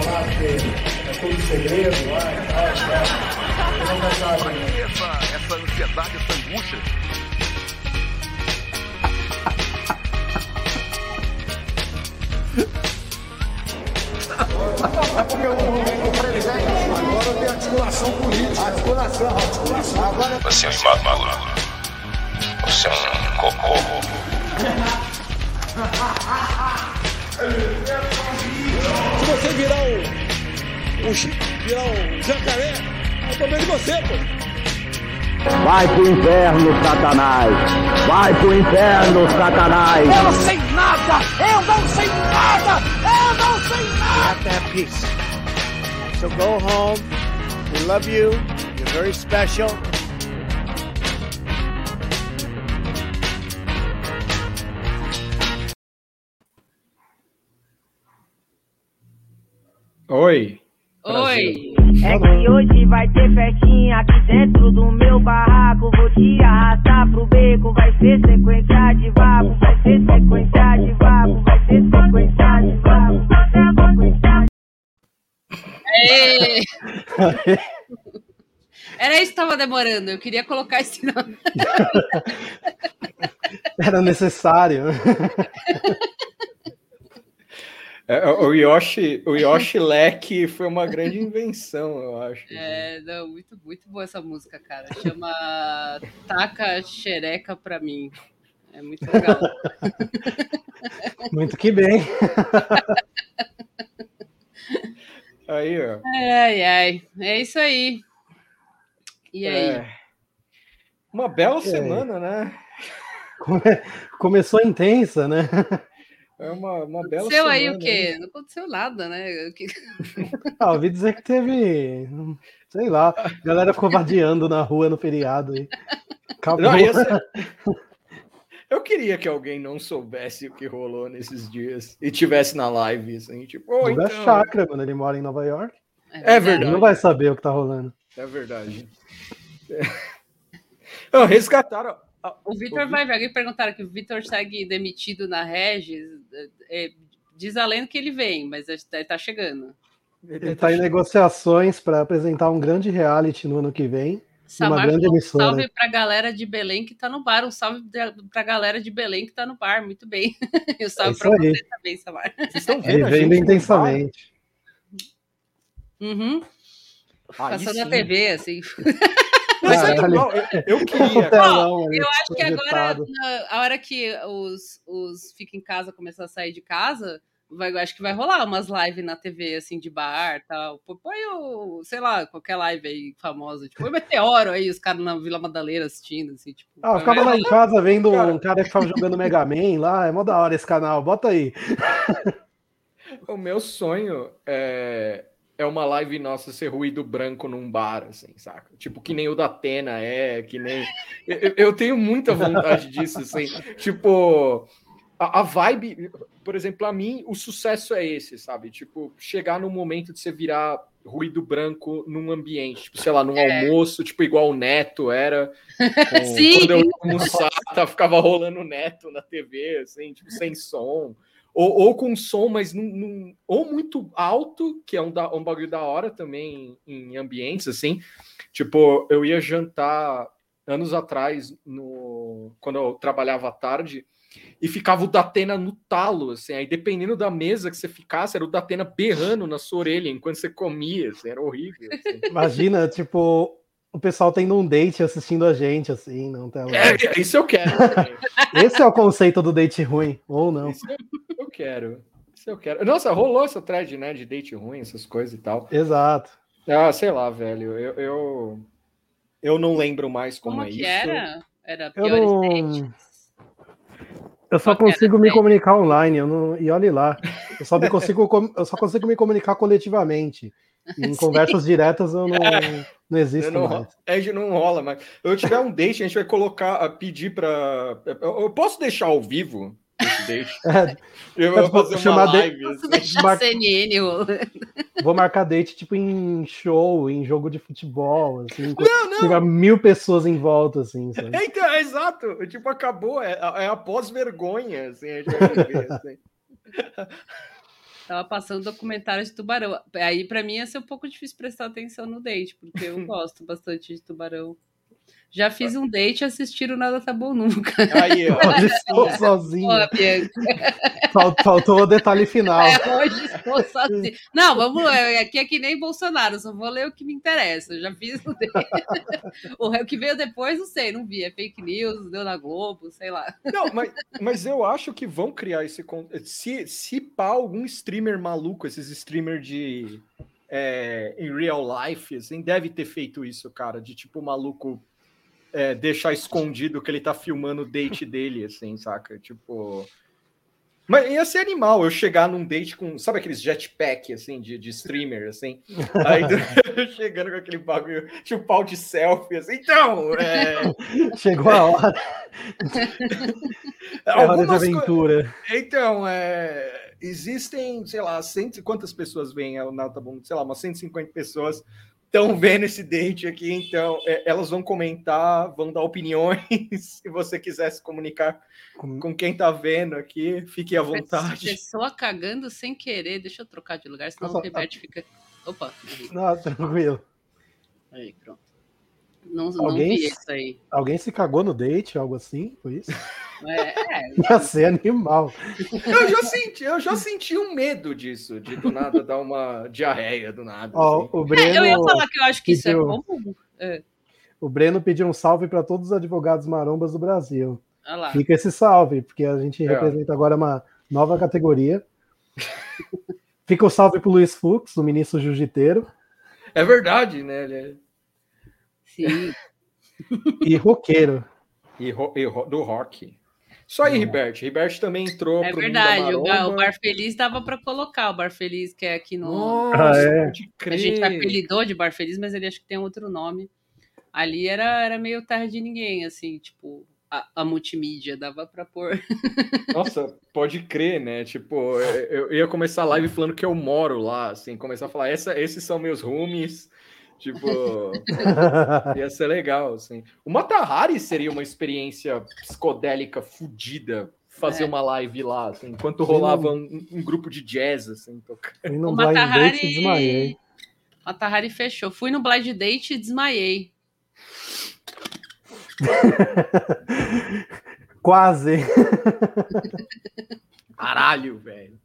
lá, porque é tudo segredo lá e tal, ele não vai saber. Essa ansiedade, essa angústia. É porque o presidente agora tem articulação política. Articulação. Agora... Você é um imaturo. Você é um cocô. Se você virar um jacaré, eu tô vendo você, pô. Vai pro inferno, Satanás! Vai pro inferno, Satanás! Eu não sei nada! Eu não sei nada! Eu não sei nada! You have to have peace. So go home. We love you. You're very special. Oi. Oi. É que hoje vai ter festinha aqui dentro do meu barraco. Vou te arrastar pro beco. Vai ser sequência de vapo. Vai ser sequência de vapo. Vai ser sequência de vapo. Era isso que estava demorando. Eu queria colocar esse nome. Era necessário. O Yoshi Leque foi uma grande invenção, eu acho. Não, muito, muito boa essa música, cara. Chama Taca Xereca pra mim. É muito legal. Muito que bem. Aí, ó. Ai. É isso aí. E aí? Uma bela semana, né? Começou intensa, né? É uma bela aconteceu semana. Aí o quê? Não aconteceu nada, né? Ouvi dizer que teve, sei lá, a galera ficou vadiando na rua no feriado. Aí. Acabou. Não, eu queria que alguém não soubesse o que rolou nesses dias e tivesse na live, assim, tipo... O então... Chakra, quando ele mora em Nova York. É verdade. Ele não vai saber o que tá rolando. É verdade. Resgataram... O Vitor vai ver. Alguém perguntaram que o Vitor segue demitido na Regis. Diz a lenda que ele vem, mas tá chegando. Ele tá em negociações para apresentar um grande reality no ano que vem. Uma grande emissora. Um salve pra galera de Belém que tá no bar. Um salve pra galera de Belém que tá no bar. Muito bem. E um salve pra você também, Samar. Vocês estão vendo vendo intensamente. Uhum. Passando na TV, assim. Mas eu queria. Eu acho que agora, a hora que os Fica em Casa começar a sair de casa, acho que vai rolar umas lives na TV, assim, de bar e tal. Põe sei lá, qualquer live aí famosa. Tipo, o Meteoro aí, os caras na Vila Madalena assistindo, assim, tipo. Eu ficava lá em casa vendo um cara que tava jogando Mega Man lá. É mó da hora esse canal, bota aí. O meu sonho é uma live nossa ser ruído branco num bar, assim, saca? Tipo, que nem o da Atena que nem... Eu tenho muita vontade disso, assim. Tipo, a vibe... Por exemplo, a mim, o sucesso é esse, sabe? Tipo, chegar no momento de você virar ruído branco num ambiente. Tipo, sei lá, num almoço, tipo, igual o Neto era. Sim! Quando eu ia almoçar, ficava rolando o Neto na TV, assim, tipo, sem som. Ou com som, mas ou muito alto, que é um bagulho da hora também em ambientes, assim. Tipo, eu ia jantar anos atrás, quando eu trabalhava à tarde, e ficava o Datena no talo, assim. Aí, dependendo da mesa que você ficasse, era o Datena berrando na sua orelha enquanto você comia, assim, era horrível. Assim. Imagina, tipo... O pessoal tendo um date assistindo a gente, assim, não tem. Isso eu quero. Esse é o conceito do date ruim, ou não? Isso eu quero. Nossa, rolou essa thread, né, de date ruim, essas coisas e tal. Exato. Sei lá, velho. Eu não lembro mais como é que isso. Era piores dates. Eu só consigo me comunicar online, e olhe lá. Eu só consigo me comunicar coletivamente. Em conversas diretas eu não existo mais. Não rola mais. Se eu tiver um date, a gente vai pedir para... Eu posso deixar ao vivo esse date? Eu vou fazer uma live. Posso deixar CNN. Vou marcar date tipo em show, em jogo de futebol, assim. Tiver 1000 pessoas em volta, assim. Sabe? Então, exato. Tipo, acabou. É a pós-vergonha, assim. A gente vai viver, assim. Tava passando documentário de tubarão. Aí, pra mim, ia ser um pouco difícil prestar atenção no date, porque eu gosto bastante de tubarão. Já fiz um date e assistir o Nada Tá Bom Nunca. Aí, ó. Hoje estou sozinho. Boa, Bianca. Faltou o detalhe final. Hoje estou sozinho. Não, vamos ler. Aqui é que nem Bolsonaro, só vou ler o que me interessa. Eu já fiz o date. O que veio depois, não sei, não vi. É fake news, deu na Globo, sei lá. Não, mas eu acho que vão criar esse... Se pá, algum streamer maluco, esses streamers de... em real life, assim, deve ter feito isso, cara, de tipo, o maluco deixar escondido que ele tá filmando o date dele, assim, saca? Tipo... Mas ia ser animal eu chegar num date com, sabe aqueles jetpack, assim, de streamer, assim? Aí chegando com aquele bagulho, tipo pau de selfie, assim. Então, chegou a hora. A hora de aventura. Então, existem, sei lá, quantas pessoas vêm? Tá bom, sei lá, umas 150 pessoas estão vendo esse date aqui, então elas vão comentar, vão dar opiniões. Se você quiser se comunicar com quem tá vendo aqui, fique à vontade. Pessoa cagando sem querer, deixa eu trocar de lugar, senão o Roberto fica... Opa! Não, tranquilo. Aí, pronto. Não vi isso aí. Alguém se cagou no date, algo assim? Foi isso? Ia ser animal. Eu já senti um medo disso, de do nada dar uma diarreia do nada. Assim. O Breno eu ia falar que eu acho que isso é comum. O Breno pediu um salve para todos os advogados marombas do Brasil. Lá. Fica esse salve, porque a gente representa agora uma nova categoria. Fica o salve pro Luiz Fux, o ministro jiu-jiteiro. É verdade, né? Sim. E roqueiro. E do rock. Só aí, Ribert. Ribert também entrou pro verdade, o Bar Feliz dava para colocar. O Bar Feliz, que é aqui no... Nossa, a gente apelidou de Bar Feliz, mas ele acho que tem outro nome. Ali era meio terra de ninguém, assim, tipo... A multimídia, dava pra pôr. Nossa, pode crer, né? Tipo, eu ia começar a live falando que eu moro lá, assim, começar a falar, esses são meus roomies, tipo, ia ser legal, assim. O Mata Hari seria uma experiência psicodélica fodida, fazer uma live lá, assim, enquanto rolava um grupo de jazz, assim, tocando. O Mata Hari... Mata Hari fechou. Fui no Blind Date e desmaiei. Quase. Caralho, velho.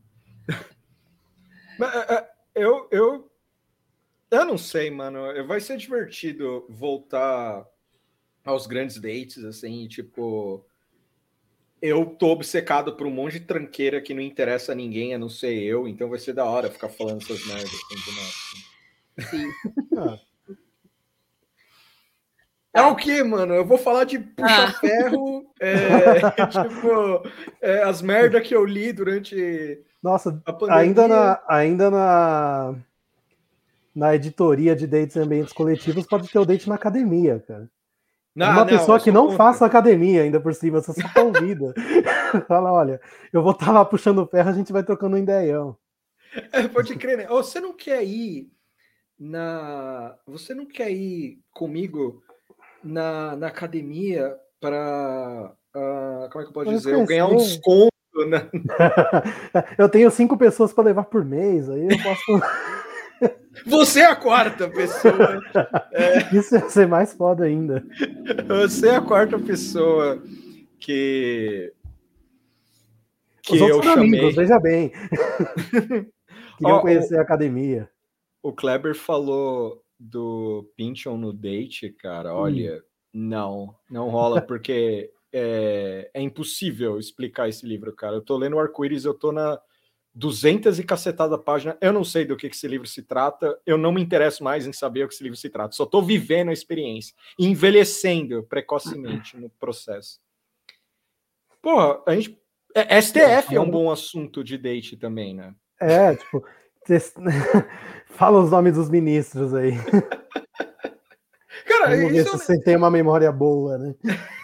Eu não sei, mano. Vai ser divertido voltar aos grandes dates, assim, tipo... Eu tô obcecado por um monte de tranqueira que não interessa a ninguém, a não ser eu, então vai ser da hora ficar falando essas merdas. Assim, Sim. O que, mano? Eu vou falar de puxa-ferro, tipo, as merdas que eu li durante a pandemia. Ainda na editoria de dates e ambientes coletivos pode ter o date na academia, cara. Uma pessoa que não faça academia ainda por cima, você só convida. Fala, olha, eu vou estar lá puxando ferro, a gente vai trocando um ideião. Pode crer, né? Você não quer ir Você não quer ir comigo na academia para como é que eu posso dizer? Eu ganhar um desconto, né? Eu tenho 5 pessoas para levar por mês, aí eu posso. Você é a 4ª pessoa. Isso ia ser mais foda ainda. Você é a 4ª pessoa que eu chamei. Amigos, veja bem. Queriam conhecer a academia. O Kleber falou do Pynchon no date, cara, olha, não rola, porque é impossível explicar esse livro, cara. Eu tô lendo o Arco-Íris, eu tô na 200 e cacetada página, eu não sei do que esse livro se trata, eu não me interesso mais em saber o que esse livro se trata, só tô vivendo a experiência, envelhecendo precocemente no processo. Porra, a gente... STF é um bom assunto de date também, né? Tipo... Fala os nomes dos ministros aí. Cara, vamos ver se você tem uma memória boa, né?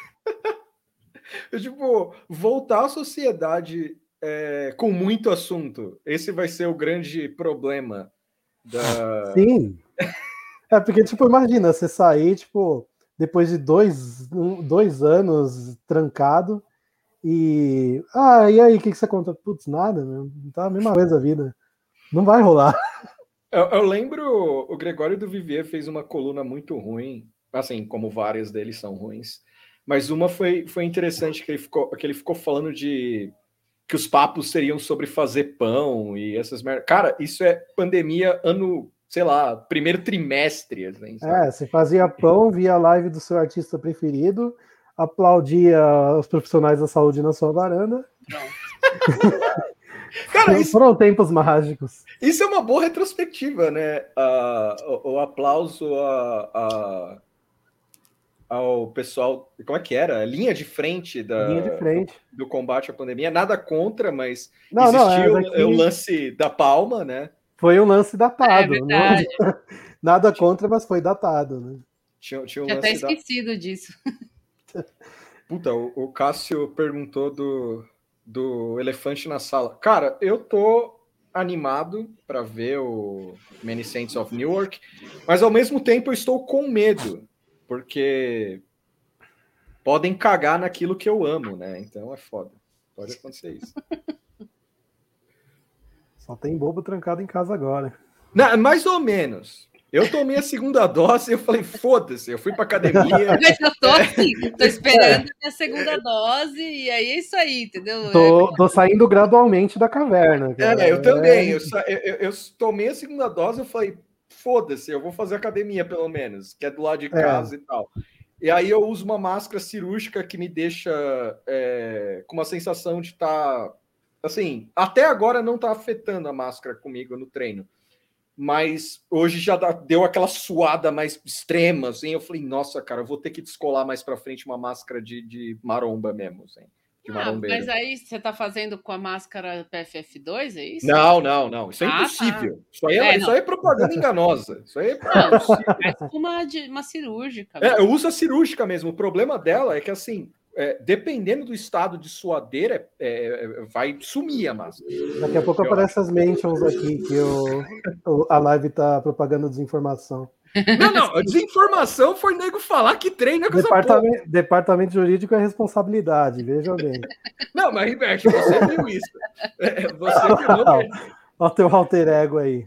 Tipo, voltar à sociedade com muito assunto. Esse vai ser o grande problema da... Sim. Porque, tipo, imagina, você sair, tipo, depois de 2 anos trancado e... e aí, o que você conta? Putz, nada, né? Tá a mesma coisa a vida. Não vai rolar. Eu lembro, o Gregório do Vivier fez uma coluna muito ruim, assim, como várias deles são ruins, mas uma foi interessante, que ele ficou falando de que os papos seriam sobre fazer pão e essas merdas. Cara, isso é pandemia ano, sei lá, primeiro trimestre. Assim, você fazia pão, via a live do seu artista preferido, aplaudia os profissionais da saúde na sua varanda. Cara, foram tempos mágicos. Isso é uma boa retrospectiva, né? O aplauso ao pessoal, como é que era? Linha de frente do combate à pandemia. Nada contra, mas existiu o lance da palma, né? Foi um lance datado. Nada contra, mas foi datado, né? Tinha até esquecido disso. Puta, o Cássio perguntou do elefante na sala. Cara, eu tô animado para ver o Many Saints of Newark, mas ao mesmo tempo eu estou com medo, porque podem cagar naquilo que eu amo, né? Então é foda. Pode acontecer isso. Só tem bobo trancado em casa agora. Não, mais ou menos. Eu tomei a segunda dose e eu falei, foda-se, eu fui pra academia. Mas eu tô assim, tô esperando a minha segunda dose e aí é isso aí, entendeu? Tô saindo gradualmente da caverna. Cara. Eu também. Eu tomei a segunda dose e eu falei, foda-se, eu vou fazer academia pelo menos, que é do lado de casa e tal. E aí eu uso uma máscara cirúrgica que me deixa com uma sensação de estar... assim, até agora não tá afetando a máscara comigo no treino. Mas hoje já deu aquela suada mais extrema, assim, eu falei, nossa, cara, eu vou ter que descolar mais pra frente uma máscara de maromba mesmo, assim, de marombeiro. Mas aí você tá fazendo com a máscara PFF2, é isso? Não, isso é impossível. Tá. Isso aí é propaganda enganosa. Isso aí é uma cirúrgica. Eu uso a cirúrgica mesmo, o problema dela é que, assim, dependendo do estado de suadeira, vai sumir a máscara. Daqui a pouco aparecem as mentions aqui que a live tá propagando desinformação. Não, a desinformação foi nego falar que treina com essa porra. Departamento jurídico é responsabilidade, veja bem. Não, mas Ribert, você viu isso. Você viu mesmo. Olha o teu alter ego aí.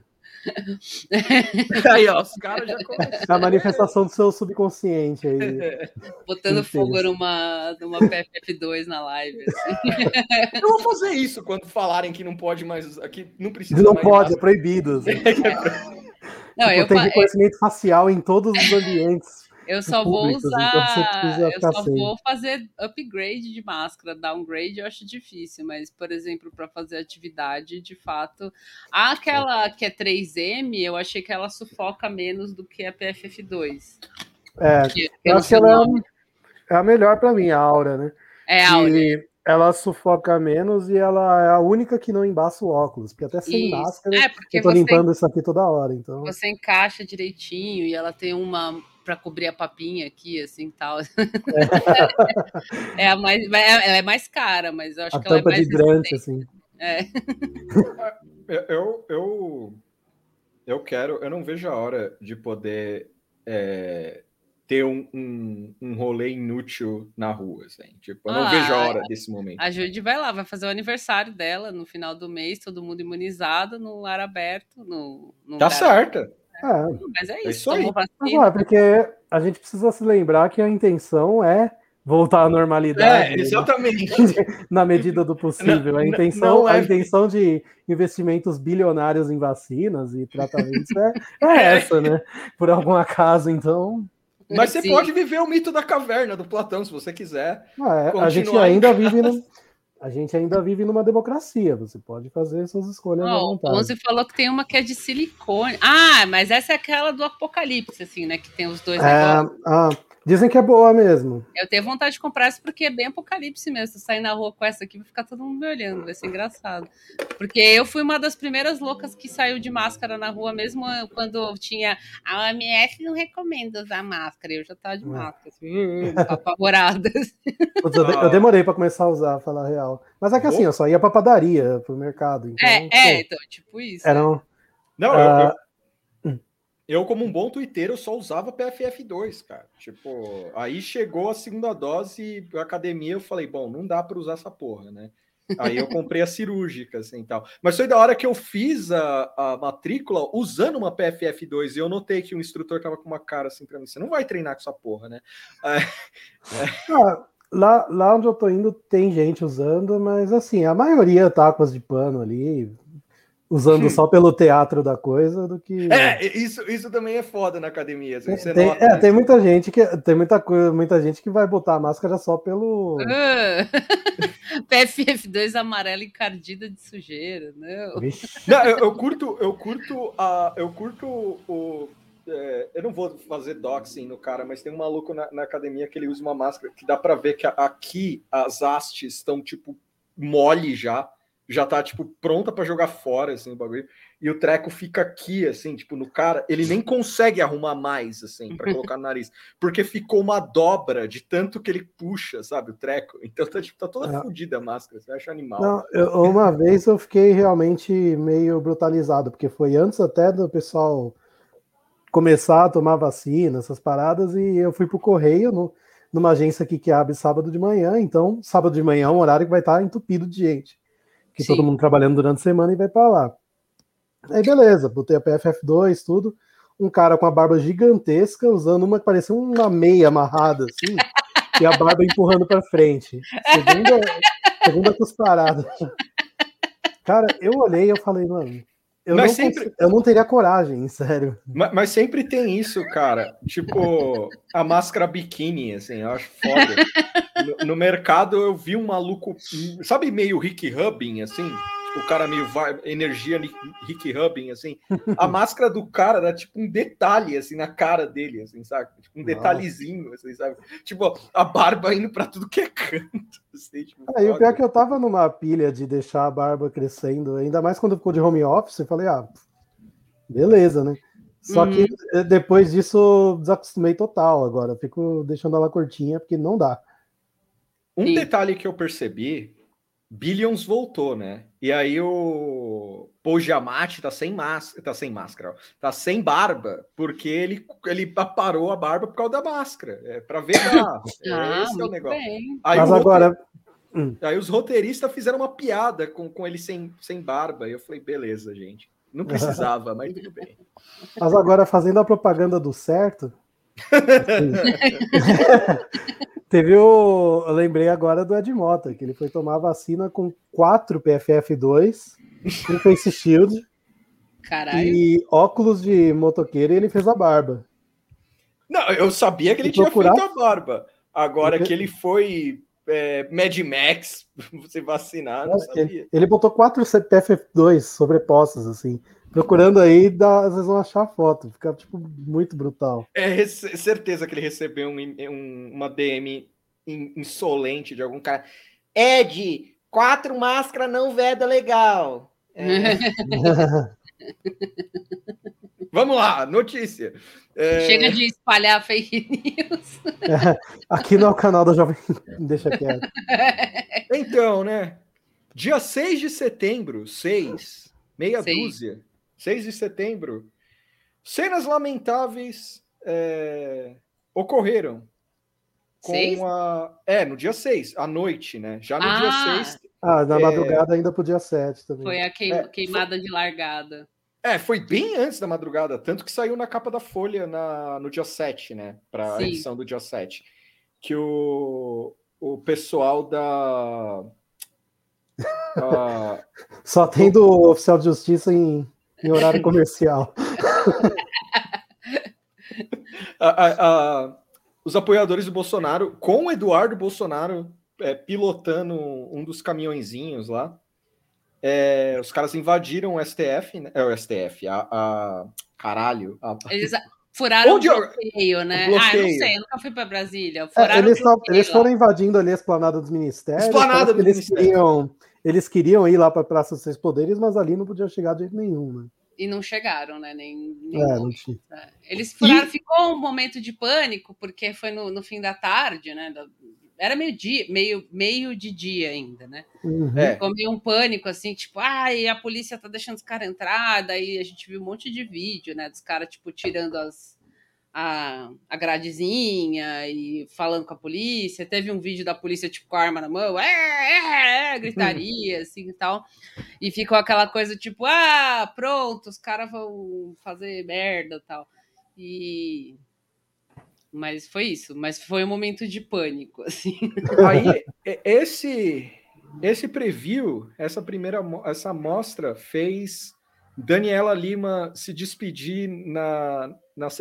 Aí, ó, os caras já começaram. A manifestação do seu subconsciente aí. Botando fogo numa PFF2 na live. Assim. Eu vou fazer isso quando falarem que não pode mais. Que não precisa não mais. Não pode, é proibido. Assim. Não, tem reconhecimento facial em todos os ambientes. Eu só vou usar, eu só vou fazer upgrade de máscara, downgrade eu acho difícil, mas, por exemplo, para fazer atividade, de fato, aquela que é 3M, eu achei que ela sufoca menos do que a PFF2. Eu acho que ela é a melhor para mim, a Aura, né? É a Aura. Ela sufoca menos e ela é a única que não embaça o óculos, porque até sem máscara eu tô limpando isso aqui toda hora. Então... Você encaixa direitinho e ela tem uma para cobrir a papinha aqui, assim, tal. Ela é mais cara, mas eu acho que ela é mais... A tampa de hidrante, assim. Eu não vejo a hora de poder ter um rolê inútil na rua, assim. Tipo, eu não vejo a hora desse momento. A Judy vai lá, vai fazer o aniversário dela no final do mês, todo mundo imunizado, no ar aberto. Tá certa. Mas é isso aí. Porque a gente precisa se lembrar que a intenção é voltar à normalidade. Exatamente. Na medida do possível. A intenção de investimentos bilionários em vacinas e tratamentos é essa, né? Por algum acaso, então... Mas você pode viver o mito da caverna do Platão, se você quiser. A gente ainda vive numa democracia. Você pode fazer suas escolhas à vontade. O Onze falou que tem uma que é de silicone. Mas essa é aquela do Apocalipse, assim, né? Que tem os dois negócios. Dizem que é boa mesmo. Eu tenho vontade de comprar essa porque é bem Apocalipse mesmo. Se eu sair na rua com essa aqui, vai ficar todo mundo me olhando. Vai ser engraçado. Porque eu fui uma das primeiras loucas que saiu de máscara na rua, mesmo quando tinha... A OMS não recomenda usar máscara. Eu já tava de máscara, assim, apavorada. Eu demorei pra começar a usar, falar a real. Mas é que assim, eu só ia pra padaria, pro mercado. Então, então, tipo isso. Eu, como um bom twitteiro, só usava PFF2, cara. Tipo, aí chegou a segunda dose, a academia, eu falei, bom, não dá para usar essa porra, né? Aí eu comprei a cirúrgica, assim, tal. Mas foi da hora que eu fiz a matrícula usando uma PFF2 e eu notei que o instrutor tava com uma cara assim pra mim, você não vai treinar com essa porra, né? Lá onde eu tô indo tem gente usando, mas assim, a maioria tá com as de pano ali, usando só pelo teatro da coisa do que... Isso também é foda na academia. Assim, você nota tem muita gente que tem muita gente que vai botar a máscara só pelo... PFF2 amarela encardida de sujeira, não, eu curto o... eu não vou fazer doxing no cara, mas tem um maluco na academia que ele usa uma máscara que dá pra ver que aqui as hastes estão, tipo, mole já tá, tipo, pronta pra jogar fora, assim, o bagulho. E o treco fica aqui, assim, tipo, no cara. Ele nem consegue arrumar mais, assim, pra colocar no nariz. Porque ficou uma dobra de tanto que ele puxa, sabe, o treco. Então tá, tipo, tá toda fodida a máscara. Você acha animal. Não, uma vez eu fiquei realmente meio brutalizado, porque foi antes até do pessoal começar a tomar vacina, essas paradas, e eu fui pro correio, numa agência aqui que abre sábado de manhã. Então, sábado de manhã é um horário que vai estar entupido de gente. Que todo mundo trabalhando durante a semana e vai pra lá. Aí beleza, botei a PFF2, tudo. Um cara com a barba gigantesca, usando uma que parecia uma meia amarrada, assim, e a barba empurrando pra frente. Segunda cusparada. Cara, eu olhei e eu falei, mano, eu não teria coragem, sério. Mas sempre tem isso, cara. Tipo, a máscara biquíni, assim, eu acho foda. No mercado eu vi um maluco, sabe, meio Rick Rubin, assim? Tipo, o cara meio energia Rick Rubin, assim. A máscara do cara era tipo um detalhe, assim, na cara dele, assim, sabe? Tipo, um detalhezinho, assim, sabe? Tipo, a barba indo pra tudo que é canto. Assim, tipo, e o pior é que eu tava numa pilha de deixar a barba crescendo, ainda mais quando ficou de home office, eu falei, beleza, né? Só que depois disso desacostumei total agora. Eu fico deixando ela curtinha porque não dá. Um detalhe que eu percebi, Billions voltou, né? E aí o Paul Giamatti tá sem máscara, tá sem barba, porque ele aparou a barba por causa da máscara. É pra ver esse é o negócio. Aí mas agora... Aí os roteiristas fizeram uma piada com ele sem barba. E eu falei, beleza, gente. Não precisava, mas tudo bem. Mas agora, fazendo a propaganda do certo... Eu lembrei agora do Ed Mota, que ele foi tomar vacina com 4 PFF2, um face shield. Caralho. E óculos de motoqueiro, e ele fez a barba. Não, eu sabia que ele tinha feito a barba. Agora que ele foi Mad Max, você vacinar, não sabia. Ele botou 4 PFF2 sobrepostos, assim. Procurando aí, às vezes vão achar a foto. Fica, tipo, muito brutal. É certeza que ele recebeu uma DM insolente de algum cara. Ed, 4 máscaras não veda legal. Vamos lá, notícia. Chega de espalhar fake news. Aqui no canal da Jovem... Deixa quieto. Então, né? Dia 6 de setembro, meia dúzia. 6 de setembro, cenas lamentáveis ocorreram. No dia 6, à noite, né? Já no dia 6. Na madrugada ainda pro dia 7 também. Foi a queimada de largada. Foi bem antes da madrugada, tanto que saiu na capa da Folha no dia 7, né? Para a edição do dia 7. Que o pessoal da... Só tem do oficial de justiça em horário comercial. Os apoiadores do Bolsonaro, com o Eduardo Bolsonaro pilotando um dos caminhõezinhos lá, os caras invadiram o STF, né? O STF, caralho. Eles furaram o bloqueio, né? Eu não sei, eu nunca fui para Brasília. Eles foram invadindo ali a esplanada dos ministérios. Eles queriam ir lá para a Praça dos Três Poderes, mas ali não podia chegar de jeito nenhum, né? E não chegaram, né? Não tinha. Eles furaram, ficou um momento de pânico, porque foi no fim da tarde, né? Era meio de dia ainda, né? Ficou meio um pânico, assim, tipo, a polícia tá deixando os caras entrar, daí a gente viu um monte de vídeo, né? Dos caras, tipo, tirando a gradezinha e falando com a polícia. Teve um vídeo da polícia, tipo, com a arma na mão, gritaria, assim, e tal. E ficou aquela coisa, tipo, pronto, os caras vão fazer merda e tal. Mas foi isso. Mas foi um momento de pânico, assim. Aí, esse preview, essa mostra fez Daniela Lima se despedir na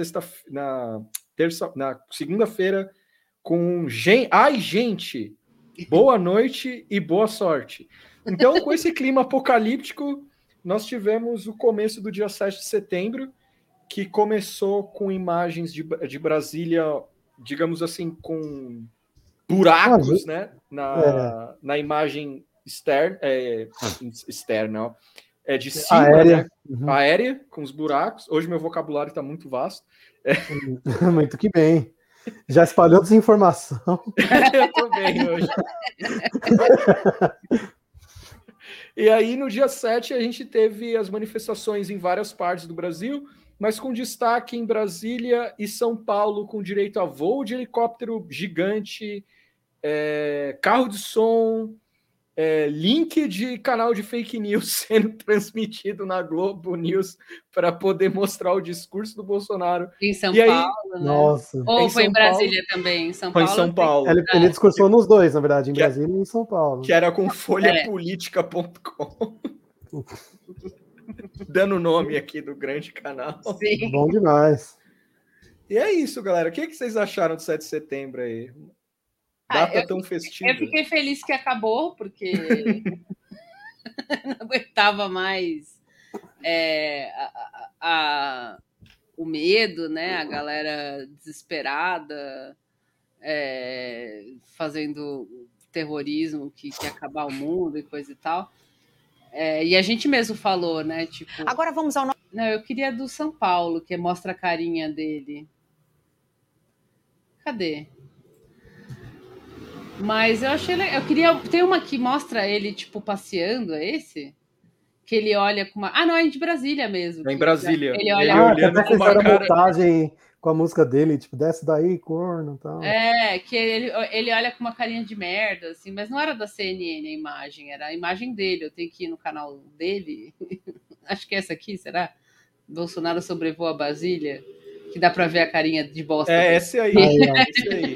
segunda-feira com gente, boa noite e boa sorte. Então, com esse clima apocalíptico, nós tivemos o começo do dia 7 de setembro, que começou com imagens de Brasília, digamos assim, com buracos, né? Na imagem externa, de cima, aérea. Né? Aérea, com os buracos. Hoje meu vocabulário está muito vasto. Muito que bem. Já espalhou desinformação. Eu tô bem hoje. E aí, no dia 7, a gente teve as manifestações em várias partes do Brasil, mas com destaque em Brasília e São Paulo, com direito a voo de helicóptero gigante, carro de som, link de canal de fake news sendo transmitido na Globo News para poder mostrar o discurso do Bolsonaro. Em São Paulo, né? Nossa. Ou foi em Brasília também? Em São Foi Paulo. Em São Paulo. Ele discursou nos dois, na verdade, em Brasília e em São Paulo. Que era com folhapolitica.com. Dando o nome aqui do grande canal. Sim. Bom demais. E é isso, galera. O que vocês acharam do 7 de setembro aí? Data tão festiva. Eu fiquei feliz que acabou, porque não aguentava mais o medo, né? A galera desesperada, fazendo terrorismo que quer acabar o mundo e coisa e tal. E a gente mesmo falou, né? Tipo, agora vamos ao... Não, eu queria do São Paulo, que mostra a carinha dele. Cadê? Mas eu achei legal. Eu queria. Tem uma que mostra ele, tipo, passeando, é esse? Que ele olha com uma. Não, é de Brasília mesmo. É em Brasília. Ele olha olhando com uma cara... montagem com a música dele, tipo, desce daí, corno e tal. Que ele olha com uma carinha de merda, assim, mas não era da CNN a imagem, era a imagem dele. Eu tenho que ir no canal dele. Acho que é essa aqui, será? Bolsonaro sobrevoa Brasília. Que dá pra ver a carinha de bosta. Esse aí. Esse aí.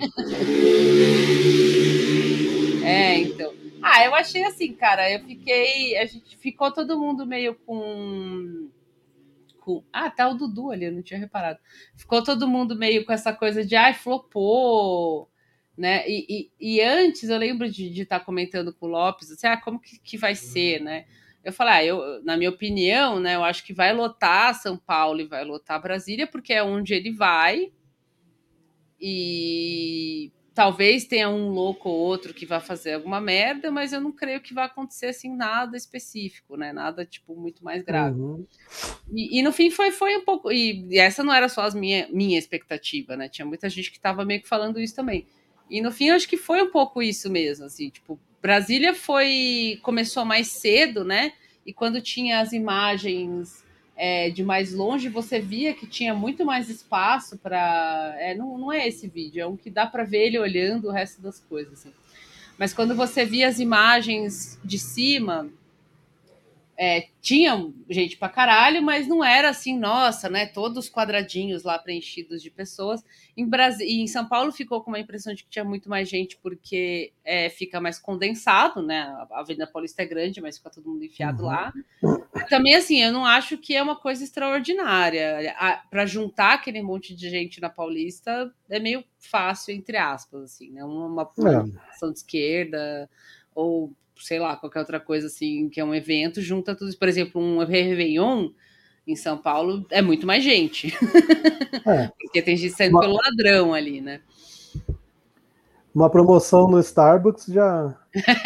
Então. Eu achei assim, cara, a gente ficou todo mundo meio com... tá o Dudu ali, eu não tinha reparado. Ficou todo mundo meio com essa coisa de, flopou, né? E antes, eu lembro de estar comentando com o Lopes, assim, como que vai ser, né? Eu falei, na minha opinião, né, eu acho que vai lotar São Paulo e vai lotar Brasília, porque é onde ele vai. E talvez tenha um louco ou outro que vai fazer alguma merda, mas eu não creio que vai acontecer assim nada específico, né? Nada tipo muito mais grave. Uhum. E no fim foi um pouco. E essa não era só minha expectativa, né? Tinha muita gente que estava meio que falando isso também. E no fim eu acho que foi um pouco isso mesmo, assim, tipo, Brasília começou mais cedo, né? E quando tinha as imagens de mais longe, você via que tinha muito mais espaço para... não é esse vídeo, é um que dá para ver ele olhando o resto das coisas. Assim. Mas quando você via as imagens de cima, tinha gente pra caralho, mas não era assim, nossa, né? Todos os quadradinhos lá preenchidos de pessoas. Em São Paulo ficou com uma impressão de que tinha muito mais gente, porque fica mais condensado, né? A Avenida Paulista é grande, mas fica todo mundo enfiado lá. Também, assim, eu não acho que é uma coisa extraordinária. Para juntar aquele monte de gente na Paulista é meio fácil, entre aspas, assim, né? Uma ação de esquerda ou sei lá, qualquer outra coisa assim, que é um evento, junta tudo. Por exemplo, um Réveillon em São Paulo é muito mais gente. Porque tem gente saindo pelo ladrão ali, né? Uma promoção no Starbucks já...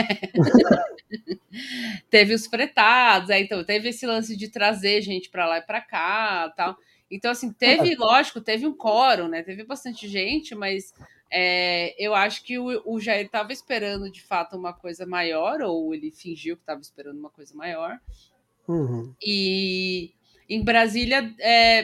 Teve os fretados, então teve esse lance de trazer gente para lá e para cá, tal. Então, assim, lógico, teve um coro, né? Teve bastante gente, mas... eu acho que o Jair estava esperando de fato uma coisa maior, ou ele fingiu que estava esperando uma coisa maior. Uhum. E em Brasília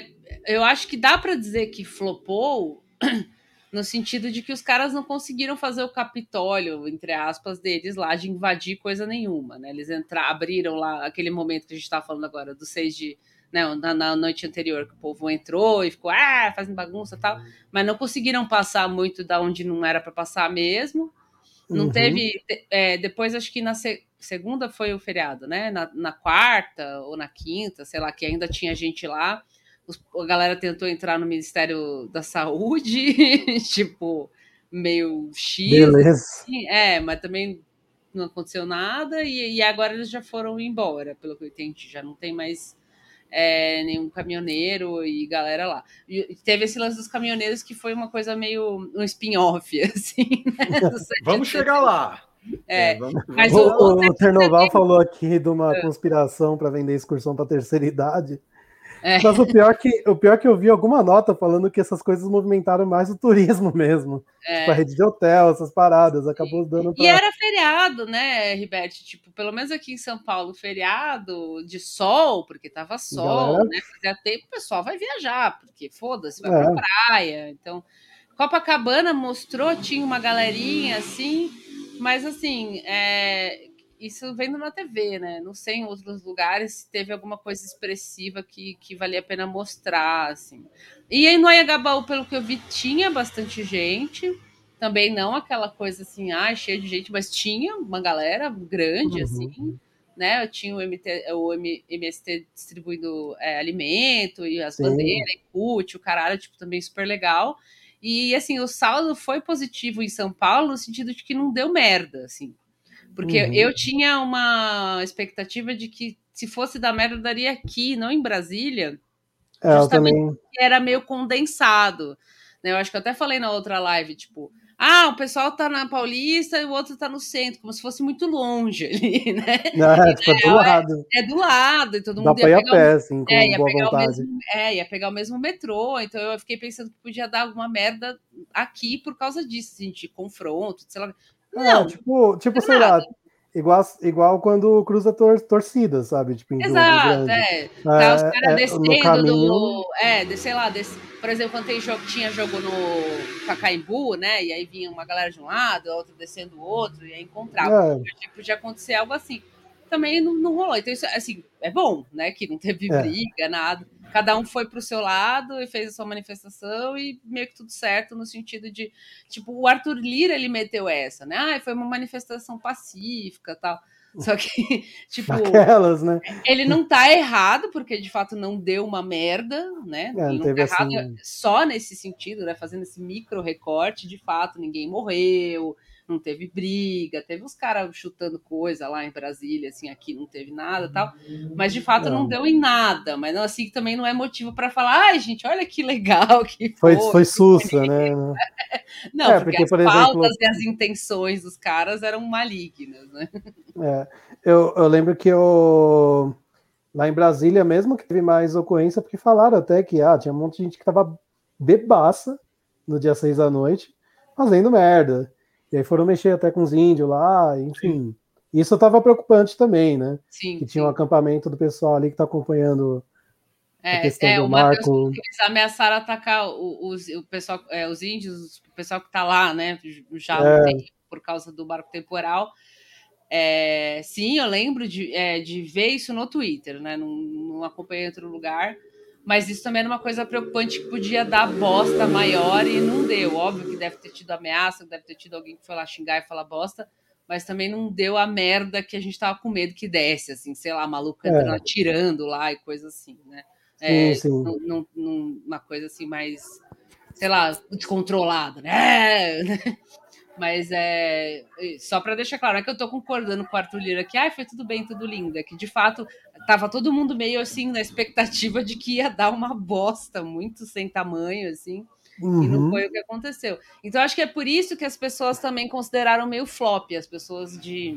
eu acho que dá para dizer que flopou no sentido de que os caras não conseguiram fazer o Capitólio, entre aspas, deles lá, de invadir coisa nenhuma, né? Eles abriram lá aquele momento que a gente estava falando agora, do 6 de... Né, na noite anterior, que o povo entrou e ficou fazendo bagunça e tal, mas não conseguiram passar muito da onde não era para passar mesmo. Não teve... depois, acho que na segunda foi o feriado, né? Na quarta ou na quinta, sei lá, que ainda tinha gente lá. A galera tentou entrar no Ministério da Saúde, tipo, meio X. Beleza. Assim, mas também não aconteceu nada, e agora eles já foram embora, pelo que eu entendi. Já não tem mais nenhum caminhoneiro e galera lá. E teve esse lance dos caminhoneiros que foi uma coisa meio um spin-off, assim, né? Vamos chegar lá. Mas o Ternoval falou aqui de uma conspiração para vender excursão para terceira idade. Mas o pior que eu vi alguma nota falando que essas coisas movimentaram mais o turismo mesmo. Tipo, a rede de hotel, essas paradas, acabou dando pra... E era feriado, né, Ribete? Tipo, pelo menos aqui em São Paulo, feriado de sol, porque tava sol, né? Fazia tempo, o pessoal vai viajar, porque foda-se, vai pra praia. Então, Copacabana mostrou, tinha uma galerinha assim, mas assim, isso vendo na TV, né? Não sei em outros lugares se teve alguma coisa expressiva que valia a pena mostrar, assim. E aí no Anhangabaú, pelo que eu vi, tinha bastante gente. Também não aquela coisa assim, cheia de gente, mas tinha uma galera grande, assim, né? Tinha o MST distribuindo alimento e as bandeiras, e CUT, o caralho, tipo, também super legal. E, assim, o saldo foi positivo em São Paulo no sentido de que não deu merda, assim. Porque eu tinha uma expectativa de que se fosse dar merda, daria aqui, não em Brasília. Justamente porque era meio condensado. Né? Eu acho que eu até falei na outra live, tipo, o pessoal tá na Paulista e o outro tá no centro, como se fosse muito longe ali, né? Tipo, do lado. É do lado, e todo mundo dá pra ir a pé, assim, com boa vontade. Ia pegar o mesmo metrô, então eu fiquei pensando que podia dar alguma merda aqui por causa disso, assim, de confronto, sei lá. Não, tipo sei lá, igual quando cruza torcida, sabe? Tipo, em exato, tá os caras descendo caminho... sei lá, por exemplo, quando tinha jogo no Pacaembu, né? E aí vinha uma galera de um lado, a outra descendo o outro, e aí encontrava. Podia acontecer algo assim. Também não rolou. Então, isso, assim, é bom, né? Que não teve briga, nada. Cada um foi pro seu lado e fez a sua manifestação e meio que tudo certo no sentido de... Tipo, o Arthur Lira, ele meteu essa, né? Foi uma manifestação pacífica e tal. Só que, tipo... Aquelas, né? Ele não tá errado, porque de fato não deu uma merda, né? Ele não tá errado só nesse sentido, né? Fazendo esse micro recorte, de fato, ninguém morreu, não teve briga, teve uns caras chutando coisa lá em Brasília, assim, aqui não teve nada e tal, mas de fato não deu em nada, mas assim também não é motivo para falar, gente, olha que legal que foi sussa, né? Não, porque as pautas e as intenções dos caras eram malignas, né? Eu lembro que lá em Brasília mesmo que teve mais ocorrência, porque falaram até que tinha um monte de gente que tava bebaça no dia 6 da noite, fazendo merda. E aí foram mexer até com os índios lá, enfim. Sim. Isso estava preocupante também, né? Sim, que tinha um acampamento do pessoal ali que está acompanhando a questão do marco. Eles ameaçaram atacar o pessoal, os índios, o pessoal que está lá, né? Já por causa do marco temporal. Sim, eu lembro de ver isso no Twitter, né? Não acompanhei em outro lugar. Mas isso também era uma coisa preocupante que podia dar bosta maior e não deu. Óbvio que deve ter tido ameaça, deve ter tido alguém que foi lá xingar e falar bosta, mas também não deu a merda que a gente tava com medo que desse, assim, sei lá, maluco entrando atirando lá e coisa assim, né? Sim. Uma coisa assim mais, sei lá, descontrolada, né? Mas só para deixar claro, não é que eu tô concordando com o Arthur Lira que foi tudo bem, tudo lindo, é que de fato tava todo mundo meio assim na expectativa de que ia dar uma bosta muito sem tamanho, assim, e não foi o que aconteceu. Então acho que é por isso que as pessoas também consideraram meio flop, as pessoas de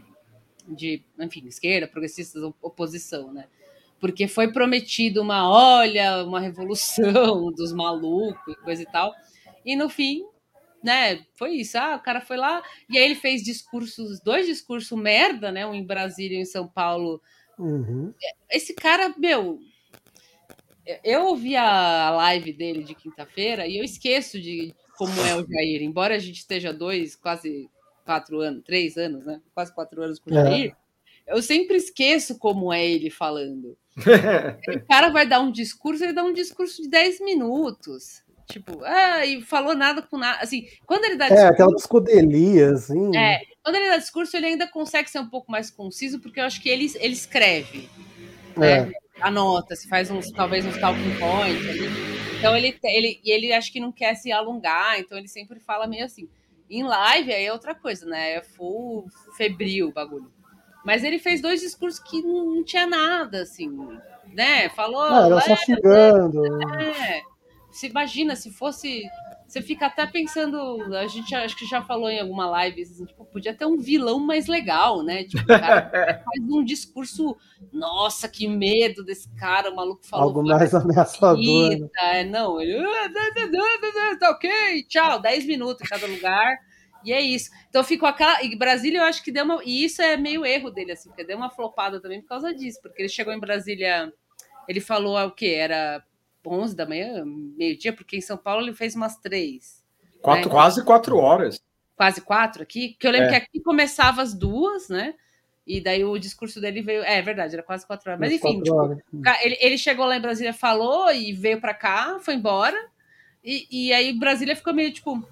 enfim, esquerda, progressistas, oposição, né? Porque foi prometido uma revolução dos malucos e coisa e tal, e no fim, né, foi isso, o cara foi lá, e aí ele fez dois discursos merda, né, um em Brasília e um em São Paulo. Esse cara, Eu ouvi a live dele de quinta-feira e eu esqueço de como é o Jair. Embora a gente esteja quase 4 anos, 3 anos, né? Quase 4 anos com o Jair, eu sempre esqueço como é ele falando. O cara vai dar um discurso, ele dá um discurso de 10 minutos. Tipo, e falou nada com nada. Assim, quando ele dá discurso. Aquela psicodelia, assim. Quando ele dá discurso, ele ainda consegue ser um pouco mais conciso, porque eu acho que ele escreve. Anota, se faz talvez uns talking points ali. Então ele acho que não quer se alongar, então ele sempre fala meio assim. Em live aí é outra coisa, né? É full febril o bagulho. Mas ele fez 2 discursos que não tinha nada, assim, né? Falou. Era só xingando. Você imagina se fosse. Você fica até pensando, a gente acho que já falou em alguma live, assim, tipo, podia ter um vilão mais legal, né? Tipo, o cara faz um discurso, nossa, que medo desse cara, o maluco falou. Algo mais ameaçador. Né? Não, ele. Tá ok, tchau, 10 minutos em cada lugar. E é isso. Então ficou aquela. E Brasília, eu acho que deu uma. E isso é meio erro dele, assim, porque deu uma flopada também por causa disso, porque ele chegou em Brasília, ele falou o quê? Era 11 da manhã, meio-dia, porque em São Paulo ele fez umas 3. Né? Quase 4 horas. Quase 4 aqui? Porque eu lembro que aqui começava às 2, né? E daí o discurso dele veio... É verdade, era quase 4 horas. Mas enfim, tipo, ele chegou lá em Brasília, falou e veio pra cá, foi embora. E aí Brasília ficou meio tipo...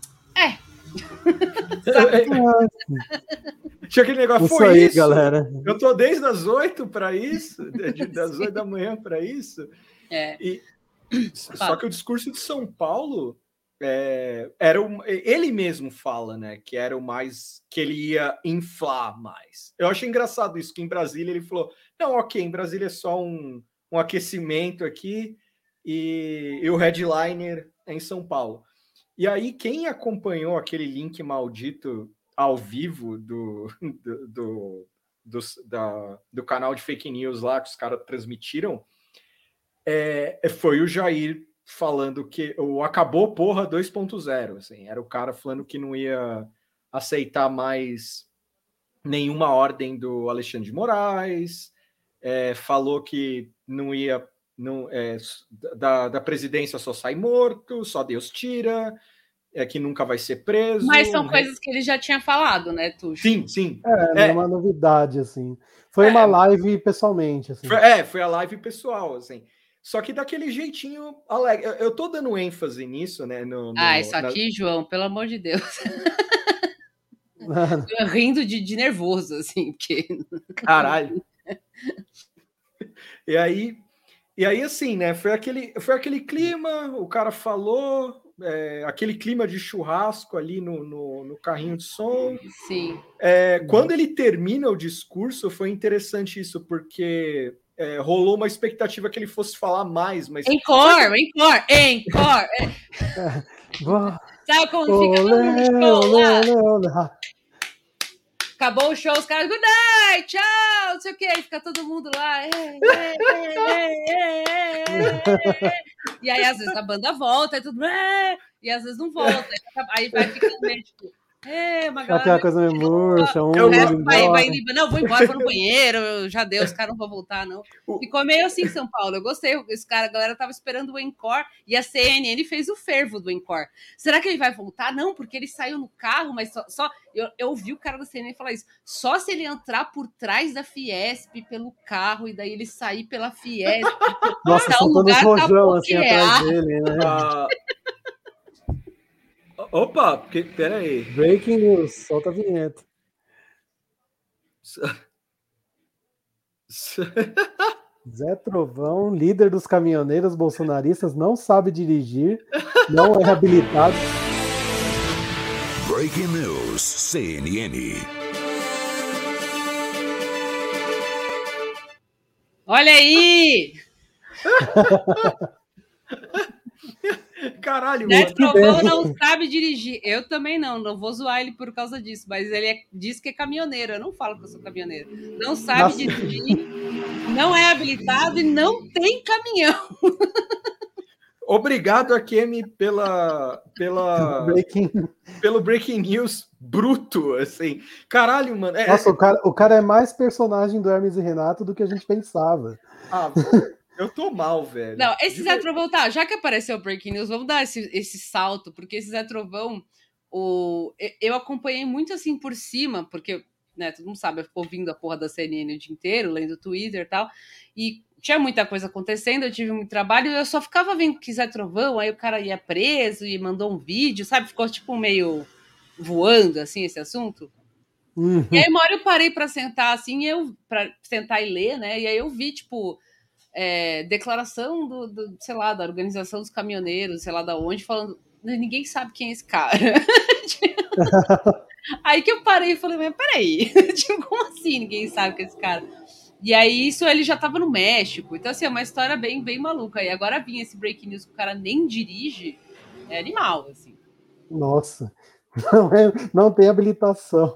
Tinha aquele negócio, isso aí, galera. Eu tô desde as 8 para isso, das 8 da manhã para isso. Só que o discurso de São Paulo ele mesmo fala, né, que era o mais que ele ia inflar mais. Eu achei engraçado isso, que em Brasília ele falou, não, ok, em Brasília é só um aquecimento aqui e o headliner é em São Paulo. E aí, quem acompanhou aquele link maldito ao vivo do canal de fake news lá que os caras transmitiram, foi o Jair falando que o acabou porra 2.0, assim, era o cara falando que não ia aceitar mais nenhuma ordem do Alexandre de Moraes, falou que não ia da presidência só sai morto, só Deus tira, que nunca vai ser preso. Mas são coisas que ele já tinha falado, né, Tuxo? Sim. Não é uma novidade, assim. Foi uma live pessoalmente, assim. Foi a live pessoal, assim. Só que daquele jeitinho alegre. Eu tô dando ênfase nisso, né? Isso aqui, João, pelo amor de Deus. Rindo de nervoso, assim, porque... Caralho. E aí, assim, né? Foi aquele clima, o cara falou, aquele clima de churrasco ali no carrinho de som. Sim. Quando ele termina o discurso, foi interessante isso, porque rolou uma expectativa que ele fosse falar mais, mas... Encore! Sabe como fica todo show lá? Acabou o show, os caras, good night, tchau, não sei o que, aí fica todo mundo lá. E aí, às vezes, a banda volta, e tudo, e às vezes não volta. Aí vai ficando meio, tipo, uma galera... Aquela coisa meio murcha, não, vou embora, vou no banheiro, já deu, os caras não vão voltar, não. Ficou meio assim, São Paulo, eu gostei, a galera tava esperando o encore, e a CNN fez o fervo do encore. Será que ele vai voltar? Não, porque ele saiu no carro, mas só eu ouvi o cara da CNN falar isso, só se ele entrar por trás da Fiesp, pelo carro, e daí ele sair pela Fiesp. Nossa, soltando os rojão assim atrás dele, né? Opa, peraí. Breaking news, solta a vinheta. Zé Trovão, líder dos caminhoneiros bolsonaristas, não sabe dirigir, não é habilitado. Breaking news, CNN. Olha aí! Caralho, Zé Trovão não sabe dirigir. Eu também não vou zoar ele por causa disso, mas ele diz que é caminhoneiro. Eu não falo que eu sou caminhoneiro. Não sabe dirigir, não é habilitado e não tem caminhão. Obrigado, Akemi, pelo breaking news bruto, assim. Caralho, mano. Nossa, o cara é mais personagem do Hermes e Renato do que a gente pensava. Eu tô mal, velho. Não, esse Zé Trovão, tá, já que apareceu o Breaking News, vamos dar esse salto, porque esse Zé Trovão, eu acompanhei muito assim por cima, porque, né, todo mundo sabe, eu fico ouvindo a porra da CNN o dia inteiro, lendo Twitter e tal, e tinha muita coisa acontecendo, eu tive muito trabalho, e eu só ficava vendo que Zé Trovão, aí o cara ia preso e mandou um vídeo, sabe? Ficou tipo meio voando, assim, esse assunto. E aí uma hora eu parei pra sentar, assim, pra sentar e ler, né? E aí eu vi, tipo, declaração sei lá, da organização dos caminhoneiros, sei lá da onde, falando, ninguém sabe quem é esse cara. Aí que eu parei e falei, mas peraí, tipo, como assim ninguém sabe quem é esse cara? E aí isso ele já tava no México, então assim, é uma história bem, bem maluca. E agora vinha esse Breaking News que o cara nem dirige, é animal, assim. Nossa, não tem habilitação.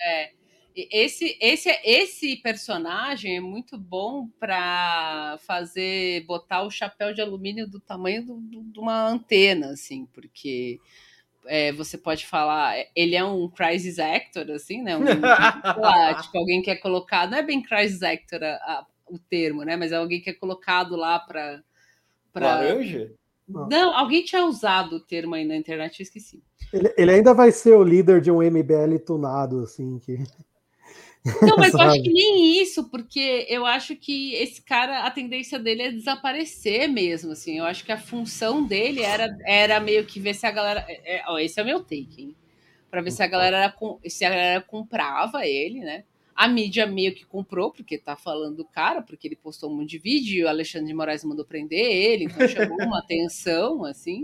Esse personagem é muito bom para botar o chapéu de alumínio do tamanho de uma antena, assim, porque você pode falar, ele é um crisis actor, assim, né? Tipo, alguém que é colocado, não é bem crisis actor o termo, né? Mas é alguém que é colocado lá para Laranja? Não, alguém tinha usado o termo aí na internet, eu esqueci. Ele ainda vai ser o líder de um MBL tunado, assim, que... Não, mas eu acho que nem isso, porque eu acho que esse cara, a tendência dele é desaparecer mesmo, assim. Eu acho que a função dele era meio que ver se a galera... esse é o meu take, hein? Pra ver se a galera comprava ele, né? A mídia meio que comprou, porque tá falando do cara, porque ele postou um monte de vídeo, e o Alexandre de Moraes mandou prender ele, então chamou uma atenção, assim.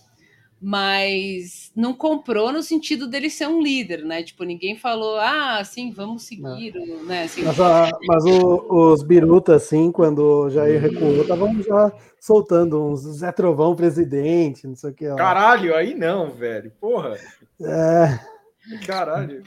Mas não comprou no sentido dele ser um líder, né? Tipo, ninguém falou, sim, vamos seguir, né? Assim, mas os birutas, assim, quando o Jair recuou, estavam já soltando uns Zé Trovão presidente, não sei o que lá. Caralho, aí não, velho. Porra. Caralho.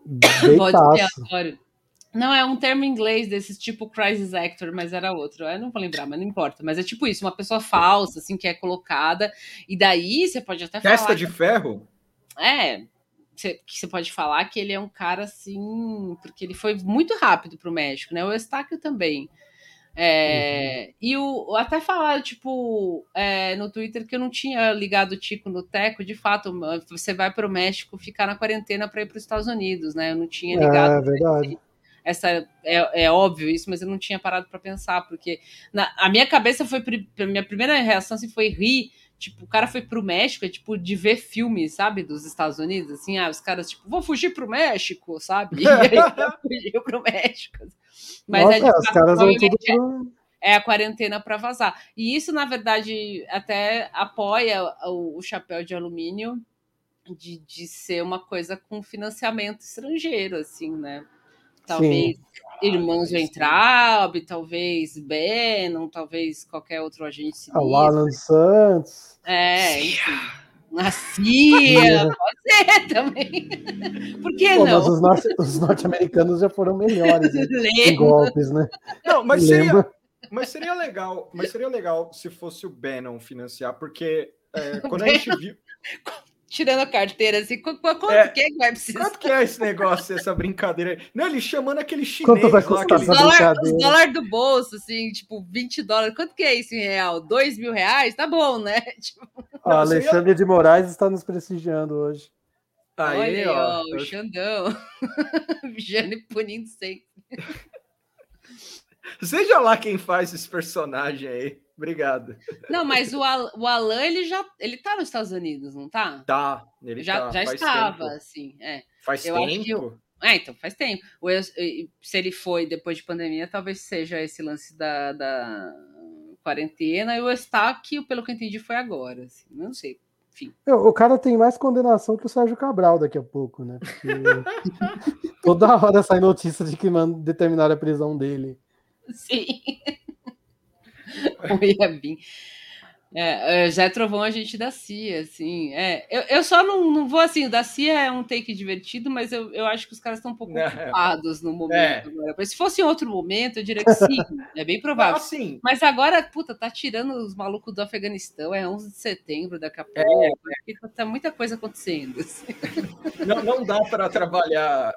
Não, é um termo em inglês desses tipo crisis actor, mas era outro. Eu não vou lembrar, mas não importa. Mas é tipo isso, uma pessoa falsa, assim, que é colocada. E daí você pode até falar... Testa de ferro? Que você pode falar que ele é um cara, assim... Porque ele foi muito rápido pro México, né? O Eustáquio também. E até falar, tipo, no Twitter que eu não tinha ligado o Tico no Teco. De fato, você vai pro México ficar na quarentena para ir para os Estados Unidos, né? Eu não tinha ligado. É verdade. É óbvio isso, mas eu não tinha parado para pensar, porque a minha cabeça minha primeira reação assim, foi rir, tipo, o cara foi pro México, tipo, de ver filmes, sabe, dos Estados Unidos, assim, os caras, tipo, vou fugir pro México, sabe, e aí fugiu pro México. Mas os caras vão tudo pro... a quarentena para vazar, e isso, na verdade, até apoia o chapéu de alumínio de ser uma coisa com financiamento estrangeiro, assim, né? Talvez Irmãos Weintraub, talvez Bannon, talvez qualquer outro agente sinistro. O Alan Santos. Enfim. A CIA, pode ser também. Por que não? Mas os norte-americanos já foram melhores em golpes, né? Não, mas seria legal se fosse o Bannon financiar, porque quando a gente viu... Tirando a carteira, assim, quanto que é que vai precisar? Quanto que é esse negócio, essa brincadeira aí? Não, ele chamando aquele chinês quanto vai custar os dólares do bolso, assim, tipo, $20. Quanto que é isso em real? R$2.000? Tá bom, né? Tipo... Alexandre de Moraes está nos prestigiando hoje. Aí, olha, o Xandão. Vigiando e punindo sempre. Seja lá quem faz esse personagem aí. Obrigado. Não, mas o Alan, ele tá nos Estados Unidos, não tá? Tá, ele já estava, tempo. Assim. Faz tempo? Então, faz tempo. Se ele foi depois de pandemia, talvez seja esse lance da quarentena, e o Eustáquio, pelo que eu entendi, foi agora. Assim, não sei, enfim. O cara tem mais condenação que o Sérgio Cabral daqui a pouco, né? Porque toda hora sai notícia de que determinaram a prisão dele. Sim. Ia vir. Zé Trovão é gente da CIA, assim. Eu só não vou assim. O da CIA é um take divertido, mas eu acho que os caras estão um pouco ocupados no momento agora. Mas se fosse em outro momento, eu diria que sim. É bem provável. Assim, mas agora, puta, tá tirando os malucos do Afeganistão. É 11 de setembro daqui a pouco. Tá muita coisa acontecendo. Assim. Não dá para trabalhar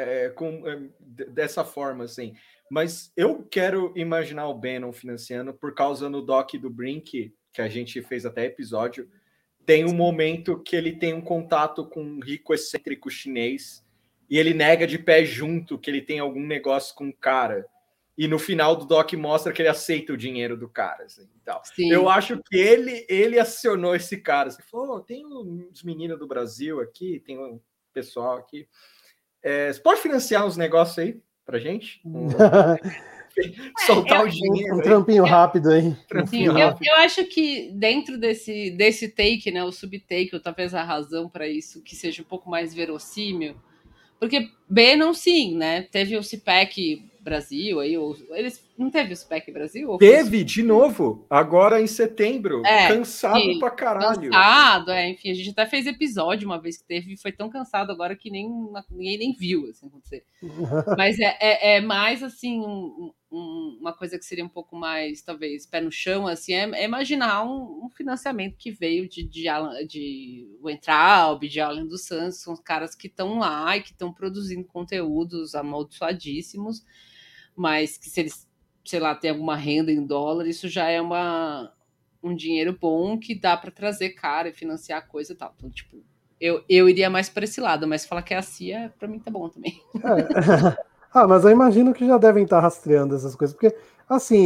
dessa forma, assim. Mas eu quero imaginar o Bannon financiando por causa no doc do Brink, que a gente fez até episódio, tem um momento que ele tem um contato com um rico excêntrico chinês e ele nega de pé junto que ele tem algum negócio com o cara. E no final do doc mostra que ele aceita o dinheiro do cara. Assim, tal. Eu acho que ele acionou esse cara. Assim, falou, tem uns meninos do Brasil aqui, tem um pessoal aqui. Você pode financiar uns negócios aí pra gente? Soltar o dinheiro. Um trampinho rápido aí. Eu acho que dentro desse take, né, o subtake, ou talvez a razão para isso que seja um pouco mais verossímil, porque Bannon, sim, né? Teve o CPEC Brasil aí, eles não teve o CPEC Brasil? Teve, de novo, agora em setembro, cansado pra caralho. Cansado, enfim, a gente até fez episódio uma vez que teve, e foi tão cansado agora que ninguém nem viu, assim, acontecer. Mas é mais, assim, uma coisa que seria um pouco mais, talvez, pé no chão, assim, é imaginar um financiamento que veio de Weintraub, de Alan dos Santos, são os caras que estão lá e que estão produzindo conteúdos amaldiçoadíssimos, mas que se eles, sei lá, têm alguma renda em dólar, isso já é um dinheiro bom que dá para trazer cara e financiar coisa e tal. Então, tipo, eu iria mais para esse lado, mas falar que é a CIA, para mim tá bom também. Mas eu imagino que já devem estar rastreando essas coisas, porque, assim,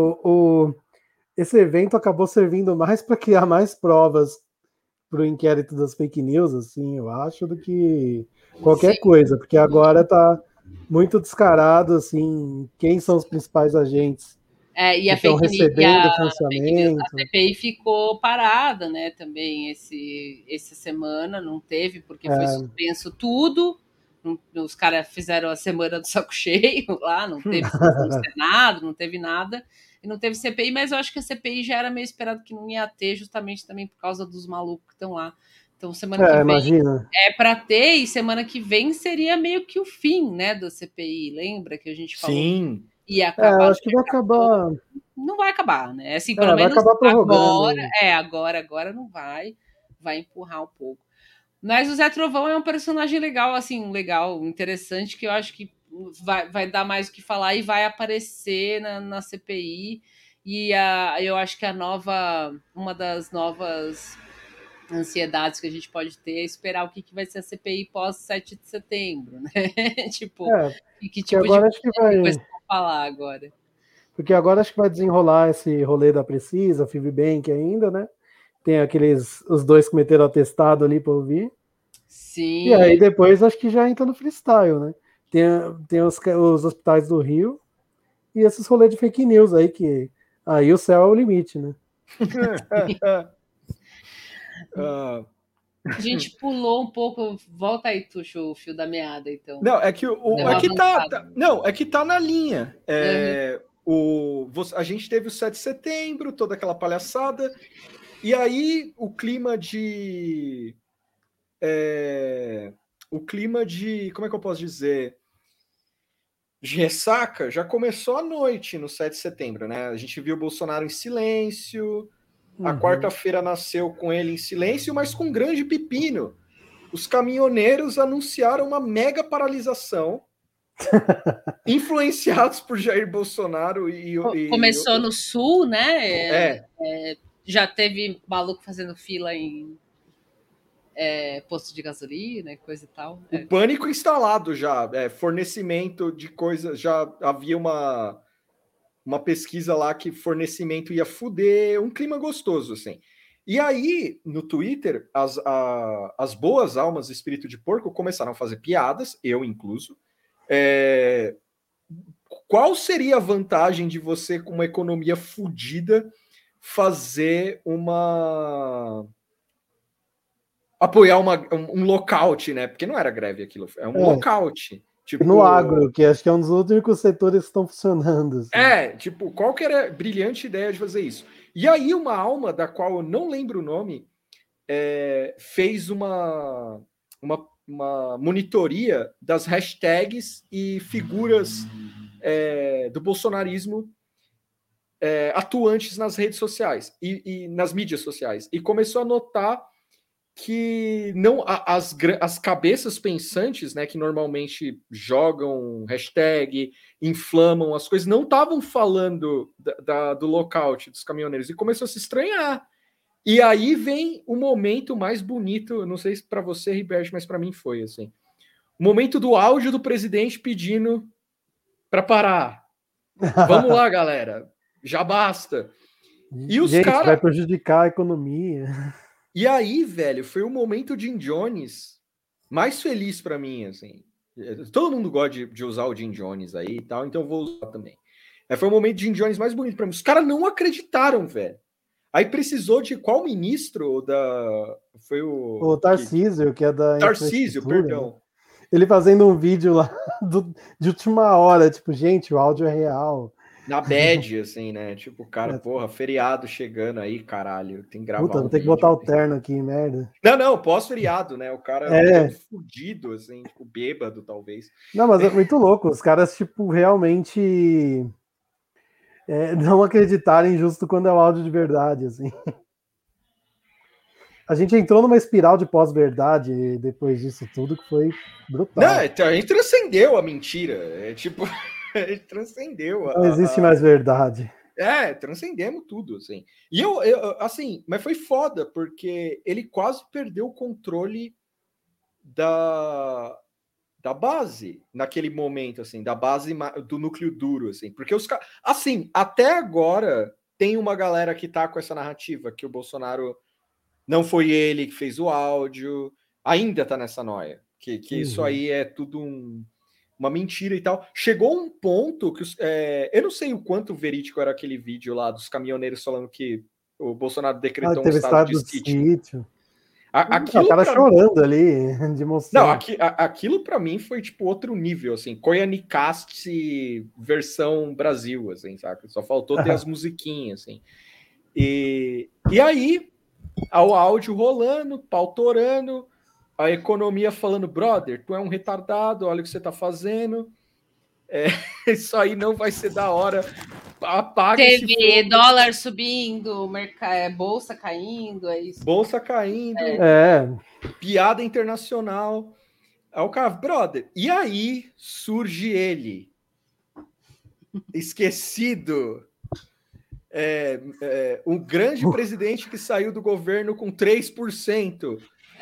esse evento acabou servindo mais para criar mais provas para o inquérito das fake news, assim, eu acho, do que qualquer coisa, porque agora tá muito descarado, assim, quem são os principais agentes e que estão recebendo financiamento. A CPI ficou parada, né, também essa semana, não teve, porque foi suspenso tudo, os caras fizeram a semana do saco cheio lá, não teve no Senado, não teve nada, e não teve CPI, mas eu acho que a CPI já era meio esperado que não ia ter, justamente também por causa dos malucos que estão lá. Então, semana que vem imagina. Para ter, e semana que vem seria meio que o fim, né, da CPI, lembra que a gente falou? Sim. Ia acabar. Acho que vai acabar. Não vai acabar, né? Assim, pelo menos agora não vai empurrar um pouco. Mas o Zé Trovão é um personagem legal, assim, interessante, que eu acho que vai dar mais o que falar e vai aparecer na CPI. E eu acho que uma das novas ansiedades que a gente pode ter é esperar o que vai ser a CPI pós 7 de setembro, né? Tipo, e que tipo agora de acho que vai falar agora. Porque agora acho que vai desenrolar esse rolê da Precisa, Fivbank ainda, né? Tem os dois que meteram atestado ali para ouvir. Sim. E aí depois acho que já entra no freestyle, né? Tem os hospitais do Rio e esses rolês de fake news aí, que aí o céu é o limite, né? A gente pulou um pouco. Volta aí, Tuxo, o fio da meada, então. Não, é que é que tá na linha. A gente teve o 7 de setembro, toda aquela palhaçada, e aí o clima de como é que eu posso dizer? De ressaca já começou à noite no 7 de setembro, né? A gente viu o Bolsonaro em silêncio. A quarta-feira nasceu com ele em silêncio, mas com um grande pepino. Os caminhoneiros anunciaram uma mega paralisação, influenciados por Jair Bolsonaro. Começou no Sul, né? Já teve maluco fazendo fila em posto de gasolina, coisa e tal. O pânico instalado já, fornecimento de coisas, já havia uma pesquisa lá que fornecimento ia fuder, um clima gostoso, assim. E aí, no Twitter, as boas almas do espírito de porco começaram a fazer piadas, eu incluso. Qual seria a vantagem de você, com uma economia fudida, fazer apoiar um lockout, né? Porque não era greve aquilo, é um lockout. Tipo, no agro, que acho que é um dos únicos setores que estão funcionando. Assim. Qual que era a brilhante ideia de fazer isso? E aí uma alma, da qual eu não lembro o nome, fez uma monitoria das hashtags e figuras do bolsonarismo atuantes nas redes sociais e nas mídias sociais. E começou a notar que não as cabeças pensantes, né, que normalmente jogam hashtag, inflamam as coisas, não estavam falando do lockout dos caminhoneiros, e começou a se estranhar. E aí vem o momento mais bonito, não sei se para você, Riberto, mas para mim foi assim. O momento do áudio do presidente pedindo para parar. Vamos lá, galera. Já basta. E os caras vai prejudicar a economia. E aí, velho, foi o momento de Jim Jones mais feliz para mim, assim. Todo mundo gosta de usar o Jim Jones aí e tal, então eu vou usar também. Foi o momento de Jim Jones mais bonito para mim. Os caras não acreditaram, velho. Aí precisou de qual ministro foi o Tarcísio, que é da Tarcísio, perdão. Né? Ele fazendo um vídeo lá de última hora, tipo, gente, o áudio é real. Na bad, assim, né? Tipo, cara, porra, feriado chegando aí, caralho. Tem que gravar. Puta, vou ter que botar o terno aqui, merda. Não, pós-feriado, né? O cara é fudido, assim, tipo, bêbado, talvez. Não, mas é muito louco. Os caras, tipo, realmente não acreditarem justo quando é o áudio de verdade, assim. A gente entrou numa espiral de pós-verdade depois disso tudo, que foi brutal. Não, a gente transcendeu a mentira. Tipo... Ele transcendeu. Não existe mais verdade. Transcendemos tudo, assim. E eu, assim, mas foi foda, porque ele quase perdeu o controle da base naquele momento, assim, da base do núcleo duro, assim. Porque os caras, assim, até agora tem uma galera que tá com essa narrativa que o Bolsonaro não foi ele que fez o áudio, ainda tá nessa noia, que isso aí é tudo uma mentira e tal. Chegou um ponto que eu não sei o quanto verídico era aquele vídeo lá dos caminhoneiros falando que o Bolsonaro decretou um estado de sítio. O cara chorando ali, de emoção. Não, aquilo para mim foi tipo outro nível, assim, Koyanicast versão Brasil, assim, saca? Só faltou ter as musiquinhas, assim. E aí, o áudio rolando, pau torando, a economia falando, brother, tu é um retardado, olha o que você tá fazendo. Isso aí não vai ser da hora. Apaga TV, dólar subindo, bolsa caindo, é isso. Bolsa caindo. Piada internacional. Aí o cara, brother, e aí surge ele. Esquecido. Um grande presidente que saiu do governo com 3%.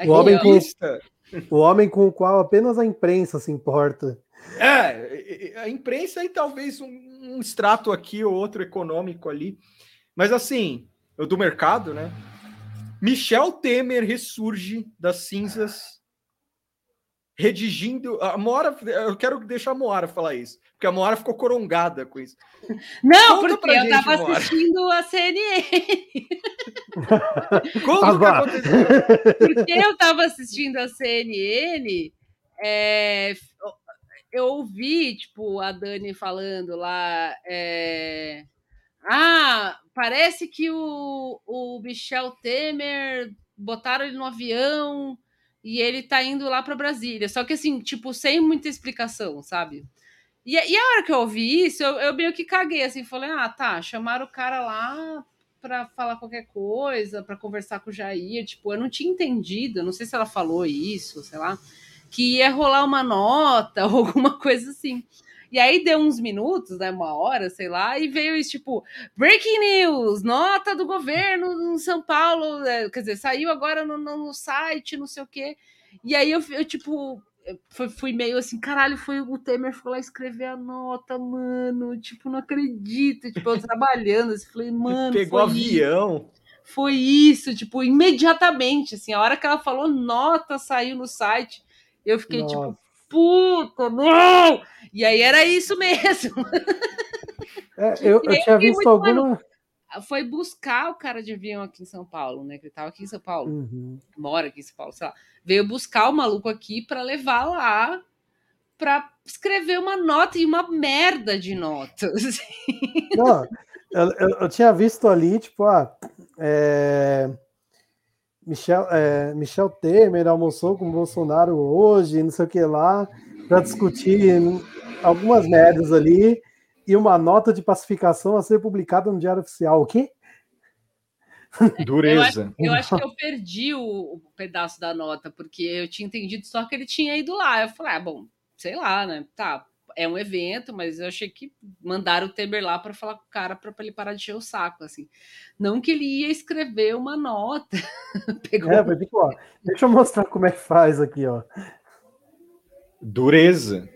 O homem com o qual apenas a imprensa se importa. A imprensa e talvez um extrato aqui ou outro econômico ali. Mas assim, do mercado, né? Michel Temer ressurge das cinzas, redigindo... A Moara, eu quero deixar a Moara falar isso, porque a Moara ficou corongada com isso. Não, porque eu tava assistindo a CNN. Como que aconteceu? Porque eu tava assistindo a CNN, eu ouvi, tipo, a Dani falando lá, parece que o Michel Temer botaram ele no avião e ele tá indo lá para Brasília. Só que assim, tipo, sem muita explicação, sabe? E a hora que eu ouvi isso, eu meio que caguei, assim, falei, chamaram o cara lá para falar qualquer coisa, para conversar com o Jair, tipo, eu não tinha entendido, eu não sei se ela falou isso, sei lá, que ia rolar uma nota ou alguma coisa assim. E aí deu uns minutos, né, uma hora, sei lá, e veio isso, tipo, breaking news, nota do governo em São Paulo, quer dizer, saiu agora no site, não sei o quê. E aí eu tipo... Fui meio assim, caralho, foi o Temer foi lá escrever a nota, mano, tipo, não acredito, tipo, eu trabalhando, assim, falei, mano, pegou avião. Foi isso, tipo, imediatamente, assim, a hora que ela falou nota, saiu no site, eu fiquei tipo, puta, não! E aí era isso mesmo. Eu tinha visto alguma... Foi buscar o cara de avião aqui em São Paulo, né? Que ele tava aqui em São Paulo, mora aqui em São Paulo, sei lá. Veio buscar o maluco aqui para levar lá para escrever uma nota e uma merda de notas. Não, Eu tinha visto ali, tipo, Michel Temer almoçou com o Bolsonaro hoje, não sei o que lá, para discutir algumas merdas ali e uma nota de pacificação a ser publicada no Diário Oficial. O quê? Dureza. Eu acho que eu perdi o pedaço da nota, porque eu tinha entendido só que ele tinha ido lá. Eu falei, bom, sei lá, né? Tá, é um evento, mas eu achei que mandaram o Temer lá para falar com o cara para ele parar de encher o saco, assim. Não que ele ia escrever uma nota. Pegou. Deixa eu mostrar como é que faz aqui, ó. Dureza.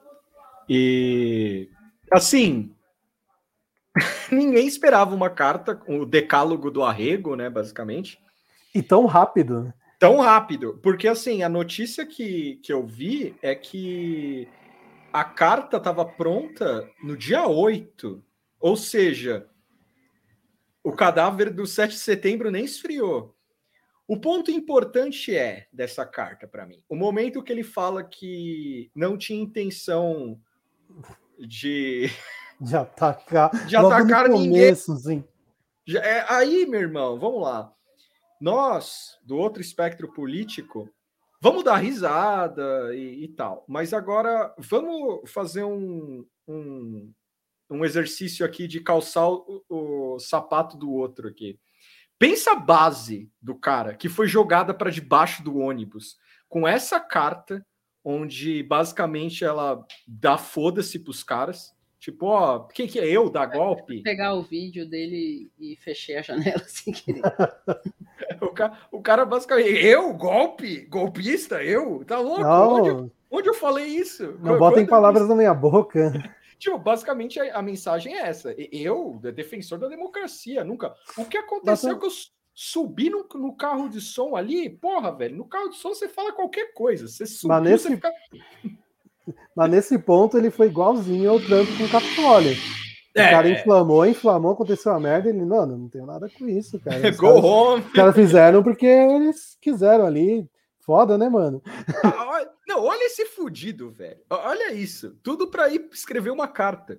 E assim, ninguém esperava uma carta, o decálogo do arrego, né, basicamente. E tão rápido. Tão rápido, porque assim, a notícia que eu vi é que a carta estava pronta no dia 8, ou seja, o cadáver do 7 de setembro nem esfriou. O ponto importante dessa carta para mim, o momento que ele fala que não tinha intenção de atacar no começo, ninguém. Sim. Aí, meu irmão, vamos lá. Nós, do outro espectro político, vamos dar risada e tal. Mas agora, vamos fazer um exercício aqui de calçar o sapato do outro aqui. Pensa a base do cara que foi jogada para debaixo do ônibus com essa carta, onde basicamente ela dá foda-se pros caras. Tipo, ó, quem que é eu dar golpe? Vou pegar o vídeo dele e fechei a janela sem querer. O cara basicamente, eu? Golpe? Golpista? Eu? Tá louco? Onde eu falei isso? Não botem palavras na minha boca. Tipo, basicamente a mensagem é essa. Eu, defensor da democracia, nunca... O que aconteceu é que eu subi no carro de som ali, porra, velho, no carro de som você fala qualquer coisa. Você subiu, você fica... Mas nesse ponto ele foi igualzinho ao Trump com o Capitólio. O cara inflamou, aconteceu uma merda, ele, não tenho nada com isso, cara. Go home! Os caras fizeram porque eles quiseram ali. Foda, né, mano? Não, olha esse fudido, velho. Olha isso. Tudo pra ir escrever uma carta.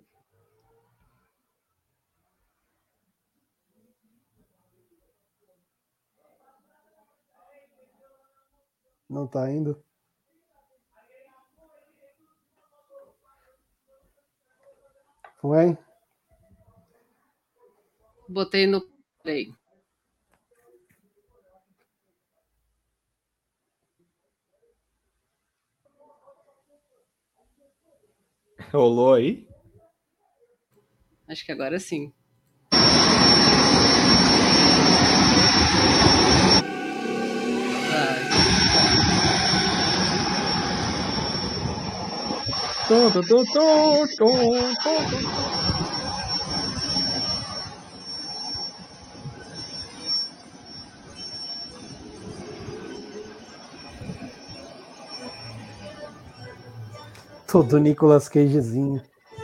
Não tá indo? Foi? Botei no play. Rolou aí? Acho que agora sim. Todo Nicolas Cagezinho.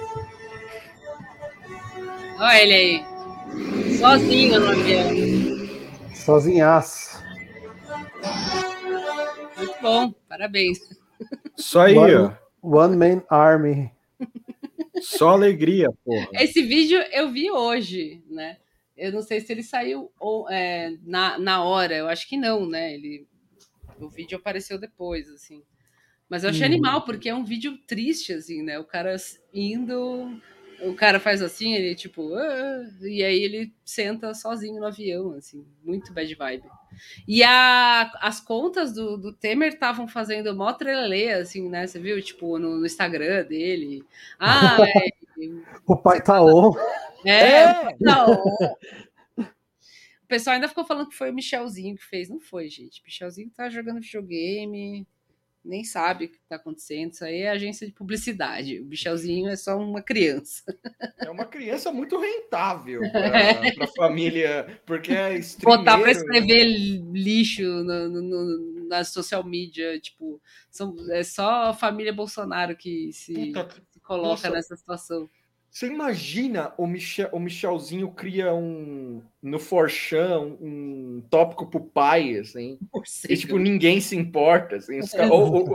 Olha ele aí. Sozinho no avião. Sozinhaço. Muito bom, parabéns. Só aí, ó. One Man Army. Só alegria, porra. Esse vídeo eu vi hoje, né? Eu não sei se ele saiu na hora, eu acho que não, né? O vídeo apareceu depois, assim. Mas eu achei animal, porque é um vídeo triste, assim, né? O cara indo... O cara faz assim, ele tipo... e aí ele senta sozinho no avião, assim. Muito bad vibe. E as contas do Temer estavam fazendo mó trelelê, assim, né? Você viu, tipo, no Instagram dele. O pai tá on. Tá on. O pessoal ainda ficou falando que foi o Michelzinho que fez. Não foi, gente. O Michelzinho tá jogando videogame... Nem sabe o que está acontecendo. Isso aí é agência de publicidade. O Michelzinho é só uma criança. É uma criança muito rentável para a família, porque é streameiro. Botar para escrever lixo na social media, tipo, é só a família Bolsonaro que se coloca nessa situação. Você imagina o Michelzinho cria no Forchan um tópico pro pai, assim, e tipo, ninguém se importa, assim,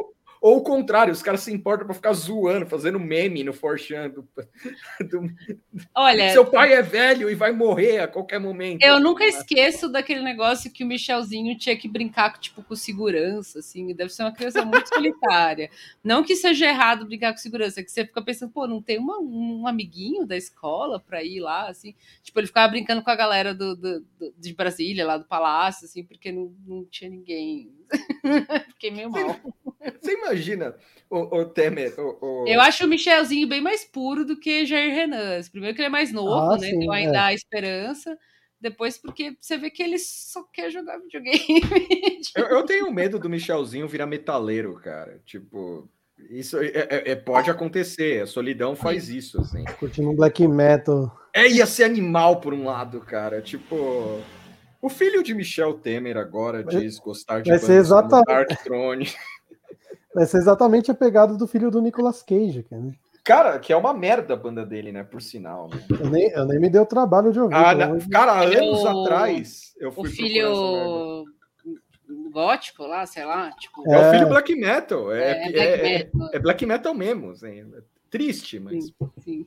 Ou o contrário, os caras se importam pra ficar zoando, fazendo meme no 4chan. Olha, seu pai é velho e vai morrer a qualquer momento. Eu nunca esqueço daquele negócio que o Michelzinho tinha que brincar com segurança, assim, deve ser uma criança muito solitária. Não que seja errado brincar com segurança, é que você fica pensando, pô, não tem um amiguinho da escola pra ir lá, assim. Tipo, ele ficava brincando com a galera de Brasília, lá do Palácio, assim, porque não tinha ninguém. Fiquei meio mal. Você imagina o Temer... Eu acho o Michelzinho bem mais puro do que Jair Renan. Primeiro que ele é mais novo, né? Sim, então ainda há esperança. Depois porque você vê que ele só quer jogar videogame. Eu tenho medo do Michelzinho virar metaleiro, cara. Tipo... Isso pode acontecer, a solidão faz isso, assim. Curtindo um black metal. Ia ser animal por um lado, cara. Tipo... O filho de Michel Temer agora diz gostar de bandas como Dark Throne. Vai ser exatamente a pegada do filho do Nicolas Cage, cara. Cara, que é uma merda a banda dele, né? Por sinal. Né? Eu nem me dei o trabalho de ouvir. Cara, anos atrás eu fui o filho gótico lá, sei lá. Tipo... É o filho black metal. É black metal mesmo. Assim. É triste, mas... Sim.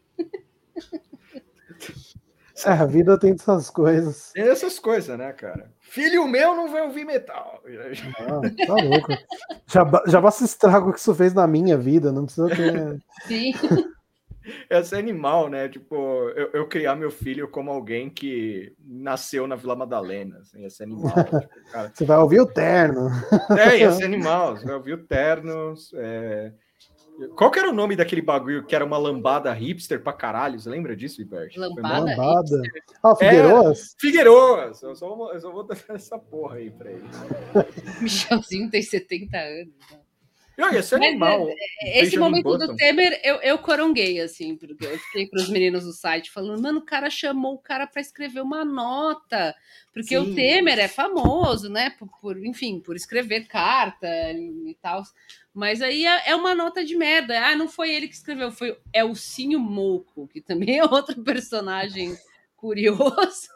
A vida tem essas coisas. Tem essas coisas, né, cara? Filho meu não vai ouvir metal. Tá louco. Já basta o estrago que isso fez na minha vida, não precisa ter... Sim. Essa é animal, né? Tipo, eu criar meu filho como alguém que nasceu na Vila Madalena. Assim, esse animal. Tipo, cara... Você vai ouvir o Terno. Esse animal. Você vai ouvir o Terno. Qual que era o nome daquele bagulho que era uma lambada hipster pra caralho? Você lembra disso, Ibert? Lambada? Figueiroas? Figueiroas. Eu só vou dar essa porra aí pra ele. Michelzinho tem 70 anos. Esse animal. Esse momento do Temer, eu coronguei, assim, porque eu fiquei pros meninos do site falando, mano, o cara chamou o cara pra escrever uma nota, porque o Temer é famoso, né, por escrever carta e tal, mas aí é uma nota de merda. Não foi ele que escreveu, foi Elcinho Moco, que também é outro personagem curioso,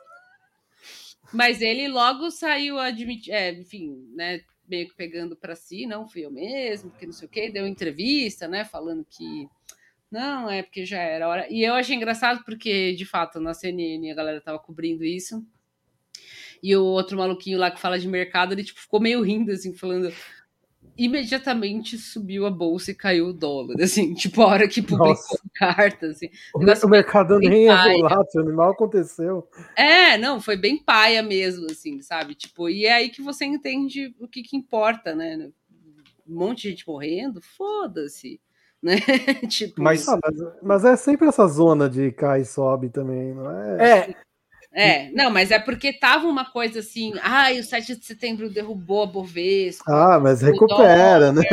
mas ele logo saiu enfim, né, meio que pegando para si, não fui eu mesmo, porque não sei o quê, deu entrevista, né, falando que não, porque já era hora. E eu achei engraçado porque, de fato, na CNN a galera tava cobrindo isso, e o outro maluquinho lá que fala de mercado, ele tipo, ficou meio rindo, assim, falando... Imediatamente subiu a bolsa e caiu o dólar, assim, tipo, a hora que publicou carta, assim. O mercado nem é volátil, mal aconteceu. Não, foi bem paia mesmo, assim, sabe? Tipo, e é aí que você entende o que importa, né? Um monte de gente morrendo, foda-se, né? Tipo, mas é sempre essa zona de cai e sobe também, não é? Não, mas é porque tava uma coisa assim, o 7 de setembro derrubou a Bovespa. Mas recupera, né?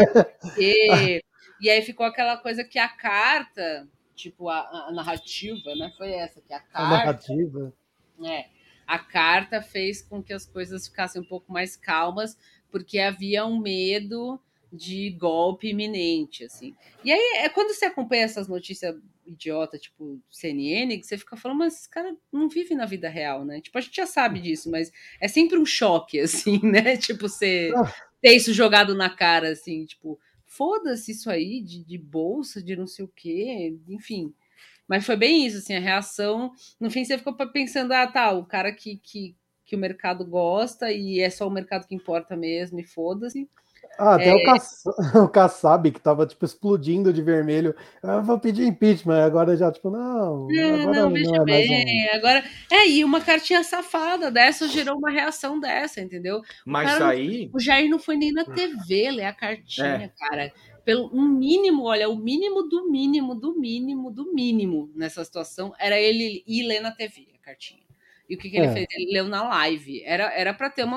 E aí ficou aquela coisa que a carta, tipo, a narrativa, né? Foi essa, que a narrativa. A carta fez com que as coisas ficassem um pouco mais calmas, porque havia um medo de golpe iminente, assim. E aí, quando você acompanha essas notícias idiota, tipo CNN, que você fica falando, mas esse cara não vive na vida real, né? Tipo, a gente já sabe disso, mas é sempre um choque, assim, né? Tipo, você ter isso jogado na cara, assim, tipo, foda-se isso aí de bolsa, de não sei o quê, enfim. Mas foi bem isso, assim, a reação, no fim você ficou pensando, o cara que o mercado gosta e é só o mercado que importa mesmo, e foda-se. Até o Kassab, que tava, tipo, explodindo de vermelho. Eu vou pedir impeachment. Agora já, tipo, veja bem. Agora, e uma cartinha safada dessa gerou uma reação dessa, entendeu? Mas o Jair não foi nem na TV ler a cartinha, cara. Pelo mínimo, olha, o mínimo do mínimo do mínimo do mínimo nessa situação era ele ir ler na TV a cartinha. E o que ele fez? Ele leu na live. Era pra ter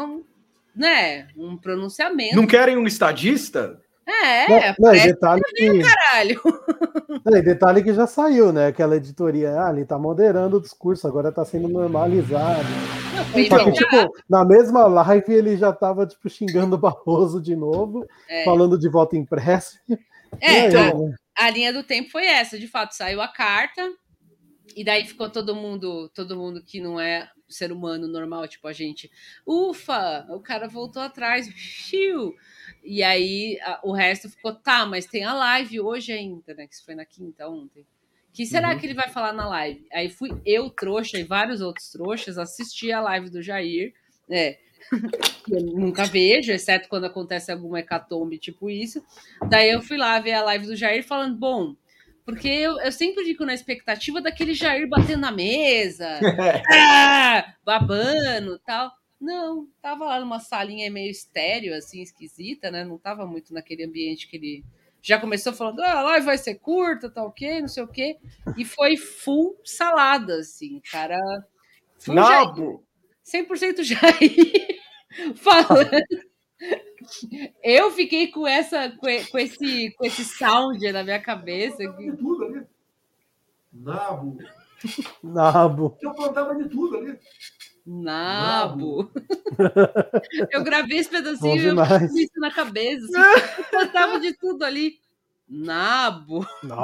um pronunciamento. Não querem um estadista? Detalhe caralho. Detalhe que já saiu, né? Aquela editoria, ele tá moderando o discurso, agora tá sendo normalizado. Só que, tipo, na mesma live ele já tava, tipo, xingando o Barroso de novo, falando de voto impresso. A linha do tempo foi essa, de fato, saiu a carta, E daí ficou todo mundo que não é ser humano normal, tipo a gente. Ufa, o cara voltou atrás. Xiu. E aí o resto ficou, tá, mas tem a live hoje ainda, né? Que isso foi na quinta, ontem. Que será que ele vai falar na live? Aí fui eu, trouxa, e vários outros trouxas assistir a live do Jair, né? Eu nunca vejo, exceto quando acontece alguma hecatombe, tipo isso. Daí eu fui lá ver a live do Jair falando, bom, porque eu sempre fico na expectativa daquele Jair batendo na mesa, babando e tal. Não, tava lá numa salinha meio estéreo, assim, esquisita, né? Não tava muito naquele ambiente que ele já começou falando, a live vai ser curta, tá ok, não sei o quê. E foi full salada, assim, cara. Full Nabo! 100% Jair falando. Eu fiquei com esse sound na minha cabeça. De tudo ali. Nabo. Eu plantava de tudo ali. Nabo. Eu gravei esse pedacinho e eu fiquei isso na cabeça. Assim, eu plantava de tudo ali. Nabo.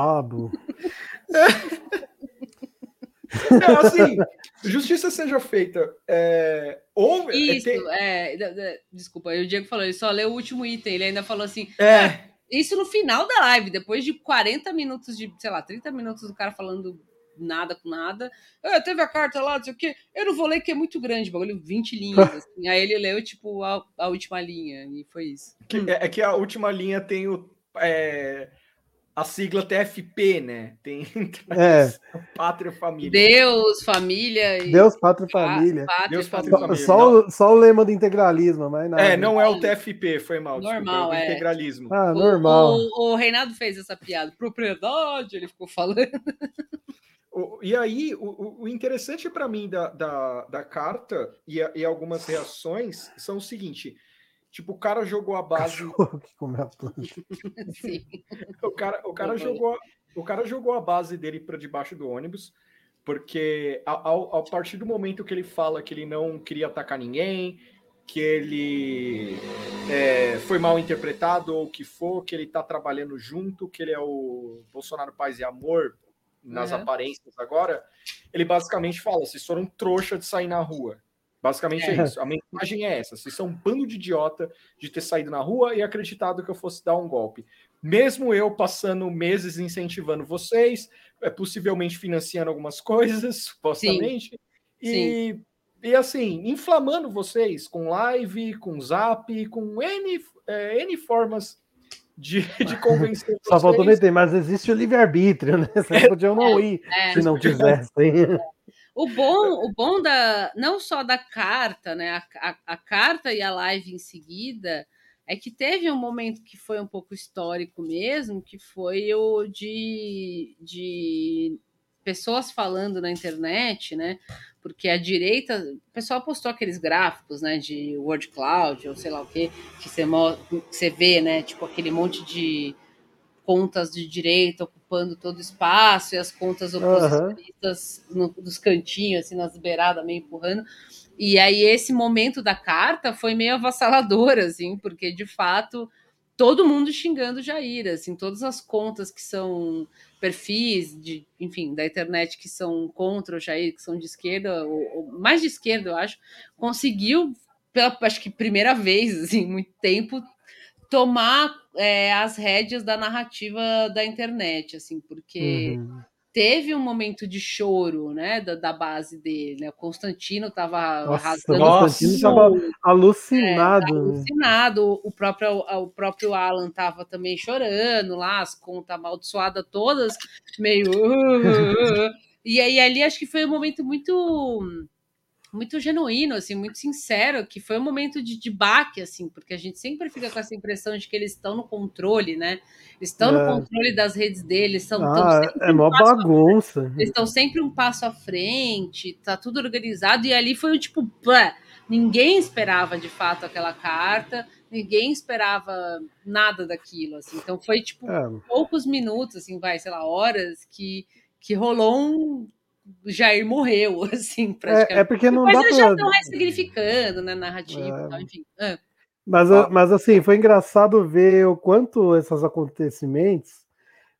Assim, justiça seja feita. Desculpa, o Diego falou, ele só leu o último item, ele ainda falou assim. Isso no final da live, depois de 40 minutos de, sei lá, 30 minutos do cara falando nada com nada. Teve a carta lá, não sei o quê. Eu não vou ler que é muito grande, bagulho, 20 linhas. Assim. Aí ele leu, tipo, a última linha, e foi isso. É que a última linha tem a sigla TFP, né? Tem Pátria, Família. Deus, família. Deus, Pátria, Família. Deus, Pátria, Família. Só o lema do integralismo, mas nada. Não é o TFP, foi mal. Normal, desculpa, é o integralismo. Normal. O Reinaldo fez essa piada. Propriedade, ele ficou falando. E aí, o interessante para mim da carta e algumas reações são o seguinte: tipo, o cara jogou a base. Que come a planta. Sim. O cara jogou a base dele para debaixo do ônibus, porque a partir do momento que ele fala que ele não queria atacar ninguém, que ele foi mal interpretado ou o que for, que ele está trabalhando junto, que ele é o Bolsonaro Paz e Amor nas aparências agora, ele basicamente fala: vocês foram trouxa de sair na rua. Basicamente é isso. A mensagem é essa: vocês são um bando de idiota de ter saído na rua e acreditado que eu fosse dar um golpe. Mesmo eu passando meses incentivando vocês, possivelmente financiando algumas coisas, supostamente, Sim. E assim, inflamando vocês com live, com zap, com N formas de convencer vocês. Só faltou meter, mas existe o livre-arbítrio, né? Vocês podiam não ir se não quisessem. O bom não só da carta, né? A carta e a live em seguida é que teve um momento que foi um pouco histórico mesmo, que foi o de pessoas falando na internet, né? Porque a direita, o pessoal postou aqueles gráficos, né? De word cloud ou sei lá o quê, que você vê, né? Tipo aquele monte de contas de direita ocupando todo o espaço e as contas oposicionistas nos cantinhos, assim, nas beiradas, meio empurrando. E aí esse momento da carta foi meio avassalador, assim, porque, de fato, todo mundo xingando o Jair, assim, todas as contas que são perfis, enfim, da internet que são contra o Jair, que são de esquerda, ou mais de esquerda, eu acho, conseguiu, acho que primeira vez, assim, em muito tempo, tomar as rédeas da narrativa da internet, assim, porque teve um momento de choro, né, da base dele, né? O Constantino estava arrasando. O Constantino estava alucinado. Alucinado. O próprio Alan estava também chorando lá, as contas amaldiçoadas todas, meio... E aí ali acho que foi um momento muito genuíno, assim, muito sincero, que foi um momento de baque, assim, porque a gente sempre fica com essa impressão de que eles estão no controle, né? Eles estão no controle das redes deles, é mó bagunça. Eles estão sempre um passo à frente, tá tudo organizado, e ali foi tipo, ninguém esperava de fato aquela carta, ninguém esperava nada daquilo, assim, então foi tipo poucos minutos, assim, sei lá, horas que rolou o Jair morreu, assim, praticamente. Porque não mas dá eles já estão ressignificando, né, narrativa e tal, enfim. Mas assim, foi engraçado ver o quanto esses acontecimentos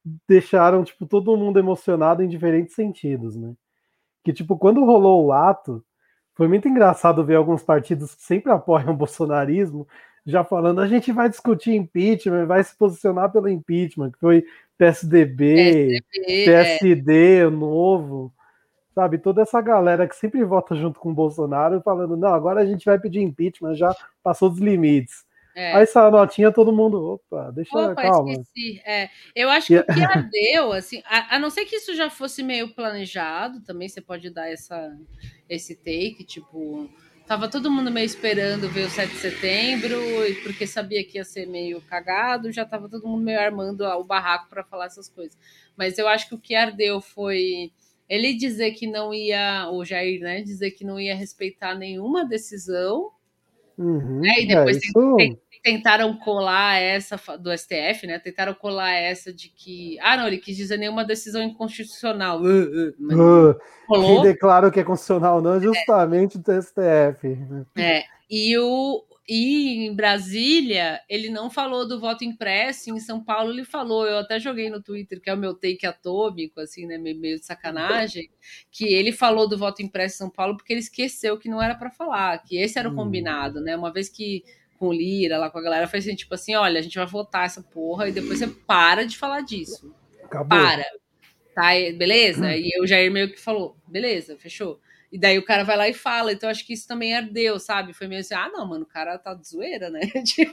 deixaram, tipo, todo mundo emocionado em diferentes sentidos, né? Que, tipo, quando rolou o ato, foi muito engraçado ver alguns partidos que sempre apoiam o bolsonarismo já falando, a gente vai discutir impeachment, vai se posicionar pelo impeachment, que foi PSDB, PSD, Novo, sabe? Toda essa galera que sempre vota junto com o Bolsonaro falando, não, agora a gente vai pedir impeachment, já passou dos limites. Aí essa notinha, todo mundo, calma. Esqueci. Eu acho que o que ardeu, assim, a não ser que isso já fosse meio planejado, também você pode dar esse take, tipo, tava todo mundo meio esperando ver o 7 de setembro, porque sabia que ia ser meio cagado, já tava todo mundo meio armando o barraco para falar essas coisas. Mas eu acho que o que ardeu foi ele dizer que não ia, o Jair, né, dizer que não ia respeitar nenhuma decisão. E depois tentaram colar essa do STF, né? Tentaram colar essa de que... não, ele quis dizer nenhuma decisão inconstitucional. Quem declara o que é constitucional não é justamente do STF. E em Brasília, ele não falou do voto impresso, em São Paulo ele falou, eu até joguei no Twitter, que é o meu take atômico, assim, né, meio de sacanagem, que ele falou do voto impresso em São Paulo porque ele esqueceu que não era para falar, que esse era o combinado, né, uma vez que com o Lira, lá com a galera, foi assim, tipo assim, olha, a gente vai votar essa porra e depois você para de falar disso. Acabou. Para. Tá, beleza? E o Jair meio que falou, beleza, fechou. E daí o cara vai lá e fala, então acho que isso também ardeu, sabe? Foi meio assim, não, mano, o cara tá de zoeira, né?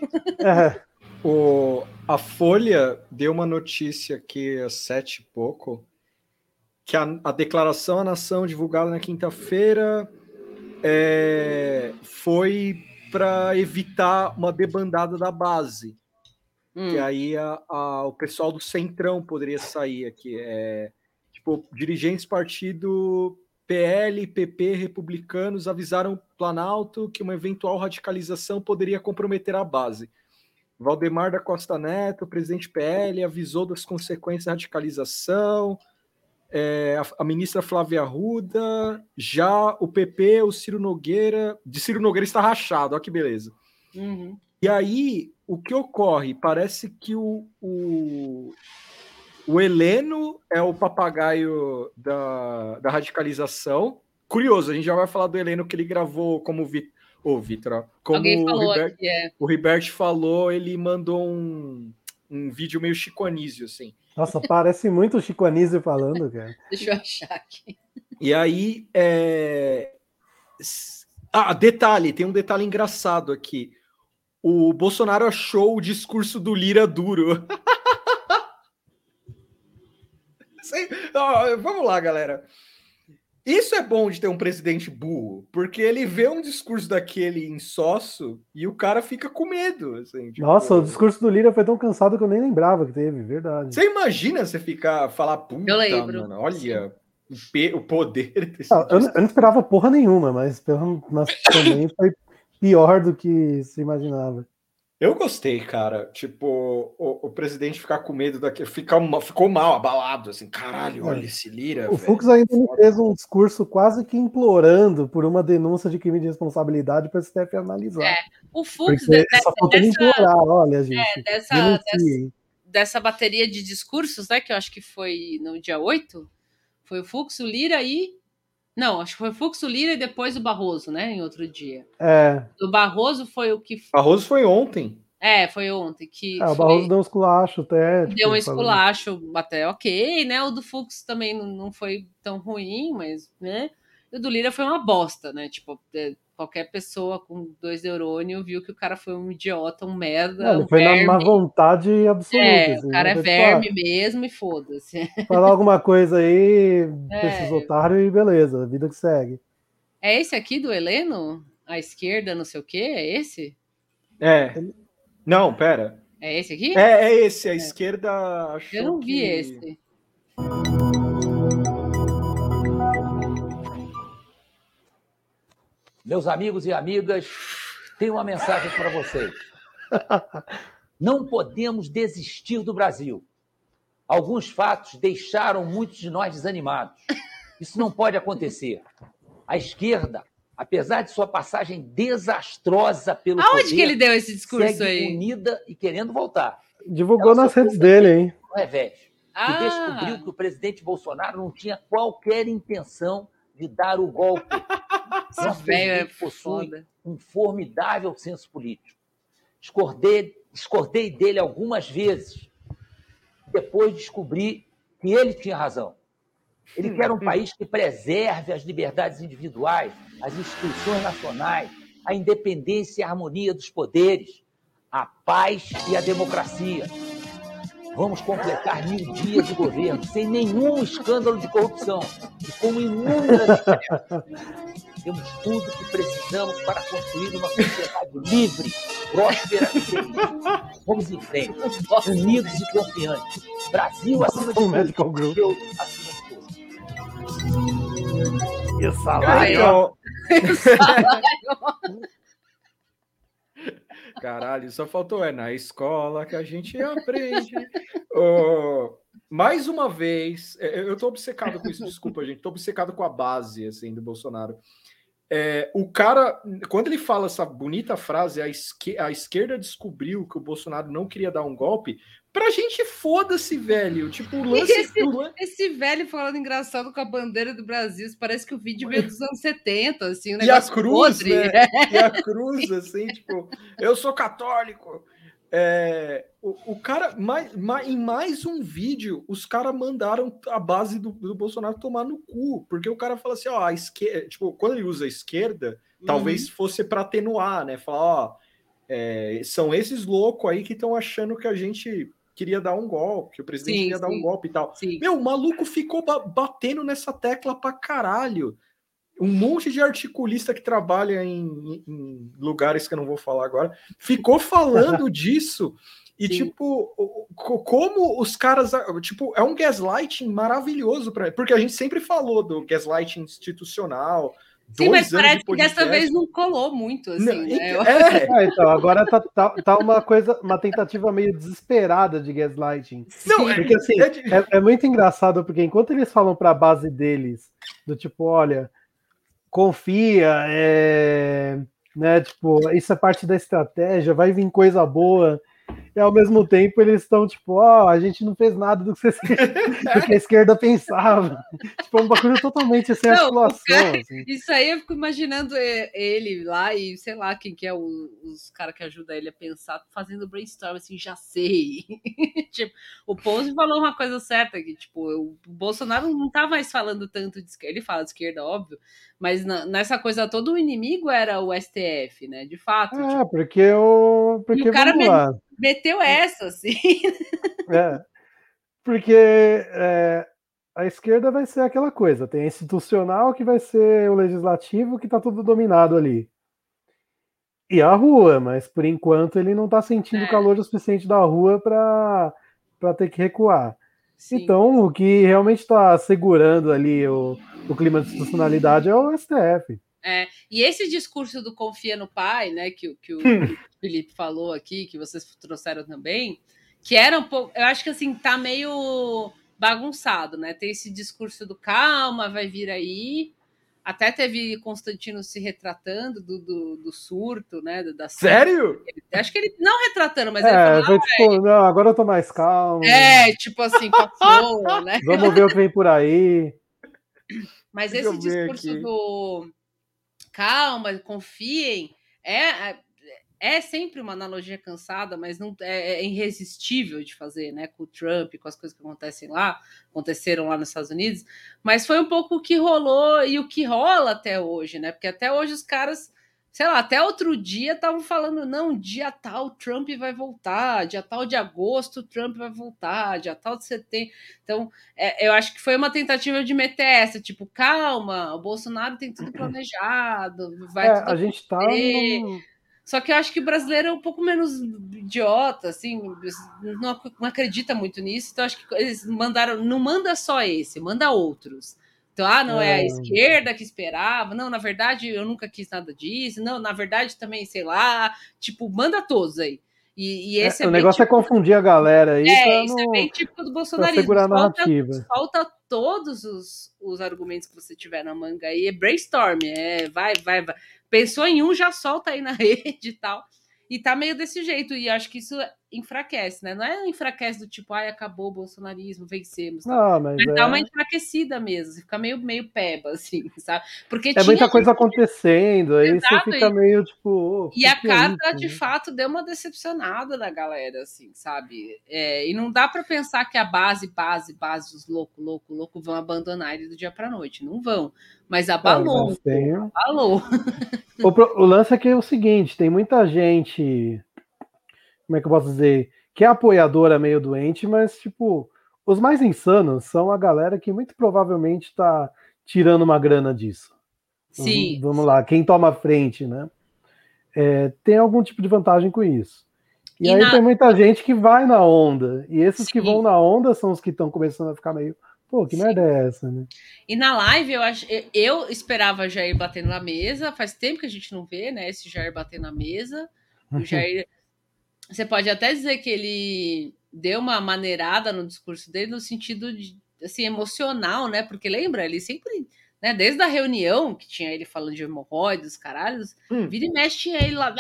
A Folha deu uma notícia aqui às 7 e pouco, que a declaração à nação divulgada na quinta-feira foi para evitar uma debandada da base. Que aí o pessoal do Centrão poderia sair aqui. Tipo, dirigentes partido... PL, PP, republicanos avisaram Planalto que uma eventual radicalização poderia comprometer a base. Valdemar da Costa Neto, presidente PL, avisou das consequências da radicalização. A ministra Flávia Arruda, já o PP, o Ciro Nogueira... De Ciro Nogueira está rachado, olha que beleza. E aí, o que ocorre? Parece que o Heleno é o papagaio da radicalização. Curioso, a gente já vai falar do Heleno que ele gravou como Vitor. Como alguém falou o Ribert falou, ele mandou um vídeo meio Chico Anísio, assim. Nossa, parece muito o Chico Anísio falando, cara. Deixa eu achar aqui. E aí, detalhe, tem um detalhe engraçado aqui. O Bolsonaro achou o discurso do Lira duro. Vamos lá, galera. Isso é bom de ter um presidente burro, porque ele vê um discurso daquele insosso e o cara fica com medo. Assim, tipo... Nossa, o discurso do Lira foi tão cansado que eu nem lembrava que teve, verdade. Você imagina você falar, puta, eu lembro. Mano, olha o poder desse eu não esperava porra nenhuma, mas também foi pior do que se imaginava. Eu gostei, cara. Tipo, o presidente ficar com medo daquele. Ficou mal, abalado, assim. Caralho, olha esse Lira. O Fux ainda me fez um discurso quase que implorando por uma denúncia de crime de responsabilidade para o STF analisar. O Fux só faltou implorar, olha, gente. Dessa bateria de discursos, né? Que eu acho que foi no dia 8. Foi o Fux, o Lira e. Não, acho que foi o Fux, o Lira e depois o Barroso, né? Em outro dia. O Barroso foi o que... Barroso foi ontem. Foi ontem. O Barroso deu um esculacho até. Deu um esculacho até ok, né? O do Fux também não foi tão ruim, mas, né? E o do Lira foi uma bosta, né? Tipo, qualquer pessoa com 2 neurônios viu que o cara foi um idiota, um merda. Ele foi na má vontade absoluta. Assim, o cara é verme mesmo e foda-se. Falar alguma coisa aí pra esses otários e beleza, vida que segue. É esse aqui do Heleno? À esquerda, não sei o quê? É esse? Não, pera. É esse aqui? É esse, a esquerda achou eu não vi esse. Meus amigos e amigas, tenho uma mensagem para vocês. Não podemos desistir do Brasil. Alguns fatos deixaram muitos de nós desanimados. Isso não pode acontecer. A esquerda, apesar de sua passagem desastrosa pelo poder... Aonde que ele deu esse discurso segue aí? Unida e querendo voltar. Divulgou nas redes dele, hein? Revés. que descobriu que o presidente Bolsonaro não tinha qualquer intenção de dar o golpe. Nosso presidente possui um formidável senso político. Discordei dele algumas vezes. Depois descobri que ele tinha razão. Ele quer um país que preserve as liberdades individuais, as instituições nacionais, a independência e a harmonia dos poderes, a paz e a democracia. Vamos completar 1000 dias de governo sem nenhum escândalo de corrupção e com inúmeras tarefas. Temos tudo que precisamos para construir uma sociedade livre, próspera e feliz. Vamos em frente, unidos e confiantes. Brasil acima de tudo, Deus acima de tudo. E o salário? Caralho, só faltou na escola que a gente aprende. Mais uma vez, eu tô obcecado com isso, desculpa, gente. Tô obcecado com a base, assim, do Bolsonaro. O cara, quando ele fala essa bonita frase, a esquerda descobriu que o Bolsonaro não queria dar um golpe, pra gente foda-se, velho. Tipo, o lance... Esse velho falando engraçado com a bandeira do Brasil, parece que o vídeo veio dos anos 70, assim, e a cruz, né? E a cruz, assim, tipo, eu sou católico. O cara, em mais um vídeo, os caras mandaram a base do Bolsonaro tomar no cu, porque o cara fala assim, ó, a esquerda, tipo, quando ele usa a esquerda, talvez fosse para atenuar, né? Falar, ó, são esses loucos aí que estão achando que a gente queria dar um golpe, que o presidente queria dar um golpe e tal. Sim. Meu, o maluco ficou batendo nessa tecla pra caralho. Um monte de articulista que trabalha em lugares que eu não vou falar agora, ficou falando disso. E, tipo, como os caras... Tipo, é um gaslighting maravilhoso, porque a gente sempre falou do gaslighting institucional. Sim, mas parece que dessa vez não colou muito, assim, não, né? Então, agora tá uma tentativa meio desesperada de gaslighting. Não, porque, assim, é muito engraçado, porque enquanto eles falam pra base deles, do tipo, olha... confia, né, tipo, isso é parte da estratégia, vai vir coisa boa, e ao mesmo tempo eles estão tipo, a gente não fez nada do que a esquerda pensava. Tipo, é um bagulho totalmente sem articulação. Assim. Isso aí eu fico imaginando ele lá e sei lá quem que é os caras que ajudam ele a pensar, fazendo brainstorm, assim, já sei. Tipo, o Pose falou uma coisa certa, que tipo, o Bolsonaro não tá mais falando tanto de esquerda, ele fala de esquerda, óbvio, mas nessa coisa toda o inimigo era o STF, né, de fato. Tipo, porque o cara meteu essa, assim. Porque a esquerda vai ser aquela coisa, tem a institucional que vai ser o legislativo que tá tudo dominado ali. E a rua, mas por enquanto ele não tá sentindo o calor o suficiente da rua para ter que recuar. Sim. Então, o que realmente está segurando ali o clima de institucionalidade é o STF. E esse discurso do confia no pai, né, que o Felipe falou aqui, que vocês trouxeram também, que era um pouco, eu acho que assim, tá meio bagunçado, né? Tem esse discurso do calma, vai vir aí. Até teve Constantino se retratando do surto, né? Sério? Acho que ele não retratando, mas ele falou, tipo, não, agora eu tô mais calmo. Tipo assim, passou, né? Vamos ver o que vem por aí. Mas esse discurso do calma, confiem, é sempre uma analogia cansada, mas não é irresistível de fazer, né? Com o Trump, com as coisas que aconteceram lá nos Estados Unidos. Mas foi um pouco o que rolou e o que rola até hoje, né? Porque até hoje os caras, sei lá, até outro dia estavam falando, não, dia tal Trump vai voltar, dia tal de agosto Trump vai voltar, dia tal de setembro. Então, eu acho que foi uma tentativa de meter essa, tipo, calma, o Bolsonaro tem tudo planejado, vai tudo a gente tá Só que eu acho que o brasileiro é um pouco menos idiota, assim, não acredita muito nisso, então acho que eles não manda só esse, manda outros. Então, não é a esquerda que esperava, não, na verdade eu nunca quis nada disso, não, na verdade também, sei lá, tipo, manda todos aí. E esse o negócio é confundir a galera aí. Isso é bem típico do bolsonarismo. Segurar a narrativa. Falta todos os argumentos que você tiver na manga aí, é brainstorm, vai. Pensou em um, já solta aí na rede e tal. E tá meio desse jeito. E acho que enfraquece, né? Não é enfraquece do tipo, ai, acabou o bolsonarismo, vencemos. Não, mas dá uma enfraquecida mesmo, fica meio peba, assim, sabe? Porque tinha muita coisa acontecendo, aí você fica meio tipo... E a carta, de fato, deu uma decepcionada na galera, assim, sabe? E não dá para pensar que a base, os loucos vão abandonar ele do dia para noite. Não vão. Mas abalou. Abalou. O lance é que é o seguinte, tem muita gente, como é que eu posso dizer, que é apoiadora meio doente, mas, tipo, os mais insanos são a galera que muito provavelmente está tirando uma grana disso. Sim. Vamos lá, quem toma a frente, né? Tem algum tipo de vantagem com isso. E aí tem muita gente que vai na onda. E esses que vão na onda são os que estão começando a ficar meio... Pô, que merda é essa, né? E na live, eu esperava Jair batendo na mesa. Faz tempo que a gente não vê, né? Esse Jair batendo na mesa. O Jair... Você pode até dizer que ele deu uma maneirada no discurso dele no sentido de, assim, emocional, né? Porque lembra, ele sempre... Né, desde a reunião que tinha ele falando de hemorroides, caralhos, vira e mexe tinha ele lá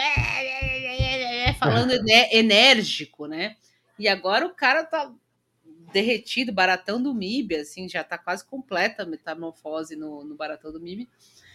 falando enérgico, né? E agora o cara tá derretido, baratão do MIB, assim, já tá quase completa a metamorfose no baratão do MIB.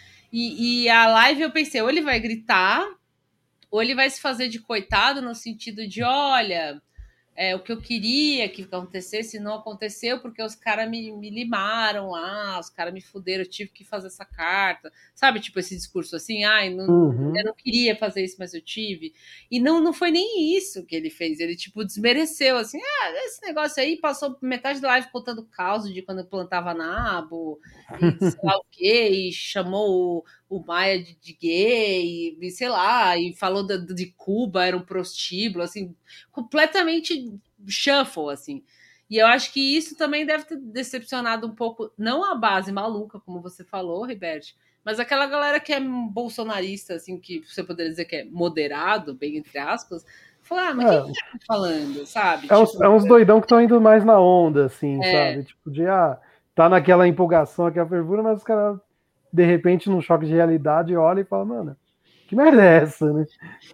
E a live eu pensei, ou ele vai gritar, ou ele vai se fazer de coitado no sentido de, olha... o que eu queria que acontecesse não aconteceu porque os caras me limaram lá, os caras me fuderam, eu tive que fazer essa carta, sabe, tipo esse discurso assim, eu não queria fazer isso, mas eu tive, e não foi nem isso que ele fez, ele tipo desmereceu, assim, esse negócio aí, passou metade da live contando caos de quando eu plantava nabo, e sei lá o quê, e chamou o Maia de gay, e sei lá, e falou de Cuba, era um prostíbulo, assim, completamente shuffle, assim. E eu acho que isso também deve ter decepcionado um pouco, não a base maluca, como você falou, Ribert, mas aquela galera que é bolsonarista, assim, que você poderia dizer que é moderado, bem entre aspas, falar, mas quem que tá falando, sabe? É uns doidão que estão indo mais na onda, assim, sabe? Tipo, de, tá naquela empolgação, aquela fervura, mas os caras, de repente, num choque de realidade, olha e fala, mano, que merda é essa, né?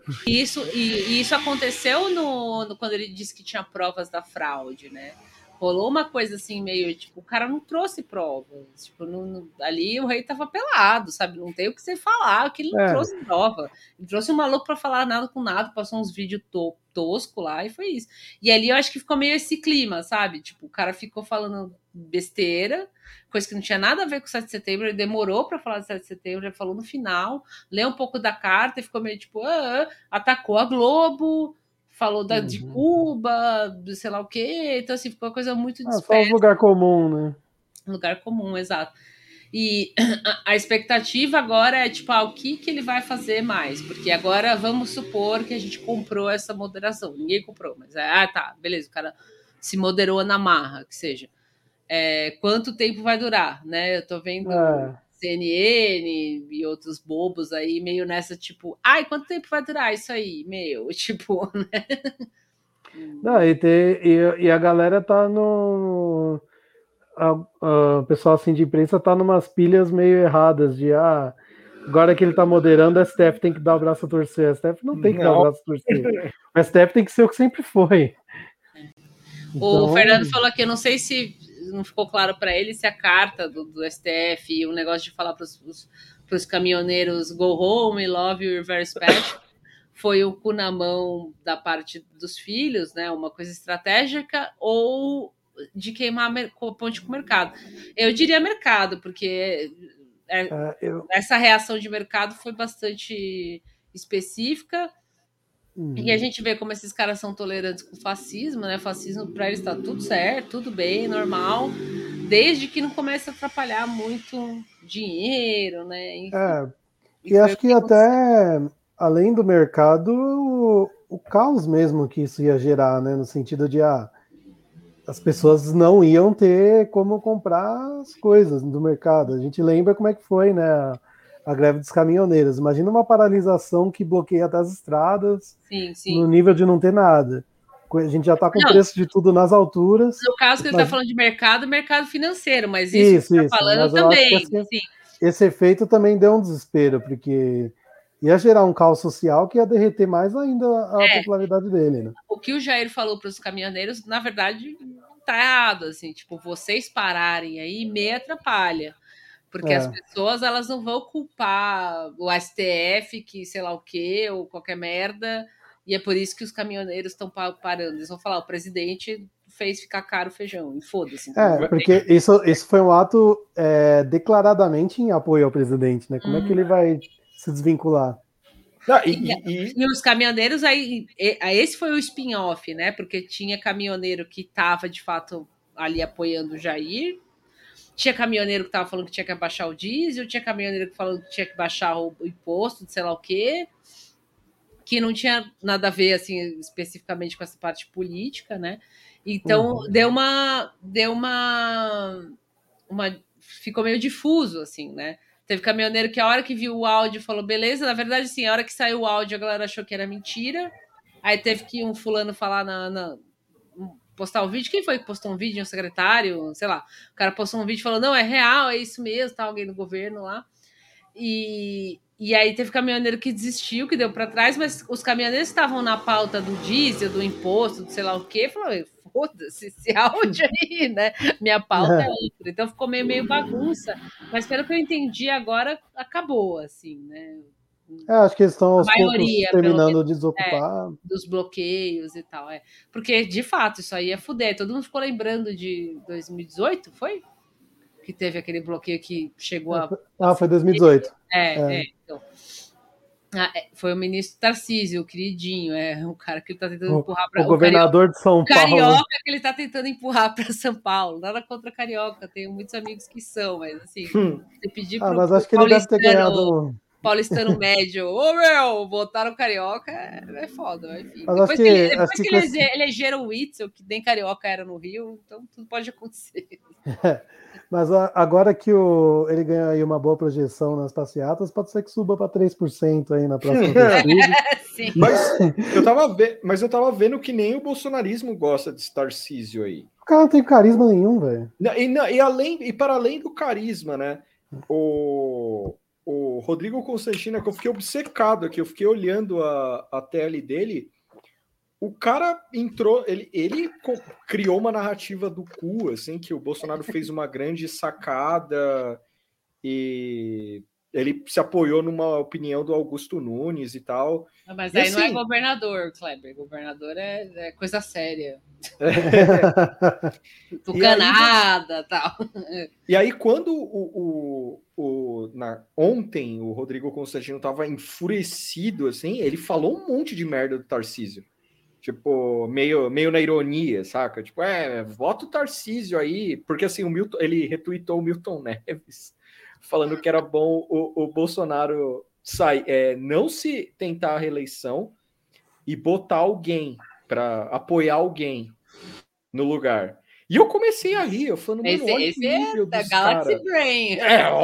Isso aconteceu quando ele disse que tinha provas da fraude, né? Rolou uma coisa assim, meio tipo, o cara não trouxe provas. Tipo, ali o rei tava pelado, sabe? Não tem o que você falar, que ele não trouxe prova. Ele trouxe um maluco pra falar nada com nada, passou uns vídeos tosco lá e foi isso. E ali eu acho que ficou meio esse clima, sabe? Tipo, o cara ficou falando besteira, coisa que não tinha nada a ver com o 7 de setembro, ele demorou para falar do 7 de setembro, ele falou no final, leu um pouco da carta e ficou meio tipo, atacou a Globo, falou de Cuba, sei lá o quê, então assim, ficou uma coisa muito dispersa. Só um lugar comum, né? Lugar comum, exato. E a expectativa agora é, tipo, o que ele vai fazer mais? Porque agora vamos supor que a gente comprou essa moderação. Ninguém comprou, mas tá, beleza, o cara se moderou na marra, que seja. Quanto tempo vai durar, né? Eu tô vendo CNN e outros bobos aí meio nessa, tipo, quanto tempo vai durar isso aí, meu? Tipo, né? Não, e a galera tá no... O pessoal assim de imprensa tá numas pilhas meio erradas de agora que ele tá moderando, a STF tem que dar o braço a torcer. A STF não tem que dar o braço a torcer. A STF tem que ser o que sempre foi. O Fernando falou aqui, eu não sei se não ficou claro para ele se a carta do STF e o negócio de falar para os caminhoneiros go home, love you, very special, foi o cu na mão da parte dos filhos, né? Uma coisa estratégica, ou de queimar a ponte com o mercado. Eu diria mercado, porque essa reação de mercado foi bastante específica. E a gente vê como esses caras são tolerantes com o fascismo, né? O fascismo para eles está tudo certo, tudo bem, normal, desde que não comece a atrapalhar muito dinheiro, né? Enfim, e acho que até além do mercado, o caos mesmo que isso ia gerar, né? No sentido de as pessoas não iam ter como comprar as coisas do mercado. A gente lembra como é que foi, né? A greve dos caminhoneiros. Imagina uma paralisação que bloqueia até as estradas, no nível de não ter nada. A gente já está com o preço de tudo nas alturas. No caso que ele está falando de mercado financeiro, mas isso que está falando também. Esse efeito também deu um desespero, porque ia gerar um caos social que ia derreter mais ainda a popularidade dele, né? O que o Jair falou para os caminhoneiros, na verdade, tá errado, assim, tipo, vocês pararem aí me atrapalha. Porque as pessoas, elas não vão culpar o STF, que sei lá o quê, ou qualquer merda, e é por isso que os caminhoneiros estão parando. Eles vão falar, o presidente fez ficar caro o feijão, e foda-se. Porque isso foi um ato declaradamente em apoio ao presidente, né? Como é que ele vai se desvincular? E os caminhoneiros, aí esse foi o spin-off, né? Porque tinha caminhoneiro que estava, de fato, ali apoiando o Jair, tinha caminhoneiro que estava falando que tinha que abaixar o diesel, tinha caminhoneiro que falando que tinha que baixar o imposto de sei lá o quê, que não tinha nada a ver, assim, especificamente com essa parte política, né? Então, ficou meio difuso, assim, né? Teve caminhoneiro que a hora que viu o áudio falou, beleza, na verdade, assim, a hora que saiu o áudio a galera achou que era mentira, aí teve que um fulano falar postar um vídeo, quem foi que postou um vídeo? Um secretário, sei lá, o cara postou um vídeo e falou, não, é real, é isso mesmo, tá alguém do governo lá, e aí teve caminhoneiro que desistiu, que deu para trás, mas os caminhoneiros estavam na pauta do diesel, do imposto, do sei lá o quê, falou, foda-se esse áudio aí, né, minha pauta é outra, então ficou meio bagunça, mas pelo que eu entendi agora, acabou, assim, né. Acho que eles estão aos poucos terminando de desocupar. Dos bloqueios e tal. Porque, de fato, isso aí é fuder. Todo mundo ficou lembrando de 2018, foi? Que teve aquele bloqueio que chegou a... foi 2018. Então. Foi o ministro Tarcísio, o queridinho. O cara que ele tá tentando empurrar para... O governador de São Paulo. Carioca que ele tá tentando empurrar para São Paulo. Nada contra Carioca. Tenho muitos amigos que são, mas assim... Você pedir pro mas acho que ele deve ter ganhado... Paulistano médio, botaram o Carioca, é foda, enfim. Mas depois que elegeram o Witzel, que nem Carioca era no Rio, então tudo pode acontecer. Mas agora que ele ganha aí uma boa projeção nas passeatas, pode ser que suba para 3% aí na próxima Sim. Mas eu tava vendo que nem o bolsonarismo gosta de Tarcísio aí. O cara não tem carisma nenhum, velho. E para além do carisma, né? O Rodrigo Constantino, que eu fiquei obcecado aqui, eu fiquei olhando a TL dele, o cara entrou, ele criou uma narrativa do cu, assim, que o Bolsonaro fez uma grande sacada e ele se apoiou numa opinião do Augusto Nunes e tal. Mas aí assim, não é governador, Kleber, governador é coisa séria. Tucanada e tal. E aí, quando ontem o Rodrigo Constantino estava enfurecido, assim, ele falou um monte de merda do Tarcísio. Tipo, meio na ironia, saca? Tipo, vota o Tarcísio aí, porque assim, ele retweetou o Milton Neves, falando que era bom o Bolsonaro não se tentar a reeleição e botar alguém para apoiar alguém no lugar. E eu comecei a rir, eu falando, mano, olha o nível da Galaxy Brain.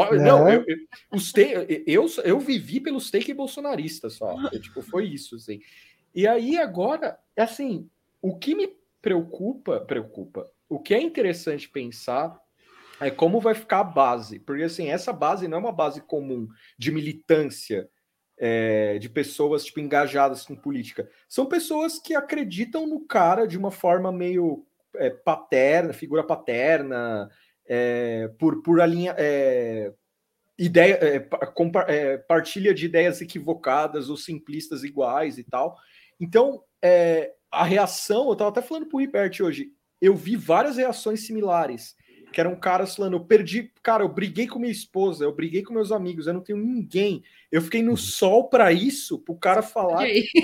Eu vivi pelos take bolsonaristas só. Tipo, foi isso, assim. E aí, agora, assim, o que me preocupa, o que é interessante pensar é como vai ficar a base. Porque, assim, essa base não é uma base comum de militância, de pessoas, tipo, engajadas com política. São pessoas que acreditam no cara de uma forma meio paterna, figura paterna, por a linha... partilha de ideias equivocadas ou simplistas iguais e tal. Então, a reação, eu estava até falando pro Ribert hoje, eu vi várias reações similares, que eram caras falando, eu briguei com minha esposa, eu briguei com meus amigos, eu não tenho ninguém, eu fiquei no sol para isso, pro cara falar...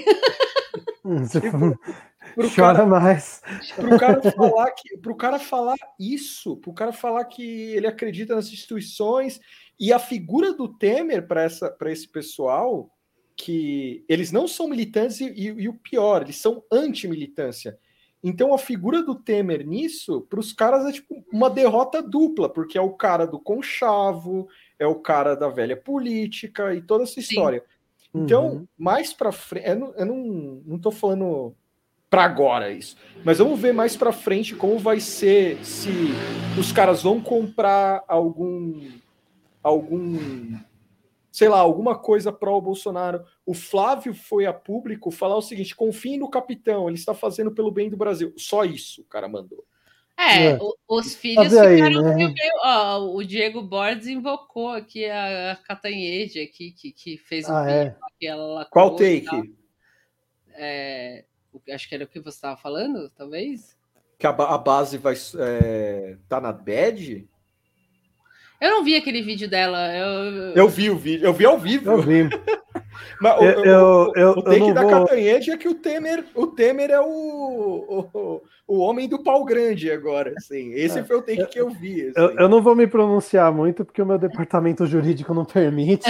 Pro cara falar isso, pro cara falar que ele acredita nas instituições, e a figura do Temer para esse pessoal, que eles não são militantes e o pior, eles são anti-militância. Então a figura do Temer nisso, para os caras é tipo uma derrota dupla, porque é o cara do conchavo, é o cara da velha política e toda essa história. Sim. Então, mais para frente, eu não tô falando para agora isso, mas vamos ver mais para frente como vai ser, se os caras vão comprar algum sei lá, alguma coisa pró-Bolsonaro. O Flávio foi a público falar o seguinte: confie no capitão, ele está fazendo pelo bem do Brasil. Só isso o cara mandou. Os filhos ficaram meio... o Diego Borges invocou aqui a Catanhede aqui, que fez um vídeo que ela lacrou. Qual take? Acho que era o que você estava falando, talvez? Que a base vai tá na bad? Eu não vi aquele vídeo dela. Eu vi o vídeo, eu vi ao vivo. Eu vi. Mas o take da Catanhede é que o Temer é o homem do pau grande agora. Assim. Esse foi o take que eu vi. Assim. Eu não vou me pronunciar muito, porque o meu departamento jurídico não permite.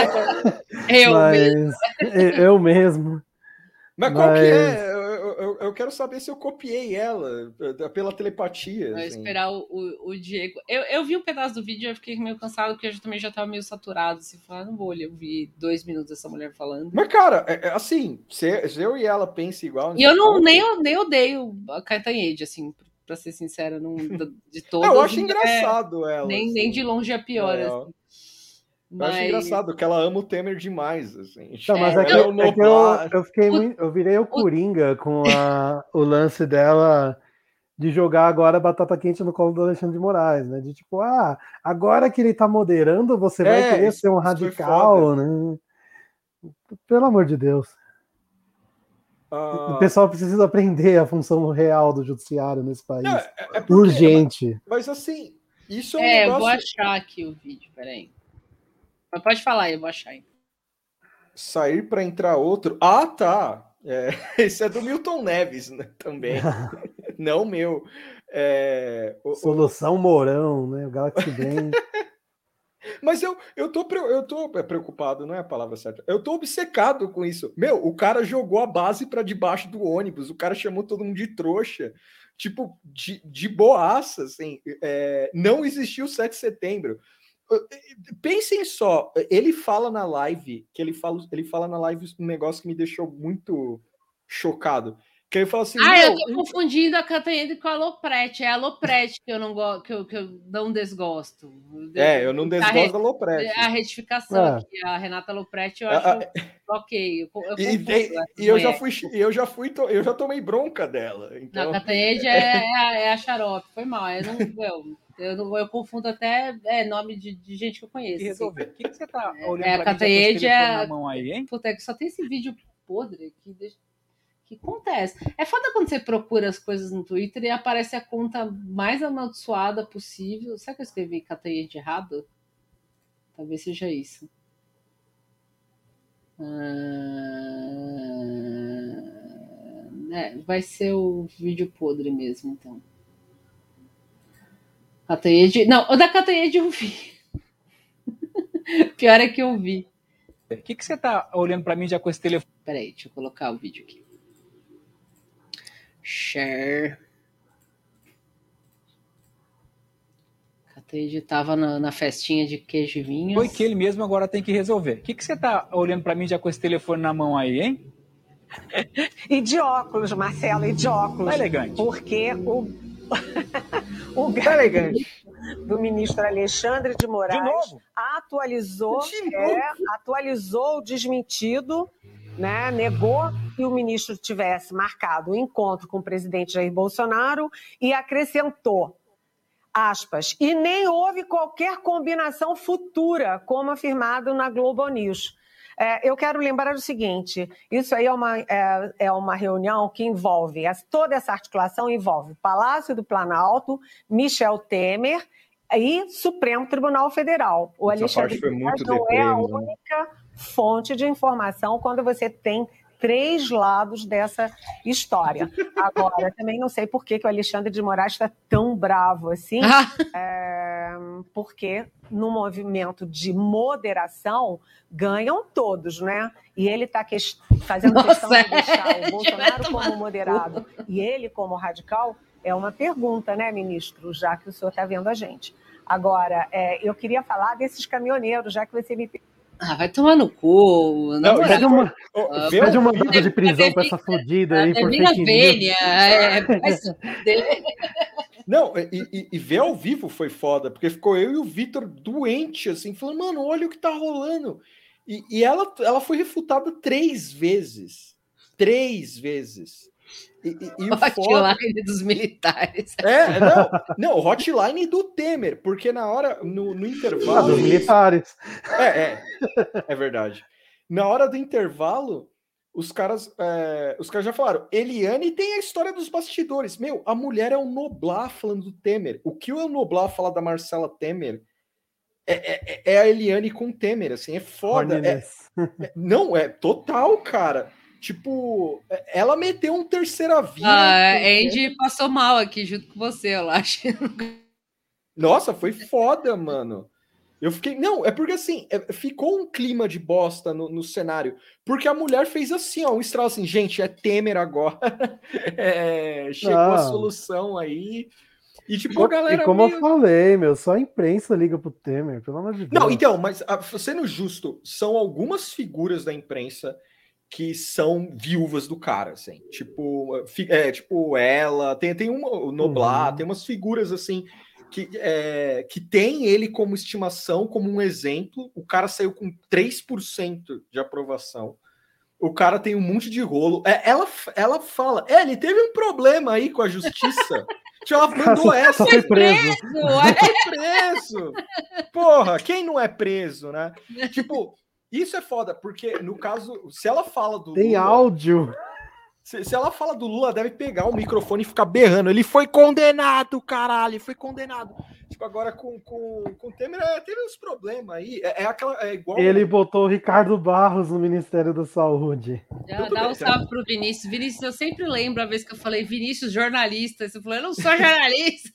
Eu mesmo. Mas qual que é? Eu quero saber se eu copiei ela pela telepatia. Vou esperar o Diego. Eu vi um pedaço do vídeo e eu fiquei meio cansado, porque eu também já estava meio saturado. Assim, não vou olhar, eu vi 2 minutos dessa mulher falando. Mas, cara, assim, se eu e ela pensam igual... E eu nem odeio a Catanhede, assim, pra ser sincera, de todas. Eu acho engraçado ela. Nem de longe a pior, assim. Eu acho engraçado que ela ama o Temer demais, assim. Não, mas eu virei o Coringa com o lance dela de jogar agora batata quente no colo do Alexandre de Moraes, né? De tipo, agora que ele tá moderando, você vai querer ser um radical, né? Pelo amor de Deus. O pessoal precisa aprender a função real do judiciário nesse país. Urgente. Mas assim, isso é um negócio... eu vou achar aqui o vídeo, peraí. Mas pode falar, eu vou achar. Sair para entrar outro. Ah, tá. Esse é do Milton Neves, né, também. Não meu. Solução Mourão, né? O Galaxy Brain. Mas eu tô preocupado, não é a palavra certa. Eu tô obcecado com isso. Meu, o cara jogou a base para debaixo do ônibus. O cara chamou todo mundo de trouxa. Tipo, de boaça, assim. Não existiu 7 de setembro. Pensem só, ele fala na live, ele fala na live um negócio que me deixou muito chocado. Que ele fala assim... eu tô confundindo a Catanhede com a Loprete. É a Loprete que eu não gosto, que eu não desgosto. Eu não desgosto da Loprete. A retificação aqui, a Renata Loprete, eu acho ok. Eu já tomei bronca dela. Então... A Catanhede é a xarope, foi mal. Eu confundo até nome de gente que eu conheço. E resolver. O que você tá olhando pra mim na mão aí, hein? Puta, que só tem esse vídeo podre aqui. Que acontece? É foda quando você procura as coisas no Twitter e aparece a conta mais amaldiçoada possível. Será que eu escrevi Catanhede errado? Talvez seja isso. Vai ser o vídeo podre mesmo, então. Catanhede... Não, o da Catanhede eu vi. Pior é que eu vi. O que você tá olhando para mim já com esse telefone? Peraí, deixa eu colocar o vídeo aqui. Share. Catanhede tava na festinha de queijo e vinhos. Foi que ele mesmo agora tem que resolver. O que você tá olhando para mim já com esse telefone na mão aí, hein? E de óculos, Marcelo, e de óculos. Tá elegante. Porque o gabinete do ministro Alexandre de Moraes atualizou o desmentido, né? Negou que o ministro tivesse marcado um encontro com o presidente Jair Bolsonaro e acrescentou, aspas, e nem houve qualquer combinação futura, como afirmado na Globo News. Eu quero lembrar o seguinte, isso aí é uma reunião que envolve, toda essa articulação envolve Palácio do Planalto, Michel Temer e Supremo Tribunal Federal. O Alexandre de Moraes não é a única fonte de informação quando você tem 3 lados dessa história. Agora, também não sei por que o Alexandre de Moraes está tão bravo assim, porque no movimento de moderação ganham todos, né? E ele está fazendo questão de deixar o Bolsonaro como moderado e ele como radical, é uma pergunta, né, ministro, já que o senhor está vendo a gente. Agora, eu queria falar desses caminhoneiros, já que você me... vai tomar no cu. Pede uma mandado de prisão pra essa fodida aí por fake news. Não, e ver ao vivo foi foda, porque ficou eu e o Vitor doente, assim, falando, mano, olha o que tá rolando. E ela foi refutada 3 vezes. 3 vezes. E o hotline dos militares. Não, o hotline do Temer, porque na hora, no intervalo... dos militares. É verdade. Na hora do intervalo, os caras já falaram, Eliane tem a história dos bastidores. Meu, a mulher é o Noblar falando do Temer. O que o Noblar fala da Marcela Temer é a Eliane com o Temer, assim, é foda. Não, é total, cara. Tipo, ela meteu um terceira via. A Andy passou mal aqui junto com você, eu acho. Nossa, foi foda, mano. Eu fiquei... Não, é porque assim, ficou um clima de bosta no cenário. Porque a mulher fez assim, ó, um estralo assim, gente, é Temer agora. Chegou a solução aí. E tipo, a galera... E como eu falei, só a imprensa liga pro Temer, pelo amor de Deus. Não, então, mas sendo justo, são algumas figuras da imprensa que são viúvas do cara, assim. Tipo ela, tem o Noblar, tem umas figuras assim... Que tem ele como estimação, como um exemplo. O cara saiu com 3% de aprovação. O cara tem um monte de rolo. Ela fala, ele teve um problema aí com a justiça. Ela mandou essa. Foi preso. Foi preso. Porra, quem não é preso, né? Tipo, isso é foda, porque no caso, se ela fala do tem Lula, áudio. Se ela fala do Lula, deve pegar o microfone e ficar berrando. Ele foi condenado, caralho, ele foi condenado. Tipo, agora com o Temer teve uns problemas aí. É igual. Ele botou o Ricardo Barros no Ministério da Saúde. Dá um salve pro Vinícius. Vinícius, eu sempre lembro a vez que eu falei Vinícius, jornalista. Você falou, eu não sou jornalista.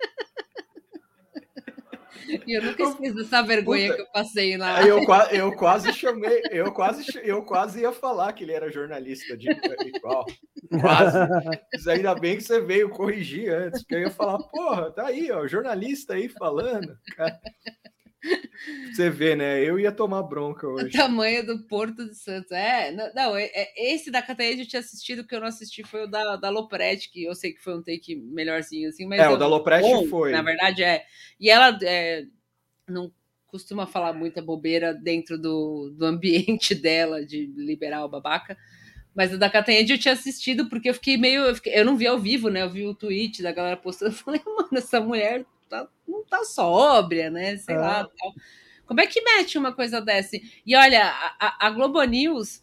E eu nunca esqueci dessa vergonha que eu passei lá. Eu quase chamei, eu quase ia falar que ele era jornalista de igual. Quase. Mas ainda bem que você veio corrigir antes, porque eu ia falar, porra, tá aí, ó, jornalista aí falando. Cara. Você vê, né? Eu ia tomar bronca hoje. O tamanho do Porto de Santos. Esse da Cataede eu tinha assistido, que eu não assisti foi o da Lopretti, que eu sei que foi um take melhorzinho, assim, mas o da Lopretti foi. Na verdade, E ela não costuma falar muita bobeira dentro do ambiente dela, de liberar o babaca. Mas o da Cataede eu tinha assistido, porque eu fiquei eu não vi ao vivo, né? Eu vi o tweet da galera postando, eu falei, mano, essa mulher não tá sóbria, né? Sei lá, tal. Como é que mete uma coisa dessa? E olha, a Globo News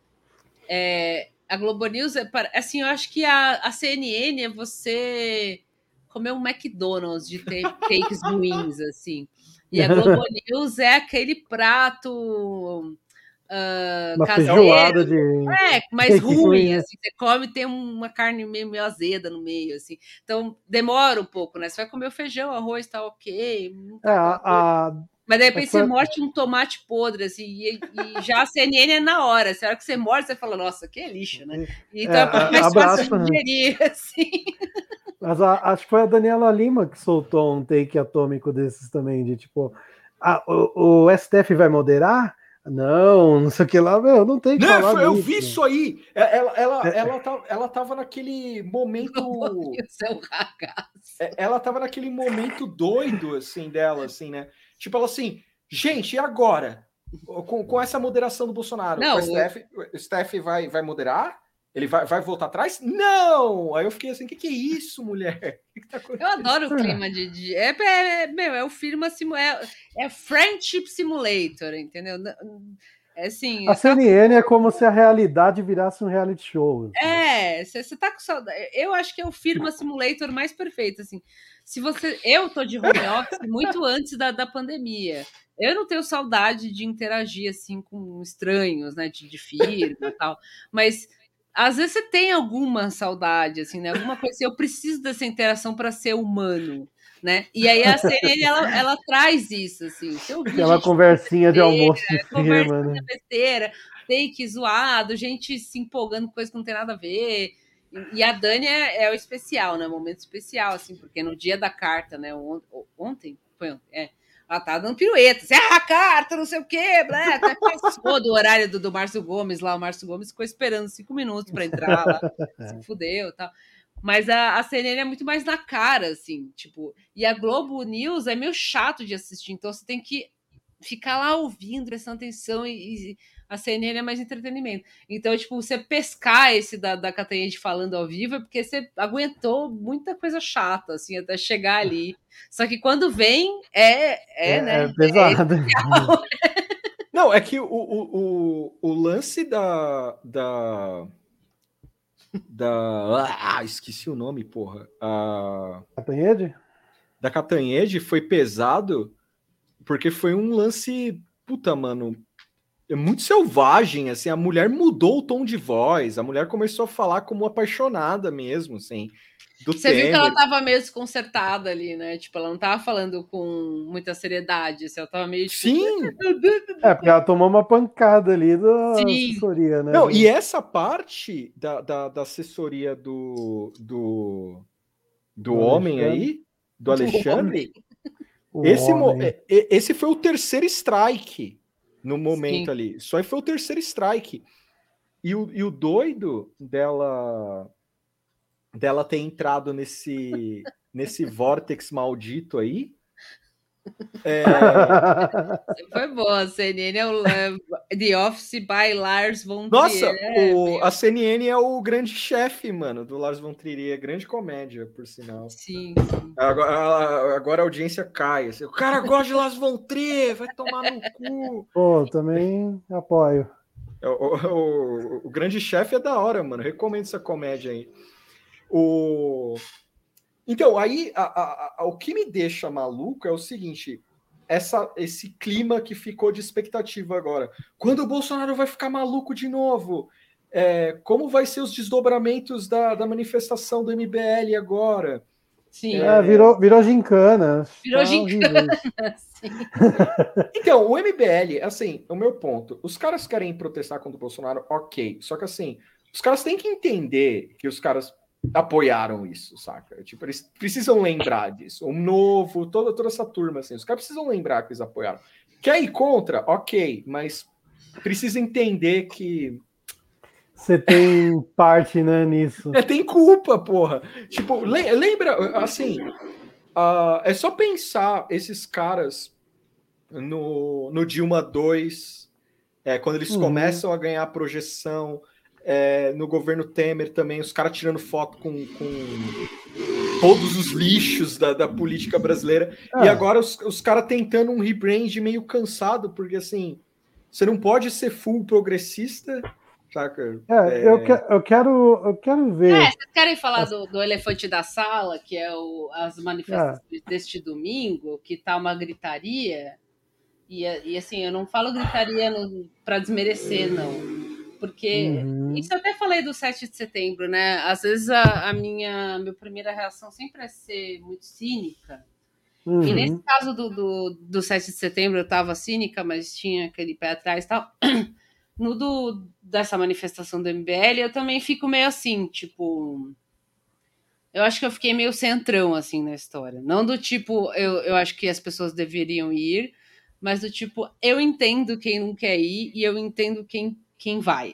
assim, eu acho que a CNN é você comer um McDonald's de takes ruins, assim. E a Globo News é aquele prato uma caseiro, de mais ruim, assim, você come, tem uma carne meio azeda no meio, assim, então demora um pouco, né? Você vai comer o feijão, arroz, tá ok, mas de repente você morde um tomate podre, assim, e já a CNN é na hora, a hora que você morde, você fala, nossa, que lixo, né? Então é um pouco mais fácil de digerir, assim. Mas acho que foi a Daniela Lima que soltou um take atômico desses também, de tipo, o STF vai moderar? Não sei o que lá, não tem que falar eu vi isso aí. Ela tava naquele momento. Ela tava naquele momento doido, assim, dela, assim, né? Tipo, ela assim, gente, e agora? Com essa moderação do Bolsonaro, o STF vai moderar? Ele vai voltar atrás? Não! Aí eu fiquei assim, o que é isso, mulher? Que tá eu adoro o clima é o filme é Friendship Simulator, entendeu? Assim, a CNN é como se a realidade virasse um reality show. Assim. Você tá com saudade. Eu acho que é o Firma Simulator mais perfeito, assim. Eu tô de home office muito antes da pandemia. Eu não tenho saudade de interagir assim com estranhos, né, de firma e tal, mas às vezes você tem alguma saudade, assim, né? Alguma coisa assim, eu preciso dessa interação para ser humano, né? E aí a CNN, ela traz isso, assim. Aquela conversinha de almoço de firma, né? Besteira, take zoado, gente se empolgando com coisa que não tem nada a ver. E a Dani é o especial, né? O momento especial, assim, porque no dia da carta, né? Ontem? Foi ontem, Ela tá dando pirueta, assim, a carta, não sei o quê, blé, até passou do horário do Márcio Gomes lá, o Márcio Gomes ficou esperando 5 minutos para entrar lá, se fudeu e tal. Mas a CNN é muito mais na cara, assim, tipo, e a Globo News é meio chato de assistir, então você tem que ficar lá ouvindo, prestando atenção, e a CNN é mais entretenimento. Então, tipo, você pescar esse da Catanhede falando ao vivo é porque você aguentou muita coisa chata, assim, até chegar ali. Só que quando vem, né? É pesado. Não, é que o lance da esqueci o nome, porra. Catanhede? Da Catanhede foi pesado porque foi um lance, puta, mano, é muito selvagem, assim, a mulher mudou o tom de voz, a mulher começou a falar como apaixonada mesmo, assim, Você viu que ela tava meio desconcertada ali, né? Tipo, ela não tava falando com muita seriedade, assim, ela tava meio... Tipo... Sim! Porque ela tomou uma pancada ali da assessoria, né? Não, e essa parte da assessoria do homem aí, do Alexandre, esse foi o terceiro strike no momento ali. Só foi o terceiro strike. E o doido dela ter entrado nesse vórtex maldito aí. Foi boa. A CNN é o The Office by Lars von Trier. Nossa, a CNN é o grande chefe, mano, do Lars von Trier. Grande comédia, por sinal. Sim. Agora a audiência cai. Assim, o cara gosta de Lars von Trier, vai tomar no cu. Pô, também apoio. O grande chefe é da hora, mano. Recomendo essa comédia aí. Então, aí, o que me deixa maluco é o seguinte, esse clima que ficou de expectativa agora. Quando o Bolsonaro vai ficar maluco de novo? Como vai ser os desdobramentos da manifestação do MBL agora? Sim. Virou gincana. Virou gincana, sim. Então, o MBL, assim, o meu ponto, os caras querem protestar contra o Bolsonaro, ok. Só que, assim, os caras têm que entender que os caras apoiaram isso, saca? Tipo, eles precisam lembrar disso. O Novo, toda essa turma, assim, os caras precisam lembrar que eles apoiaram. Quer ir contra? Ok, mas precisa entender que... Você tem parte, né, nisso. Tem culpa, porra. Tipo, lembra, assim, é só pensar esses caras no Dilma 2, quando eles começam a ganhar projeção... no governo Temer também, os caras tirando foto com todos os lixos da política brasileira. E agora os caras tentando um rebrand meio cansado, porque assim, você não pode ser full progressista, saca? Eu quero ver. Vocês querem falar do elefante da sala, que é as manifestações deste domingo, que tá uma gritaria, e assim, eu não falo gritaria para desmerecer, não. Porque isso eu até falei do 7 de setembro, né? Às vezes a minha primeira reação sempre é ser muito cínica. E nesse caso do 7 de setembro eu estava cínica, mas tinha aquele pé atrás e tal. Dessa manifestação do MBL, eu também fico meio assim, tipo... Eu acho que eu fiquei meio centrão, assim, na história. Não do tipo, eu acho que as pessoas deveriam ir, mas do tipo, eu entendo quem não quer ir e eu entendo quem vai.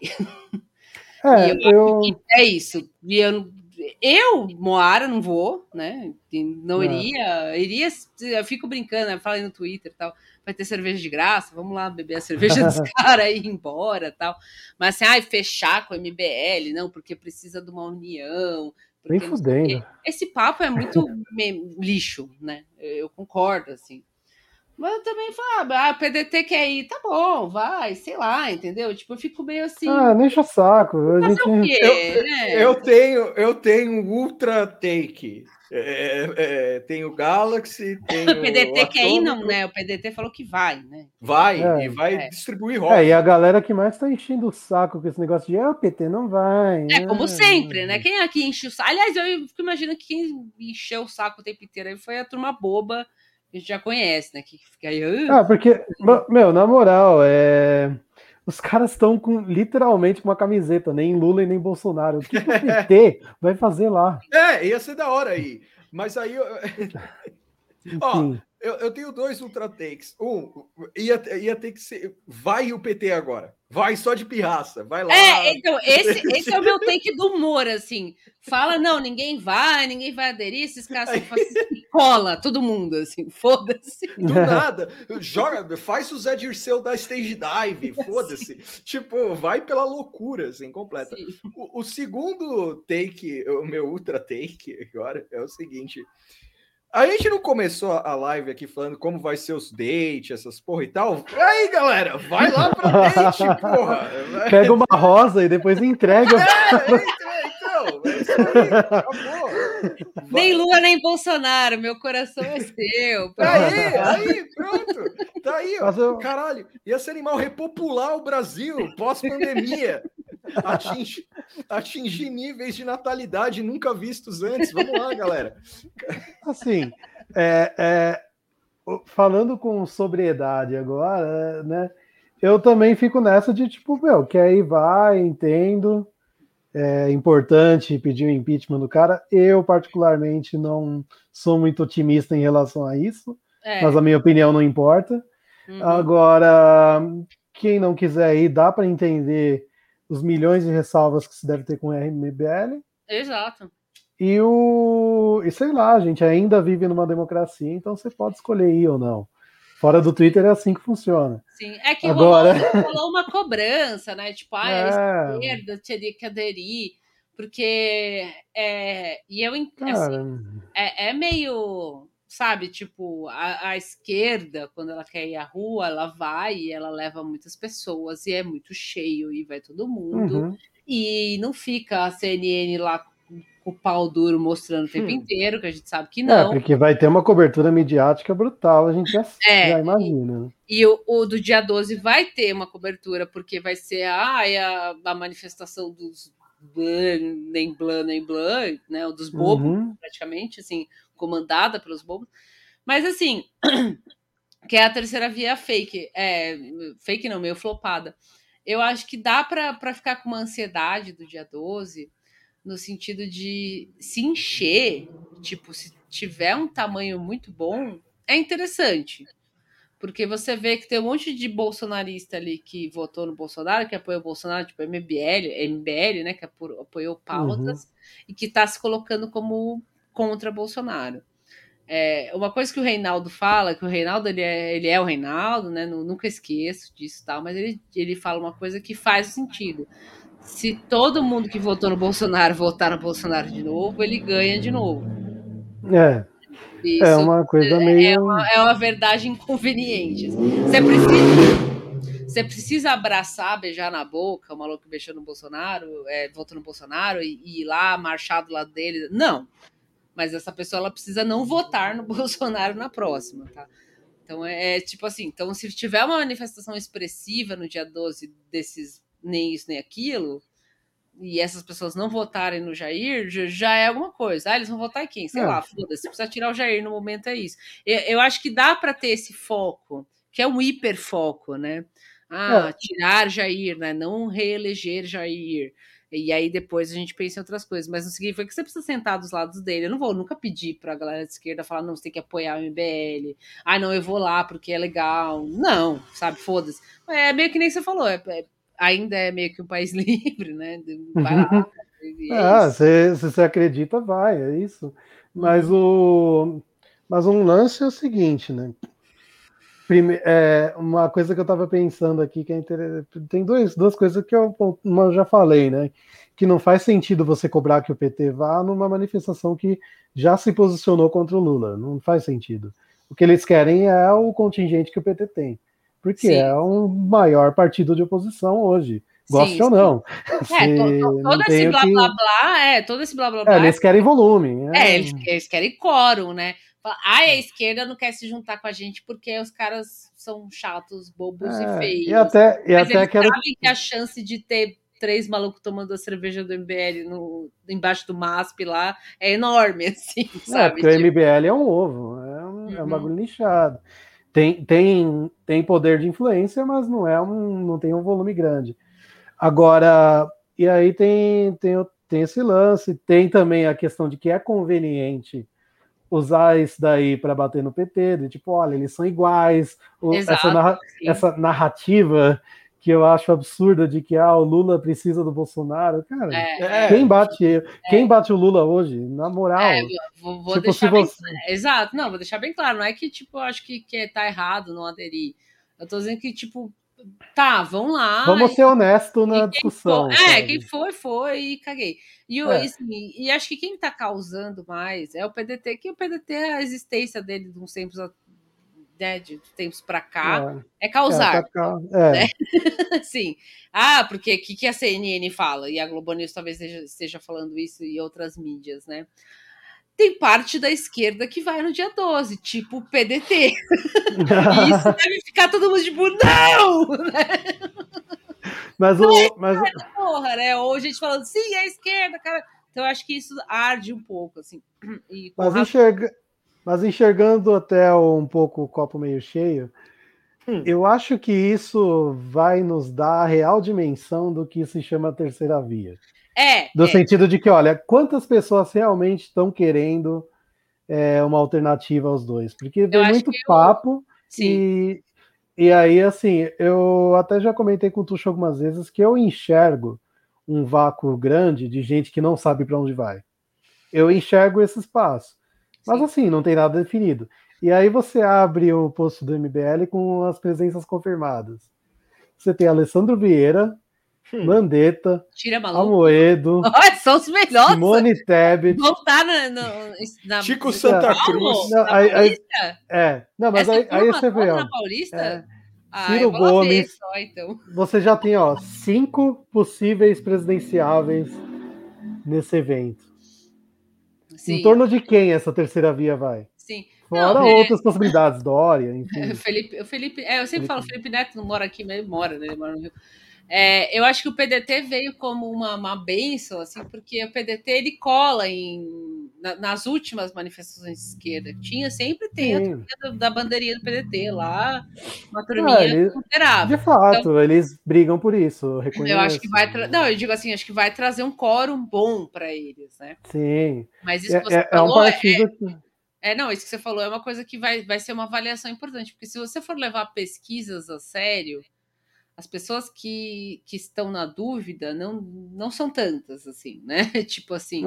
É isso. E eu, Moara, não vou, né? Não iria. Eu fico brincando, eu falei no Twitter e tal. Vai ter cerveja de graça, vamos lá beber a cerveja dos caras e ir embora e tal. Mas assim, fechar com o MBL, não, porque precisa de uma união. Nem fudendo. Esse papo é muito lixo, né? Eu concordo, assim. Mas eu também falo, o PDT quer ir, tá bom, vai, sei lá, entendeu? Tipo, eu fico meio assim... não enche o saco. Fazer o quê, né? Eu tenho ultra take. Tem o Galaxy, tem o PDT quer ir, não, né? O PDT falou que vai, né? Vai, e vai distribuir roda. E a galera que mais tá enchendo o saco com esse negócio de o PT não vai. Como sempre, né? Quem aqui enche o saco? Aliás, eu fico imaginando que quem encheu o saco o tempo inteiro aí foi a turma boba, que a gente já conhece, né? Que fica aí... porque, meu, na moral, os caras estão literalmente com uma camiseta, nem Lula e nem Bolsonaro. O que o PT vai fazer lá? Ia ser da hora aí. Mas aí... Ó, Eu tenho 2 ultra takes. Ia ter que ser. Vai o PT agora. Vai só de pirraça. Vai lá. Então, esse é o meu take do humor, assim. Fala, não, ninguém vai aderir, esses caras são fascistas. Cola, todo mundo, assim, foda-se. Do nada. Joga, faz o Zé Dirceu da stage dive, foda-se. Tipo, vai pela loucura, assim, completa. O segundo take, o meu ultra take agora, é o seguinte. A gente não começou a live aqui falando como vai ser os dates, essas porra e tal. Aí, galera, vai lá pra date, porra. Pega uma rosa e depois entrega. Então, é isso aí, acabou. Nem Lula, nem Bolsonaro, meu coração é seu. Aí, pronto. Tá aí, ó. Caralho, ia ser animal repopular o Brasil pós-pandemia. Atingir níveis de natalidade nunca vistos antes. Vamos lá, galera. Assim, falando com sobriedade agora, né? Eu também fico nessa de tipo, que aí vai, entendo. É importante pedir o impeachment do cara. Eu, particularmente, não sou muito otimista em relação a isso, mas a minha opinião não importa. Agora, quem não quiser ir, dá para entender os milhões de ressalvas que se deve ter com o MBL. Exato. E sei lá, a gente ainda vive numa democracia, então você pode escolher ir ou não. Fora do Twitter é assim que funciona. Sim, é que agora rolou uma cobrança, né? Tipo, a esquerda teria que aderir, porque é meio, sabe, tipo, a esquerda, quando ela quer ir à rua, ela vai e ela leva muitas pessoas, e é muito cheio, e vai todo mundo, e não fica a CNN lá com o pau duro mostrando o tempo inteiro, que a gente sabe que não. Porque vai ter uma cobertura midiática brutal, a gente já imagina. E o do dia 12 vai ter uma cobertura, porque vai ser a manifestação dos nem blá, né, dos bobos, praticamente, assim, comandada pelos bobos. Mas, assim, que é a terceira via fake. Fake não, meio flopada. Eu acho que dá para ficar com uma ansiedade do dia 12, no sentido de se encher, tipo, se tiver um tamanho muito bom, é interessante. Porque você vê que tem um monte de bolsonarista ali que votou no Bolsonaro, que apoiou o Bolsonaro, tipo MBL, né, que apoiou pautas, e que está se colocando como contra Bolsonaro. Uma coisa que o Reinaldo fala, que o Reinaldo ele é o Reinaldo, né, nunca esqueço disso, tal, mas ele fala uma coisa que faz sentido. Se todo mundo que votou no Bolsonaro votar no Bolsonaro de novo, ele ganha de novo. Isso é uma coisa meio... É uma verdade inconveniente. Você precisa abraçar, beijar na boca o maluco que beijou no Bolsonaro, votou no Bolsonaro e ir lá, marchar do lado dele. Não. Mas essa pessoa ela precisa não votar no Bolsonaro na próxima, tá? Então, tipo assim, então se tiver uma manifestação expressiva no dia 12 desses nem isso nem aquilo, e essas pessoas não votarem no Jair, já é alguma coisa. Eles vão votar em quem? Sei lá, foda-se, precisa tirar o Jair no momento, é isso. Eu acho que dá para ter esse foco, que é um hiperfoco, né? Tirar Jair, né? Não reeleger Jair. E aí depois a gente pensa em outras coisas, mas não significa que você precisa sentar dos lados dele. Eu não vou nunca pedir para a galera de esquerda falar, não, você tem que apoiar o MBL. Não, eu vou lá porque é legal. Não, sabe, foda-se. É meio que nem você falou, ainda é meio que um país livre, né? Vai lá. Se você acredita, vai, é isso. Mas um lance é o seguinte, né? Uma coisa que eu estava pensando aqui que é interessante. Tem duas coisas que eu já falei, né? Que não faz sentido você cobrar que o PT vá numa manifestação que já se posicionou contra o Lula. Não faz sentido. O que eles querem é o contingente que o PT tem. Porque é o maior partido de oposição hoje. Goste ou não. Todo esse blá blá blá, todo esse blá blá blá. Eles querem volume. Eles querem quórum, né? A esquerda não quer se juntar com a gente porque os caras são chatos, bobos e feios. E até eles quero... sabem que a chance de ter 3 malucos tomando a cerveja do MBL embaixo do MASP lá é enorme, assim, sabe? Porque o MBL é um ovo, é um bagulho nichado. Tem poder de influência, mas não tem um volume grande. Agora, e aí tem esse lance, tem também a questão de que é conveniente usar isso daí para bater no PT, de tipo, olha, eles são iguais, essa narrativa que eu acho absurda de que o Lula precisa do Bolsonaro, cara, quem bate o Lula hoje, na moral? Vou tipo, deixar bem claro. Exato, não, vou deixar bem claro, não é que tipo, eu acho que tá errado não aderir, eu tô dizendo que tipo, tá, vão lá. Vamos ser honestos na discussão. Quem foi e caguei. E acho que quem tá causando mais é o PDT, que o PDT, a existência dele de uns tempos, né, de tempos para cá, é causar. Né? Sim. Porque o que a CNN fala, e a Globo News talvez esteja falando isso e outras mídias, né? Tem parte da esquerda que vai no dia 12, tipo o PDT. E isso deve ficar todo mundo tipo, não! Né? Mas porra, né? Ou a gente falando, sim, é a esquerda, cara. Então eu acho que isso arde um pouco, assim. Mas enxergando até um pouco o copo meio cheio, eu acho que isso vai nos dar a real dimensão do que se chama terceira via. No sentido de que, olha, quantas pessoas realmente estão querendo uma alternativa aos dois? Porque tem muito papo e aí, assim, eu até já comentei com o Tuxo algumas vezes que eu enxergo um vácuo grande de gente que não sabe para onde vai. Eu enxergo esse espaço. Mas assim, não tem nada definido. E aí você abre o posto do MBL com as presenças confirmadas. Você tem Alessandro Vieira, Mandetta, Amoedo, são os melhores. Simone Tebet. Vão estar na Chico Santa Cruz. Não, mas aí você vê, na Paulista? Ciro Gomes. Só, então. Você já tem 5 possíveis presidenciáveis nesse evento. Sim. Em torno de quem essa terceira via vai? Sim. Fora outras possibilidades, Dória, enfim. O Felipe, eu sempre falo, o Felipe Neto não mora aqui, mas ele mora, né? Ele mora no Rio. Eu acho que o PDT veio como uma bênção, assim, porque o PDT ele cola nas últimas manifestações de esquerda. Sempre tem a turminha da bandeirinha do PDT lá, uma turminha considerável. De fato, então, eles brigam por isso. Eu acho que eu digo assim, acho que vai trazer um quórum bom para eles, né? Sim. Mas isso que você falou um partido isso que você falou é uma coisa que vai ser uma avaliação importante, porque se você for levar pesquisas a sério, as pessoas que estão na dúvida não são tantas, assim, né? Tipo assim,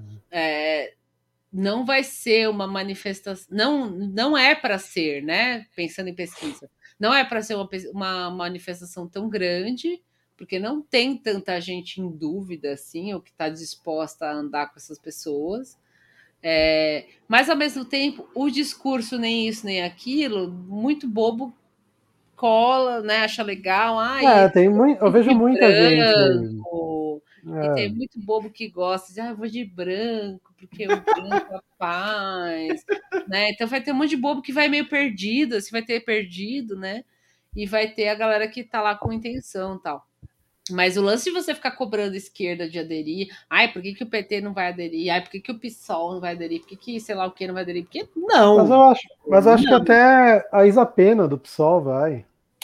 não vai ser uma manifestação, não é para ser, né? Pensando em pesquisa, não é para ser uma manifestação tão grande, porque não tem tanta gente em dúvida, assim, ou que está disposta a andar com essas pessoas. Mas, ao mesmo tempo, o discurso, nem isso, nem aquilo, muito bobo, cola, né? Acha legal. Eu vejo muita gente. E tem muito bobo que gosta de, eu vou de branco, porque o branco é paz, né? Então vai ter um monte de bobo que vai meio perdido, assim, vai ter perdido, né? E vai ter a galera que tá lá com intenção e tal. Mas o lance de você ficar cobrando a esquerda de aderir, por que o PT não vai aderir? Por que o PSOL não vai aderir? Por que sei lá o que não vai aderir? Porque não. Mas eu acho que até a Isa Pena do PSOL vai.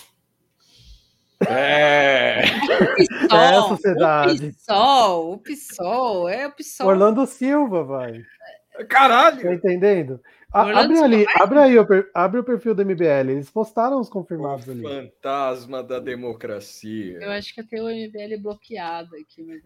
A sociedade. O PSOL. Orlando Silva vai. Caralho! Tá entendendo? Abre o perfil do MBL. Eles postaram os confirmados ali. Fantasma da democracia. Eu acho que eu tenho o MBL bloqueado aqui. Mas...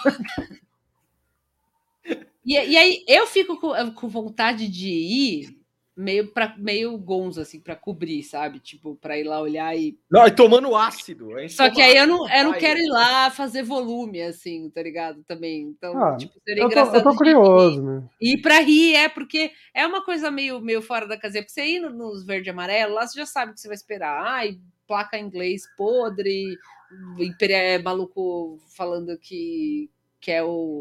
e aí eu fico com vontade de ir meio gonzo, assim, pra cobrir, sabe? Tipo, pra ir lá olhar e... Não, e tomando ácido. Só que aí eu não quero ir lá fazer volume, assim, tá ligado? Também. Então, seria engraçado. Eu tô curioso, né? E pra rir, porque é uma coisa meio fora da casinha. Porque você ir nos verde e amarelo, lá você já sabe o que você vai esperar. Placa em inglês podre, maluco falando que é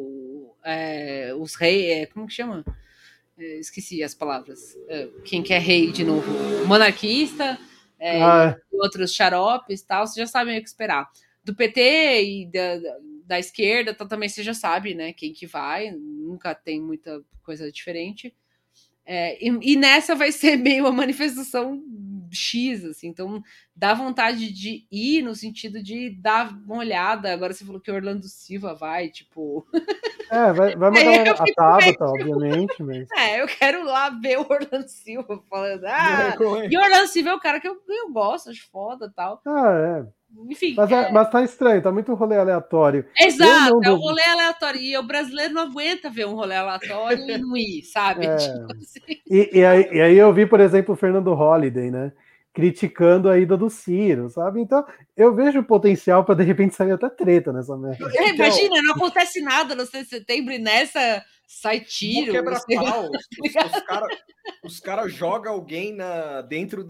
os reis... como que chama? Esqueci as palavras. Quem quer rei de novo? Monarquista, outros xaropes e tal, você já sabe o que esperar. Do PT e da esquerda, então, também você já sabe, né? Quem que vai, nunca tem muita coisa diferente. E nessa vai ser meio uma manifestação X, assim, então dá vontade de ir no sentido de dar uma olhada. Agora você falou que Orlando Silva vai, tipo... Vai uma galera, a Tabata, obviamente, mas... eu quero lá ver o Orlando Silva falando, e o Orlando Silva é o cara que eu gosto, acho foda e tal. Enfim. Mas tá estranho, tá muito rolê aleatório. Exato, é um rolê aleatório. E o brasileiro não aguenta ver um rolê aleatório e não ir, sabe? Tipo assim. E aí eu vi, por exemplo, o Fernando Holliday, né? Criticando a ida do Ciro, sabe? Então, eu vejo potencial para de repente sair até treta nessa merda. Imagina, não acontece nada no 6 de setembro e nessa sai tiro. Quebra-pau. Os caras jogam alguém dentro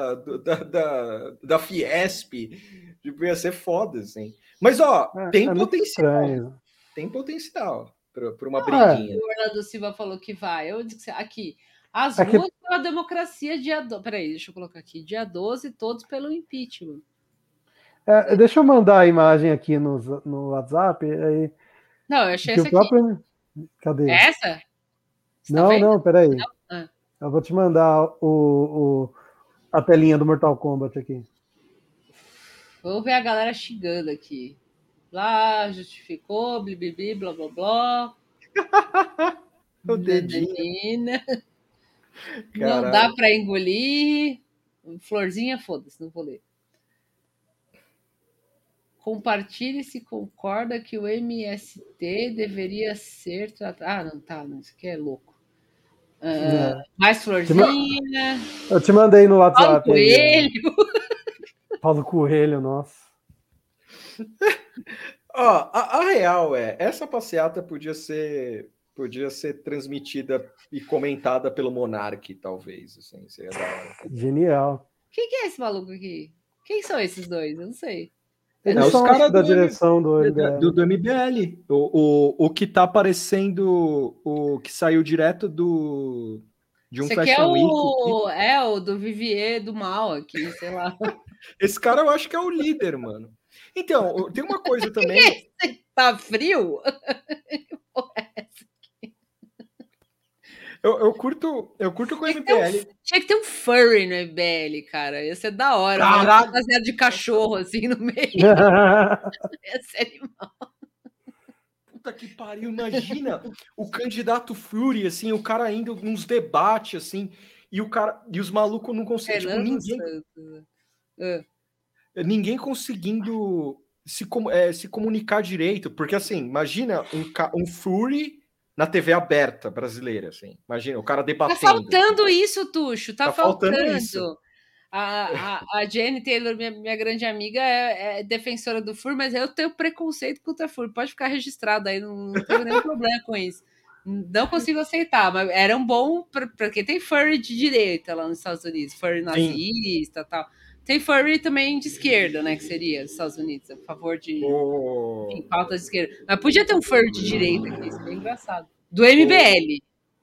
da Fiesp. Tipo, ia ser foda, assim. Mas, tem potencial. Estranho. Tem potencial para uma briguinha. O Orlando Silva falou que vai. Eu disse aqui. As ruas pela democracia, dia 12. Peraí, deixa eu colocar aqui. Dia 12, todos pelo impeachment. Deixa eu mandar a imagem aqui no WhatsApp. Aí, não, eu achei essa aqui. Cadê? Essa? Não, peraí. Não? Eu vou te mandar a telinha do Mortal Kombat aqui. Vou ver a galera xingando aqui. Lá, justificou, blibibi, blá, blá, blá. O dedinho. Não dá para engolir. Florzinha, foda-se, não vou ler. Compartilhe se concorda que o MST deveria ser tratado. Não, isso aqui é louco. Mais florzinha. Eu te mandei no WhatsApp. Paulo Coelho. Paulo Coelho, nossa. A real essa passeata podia ser transmitida e comentada pelo Monark, talvez. Assim, seria da hora. Genial. Quem que é esse maluco aqui? Quem são esses dois? Eu não sei. Eles são os caras da direção do MBL. Do MBL. O que tá aparecendo, o que saiu direto de um Fashion Week. O do Vivier do mal aqui, sei lá. Esse cara eu acho que é o líder, mano. Então, tem uma coisa também... Tá frio? Eu curto com o MBL. Tinha que ter um furry no MBL, cara. Ia ser da hora. Caralho! Fazer de cachorro, assim, no meio. Ia ser animal. Puta que pariu, imagina o candidato Fury, assim, o cara indo nos debates, assim, e os malucos não conseguem, ninguém conseguindo se comunicar direito, porque, assim, imagina um Fury na TV aberta brasileira, assim, imagina, o cara debatendo. Tá faltando isso, Tuxo, tá faltando. Isso. A Jenny Taylor, minha grande amiga, é defensora do Fur, mas eu tenho preconceito contra Fur. Pode ficar registrado aí, não tenho nenhum problema com isso. Não consigo aceitar, mas era um bom para quem tem furry de direita lá nos Estados Unidos, furry nazista e tal. Tem furry também de esquerda, né, que seria dos Estados Unidos, a favor de pauta de esquerda. Mas podia ter um furry de direita aqui, isso é bem engraçado. Do MBL.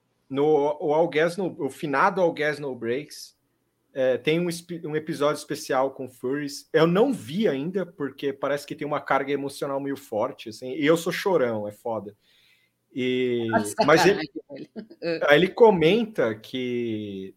O finado All Gas No Breaks, tem um episódio especial com furries. Eu não vi ainda, porque parece que tem uma carga emocional meio forte, assim, e eu sou chorão, é foda. Mas ele comenta que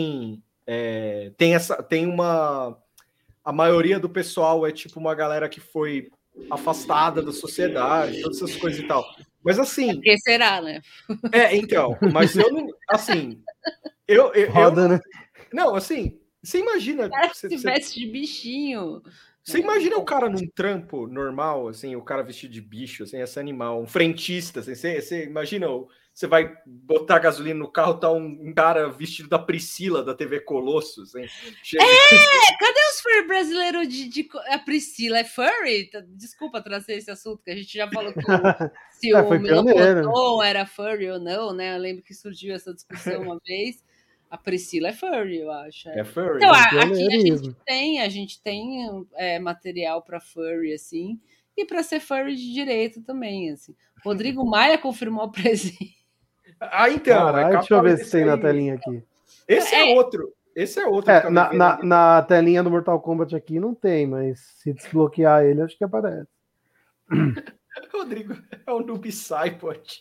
a maioria do pessoal é tipo uma galera que foi afastada da sociedade, todas essas coisas e tal. Mas assim... Que será, né? Então, mas eu não... Assim... Roda, né? Não, assim, você imagina... Se veste de bichinho... Você imagina o cara num trampo normal, assim, o cara vestido de bicho, assim, esse animal, um frentista, assim, você imagina, você vai botar gasolina no carro, tá um cara vestido da Priscila, da TV Colosso, assim. Cadê os furry brasileiros a Priscila é furry? Desculpa trazer esse assunto, que a gente já falou que se o Melocotão era furry ou não, né? Eu lembro que surgiu essa discussão uma vez. A Priscila é furry, eu acho. É furry. Então, aqui a gente tem material para furry, assim, e para ser furry de direito também, assim. Rodrigo Maia confirmou a presença. Então. Deixa eu ver se tem na telinha aqui. Esse é outro. Na telinha do Mortal Kombat aqui não tem, mas se desbloquear ele, acho que aparece. Rodrigo é o Noob Saipot.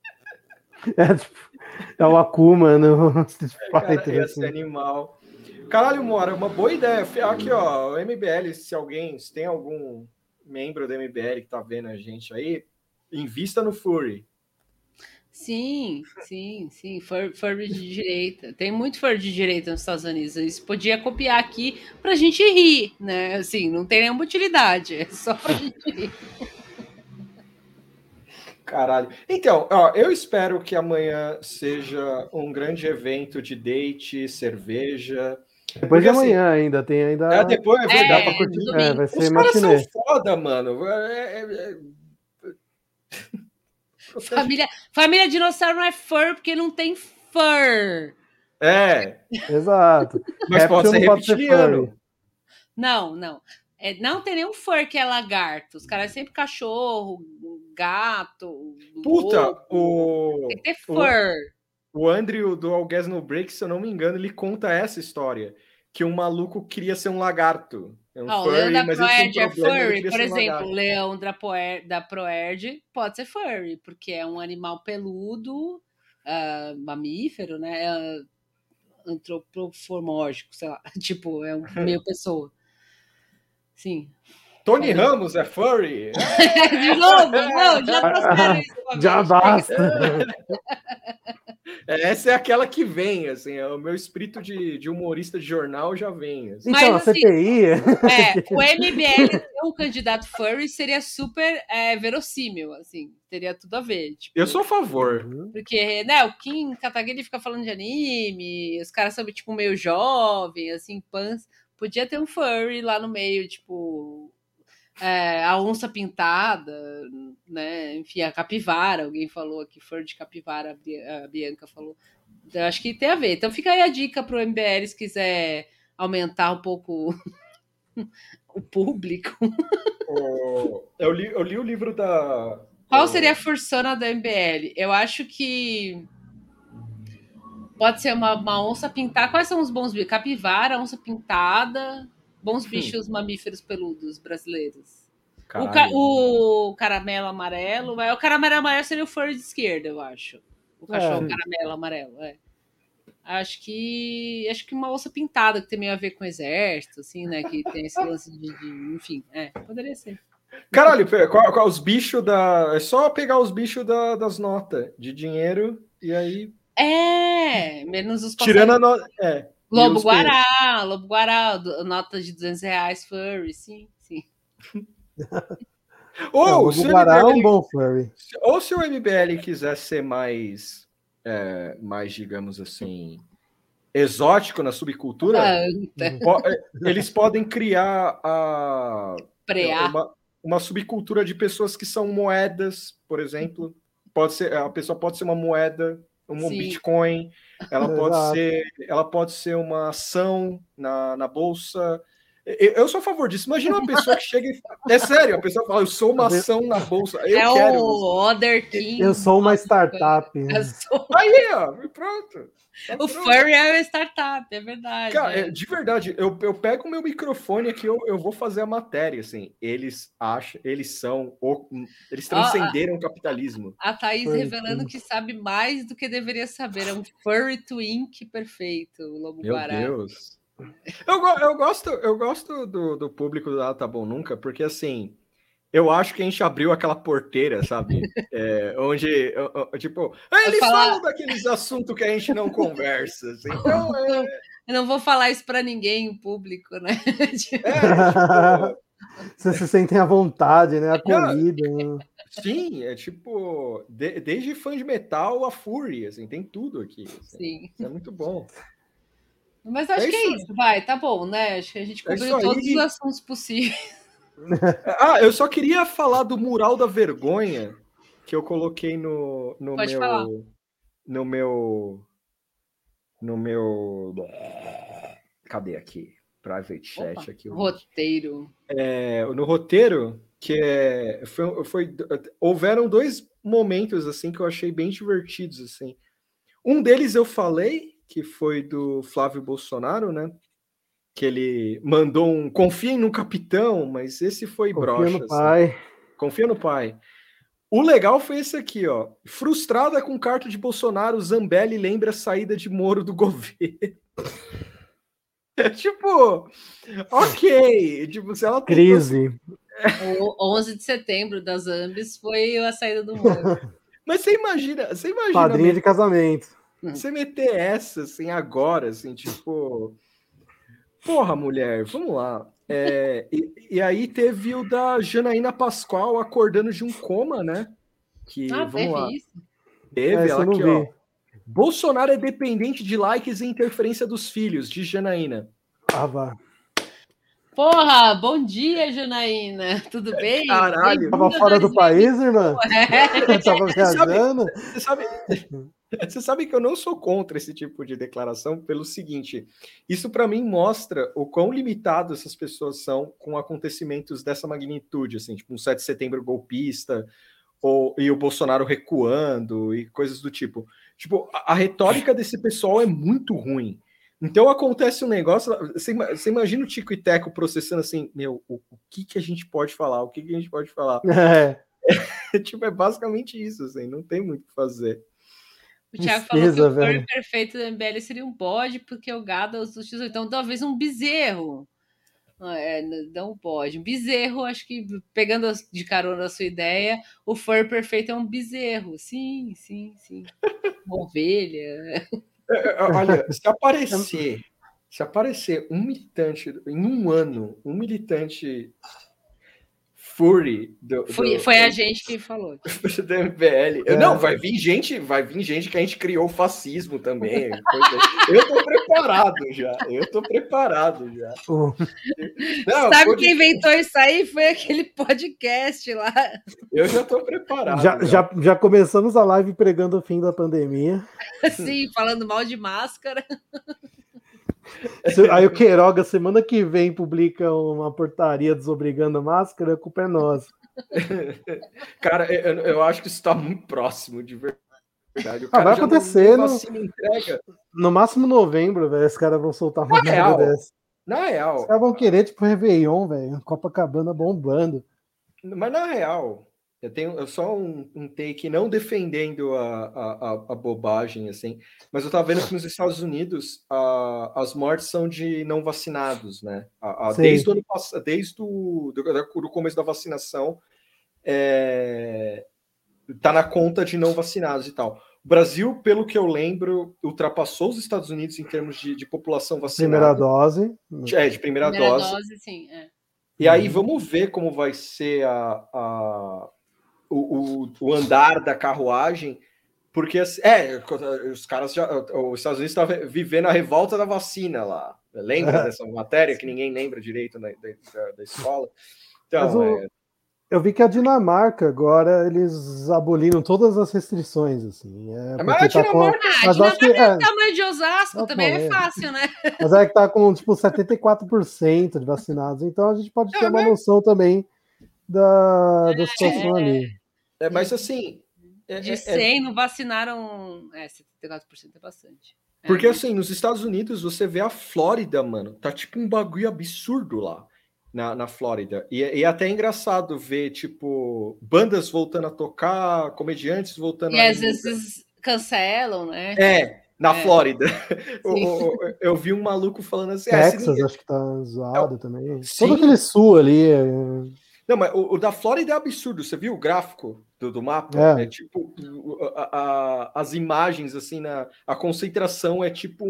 É o Akuma no Street Fighter. Esse animal. Caralho, Mora, uma boa ideia. Aqui, ó, o MBL, se tem algum membro do MBL que tá vendo a gente aí, invista no Furry. Sim. Furry de direita. Tem muito furry de direita nos Estados Unidos. Isso podia copiar aqui pra gente rir, né? Assim, não tem nenhuma utilidade. É só pra gente rir. Caralho. Então, ó, eu espero que amanhã seja um grande evento de date, cerveja. Depois de amanhã ainda, tem ainda... depois dá pra curtir. Vai ser Os caras são foda, mano. Família dinossauro não é fur porque não tem fur. Exato. Mas pode ser reptiliano. Não. Não tem nenhum fur que é lagarto. Os caras sempre cachorro, gato. Puta, tem que ter fur. O Andrew do All Gas No Break, se eu não me engano, ele conta essa história. Que um maluco queria ser um lagarto. É um furry, o leão da mas Proerd é furry, por exemplo. Um o leão da Proerd pode ser furry, porque é um animal peludo, mamífero, né? Antropomórfico, sei lá. Tipo, é meio pessoa. Sim. Tony Ramos é furry? De novo? Não, já trouxeram isso. Já basta. Essa é aquela que vem, assim, o meu espírito de humorista de jornal já vem. Assim. Então, mas, a CPI... o MBL ter um candidato furry seria super verossímil, assim, teria tudo a ver. Tipo, eu sou a favor. Porque, né, o Kim Kataguiri fica falando de anime, os caras são, tipo, meio jovem, assim, pans. Podia ter um furry lá no meio, tipo... a onça pintada, né? Enfim, a capivara, alguém falou aqui, fur de capivara, a Bianca falou. Eu acho que tem a ver. Então fica aí a dica pro MBL se quiser aumentar um pouco o público. Eu li o livro da... Qual seria a fursona do MBL? Eu acho que pode ser uma onça pintada. Quais são os bons bichos? Capivara, onça pintada... Bons bichos mamíferos peludos brasileiros. O caramelo amarelo. O caramelo amarelo seria o furry de esquerda, eu acho. O cachorro caramelo amarelo. Acho que uma onça pintada, que tem meio a ver com o exército, assim, né? Que tem esse lance enfim, poderia ser. Caralho, qual os bichos da... É só pegar os bichos das notas de dinheiro e aí... Menos os tirando a nota... Lobo Guará, nota de R$200, furry, sim. O Lobo Guará é um bom furry. Ou se o MBL quiser ser mais, digamos assim, exótico na subcultura, eles podem criar uma subcultura de pessoas que são moedas, por exemplo. A pessoa pode ser uma moeda, um Bitcoin, ela pode ser uma ação na bolsa. Eu sou a favor disso. Imagina uma pessoa que chega e... É sério, a pessoa fala, eu sou uma ação na bolsa. Eu quero. O Other King. Eu sou uma startup. Aí, ó, pronto. O furry é uma startup, é verdade. Cara, de verdade, eu pego o meu microfone aqui, eu vou fazer a matéria, assim. Eles transcenderam o capitalismo. A Thaís revelando que sabe mais do que deveria saber. É um furry twink perfeito, o Lobo Guará. Meu Deus. Eu gosto do público do Nada Tá Bom Nunca, porque, assim, eu acho que a gente abriu aquela porteira, sabe? Onde, tipo, eles falam daqueles assuntos que a gente não conversa. Assim. Então, eu não vou falar isso para ninguém em público, né? Vocês se sentem à vontade, né? Acolhido. Sim, é tipo, desde fã de metal a Fury, assim, tem tudo aqui. Assim. Sim. Isso é muito bom. Mas acho que é isso, tá bom, né? Acho que a gente cobriu todos os assuntos possíveis. Eu só queria falar do mural da vergonha que eu coloquei no meu cadê aqui? Private chat aqui. Roteiro. No roteiro, que houveram dois momentos assim que eu achei bem divertidos assim. Um deles eu falei, que foi do Flávio Bolsonaro, né? Que ele mandou um confiem no capitão, mas esse foi broxa. Confia no pai. Assim. Confia no pai. O legal foi esse aqui, ó. Frustrada com carta de Bolsonaro, Zambelli lembra a saída de Moro do governo. Tipo, ok. Tipo, se ela Crise. O 11 de setembro das Zambis foi a saída do Moro. Mas você imagina Padrinha de casamento. Você meter essa, assim, agora, assim, tipo... Porra, mulher, vamos lá. E aí teve o da Janaína Pascoal acordando de um coma, né? Que, vamos lá. Isso? Teve ela aqui, ó. Bolsonaro é dependente de likes e interferência dos filhos, de Janaína. Ah, vá. Porra, bom dia, Janaína. Tudo bem? Caralho. Tava fora do país, irmã? Tava viajando? Você sabe que eu não sou contra esse tipo de declaração pelo seguinte, isso para mim mostra o quão limitado essas pessoas são com acontecimentos dessa magnitude, assim, tipo um 7 de setembro golpista, e o Bolsonaro recuando e coisas do tipo. Tipo, a retórica desse pessoal é muito ruim. Então acontece um negócio, você imagina o Tico e Teco processando assim, meu, o que a gente pode falar? O que a gente pode falar? Tipo, é basicamente isso, assim, não tem muito o que fazer. O Thiago falou que o fur perfeito do MBL seria um bode, porque o gado é o sustiço. Então, talvez um bezerro. Não pode. Um bezerro, acho que, pegando de carona a sua ideia, o fur perfeito é um bezerro. Sim. Uma ovelha. Olha, se aparecer um militante, em um ano, um militante furry foi a gente que falou. Do MBL. Não, vai vir gente que a gente criou o fascismo também. Eu tô preparado já. Não, sabe quem inventou isso aí? Foi aquele podcast lá. Eu já tô preparado. Já começamos a live pregando o fim da pandemia. Sim, falando mal de máscara. Aí o Queiroga, semana que vem, publica uma portaria desobrigando a máscara, a culpa é nossa. Cara, eu acho que isso está muito próximo, de verdade. Vai acontecer no máximo novembro, velho. Os caras vão soltar uma merda dessa. Na real. Os caras vão querer, tipo, Réveillon, velho. Copacabana bombando. Mas na real, eu tenho só um take, não defendendo a bobagem, assim, mas eu tava vendo que nos Estados Unidos as mortes são de não vacinados, né? Desde o ano passado, desde o começo da vacinação, tá na conta de não vacinados e tal. O Brasil, pelo que eu lembro, ultrapassou os Estados Unidos em termos de população vacinada. Primeira dose. De primeira dose. Sim, E aí vamos ver como vai ser o andar da carruagem, porque os Estados Unidos estavam vivendo a revolta da vacina lá. Lembra dessa matéria que ninguém lembra direito da escola? Então, eu vi que a Dinamarca agora eles aboliram todas as restrições, assim. Mas a Dinamarca é o tamanho de Osasco, também é fácil, né? Mas é que tá com tipo 74% de vacinados, então a gente pode ter uma noção também da situação ali. Mas assim... De 100 não vacinaram... 74% é bastante. Porque assim, nos Estados Unidos, você vê a Flórida, mano, tá tipo um bagulho absurdo lá. Na Flórida. E é até engraçado ver, tipo, bandas voltando a tocar, comediantes voltando a... às vezes cancelam, né? Na Flórida. Eu vi um maluco falando assim... Texas, acho que tá zoado também. Todo aquele sul ali... Não, mas o da Flórida é absurdo. Você viu o gráfico do mapa? É tipo... as imagens, assim, a concentração é tipo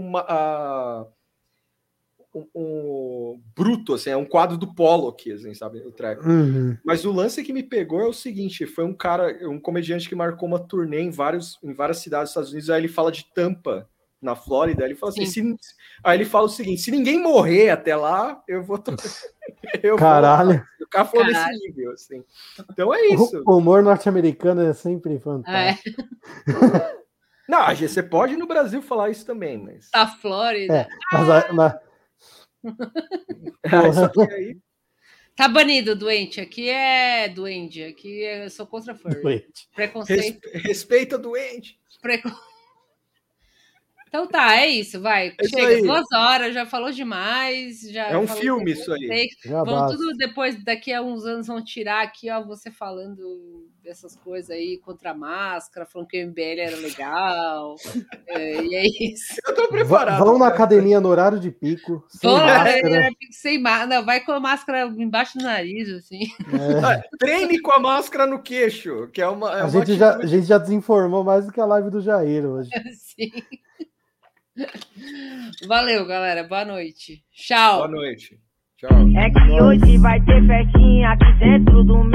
bruto, assim, é um quadro do Pollock, assim, sabe, o treco. Mas o lance que me pegou é o seguinte, foi um comediante que marcou uma turnê em várias cidades dos Estados Unidos, aí ele fala de Tampa, na Flórida, aí ele fala assim, aí ele fala o seguinte, se ninguém morrer até lá, eu vou... Caralho. O cara falou desse nível, assim. Então é isso. O humor norte-americano é sempre fantástico. Não, você pode no Brasil falar isso também, mas... A Flórida. Aí... Tá banido, doente. Aqui é doente. Aqui eu sou contra furry. Preconceito. Respeita doente. Então tá, é isso, vai. É isso Chega, aí. 2 horas, já falou demais. Já É um falou filme que isso aí. Vão tudo depois, daqui a uns anos, vão tirar aqui, ó, você falando dessas coisas aí contra a máscara, falando que o MBL era legal. E é isso. Eu tô preparado. Vão na academia no horário de pico. Sem máscara. Sem máscara. Não, vai com a máscara embaixo do nariz, assim. Treine com a máscara no queixo, que é uma. A gente já desinformou mais do que a live do Jair hoje. Sim. Valeu, galera. Boa noite. Tchau. Boa noite. Tchau. É que hoje vai ter festinha aqui dentro do meu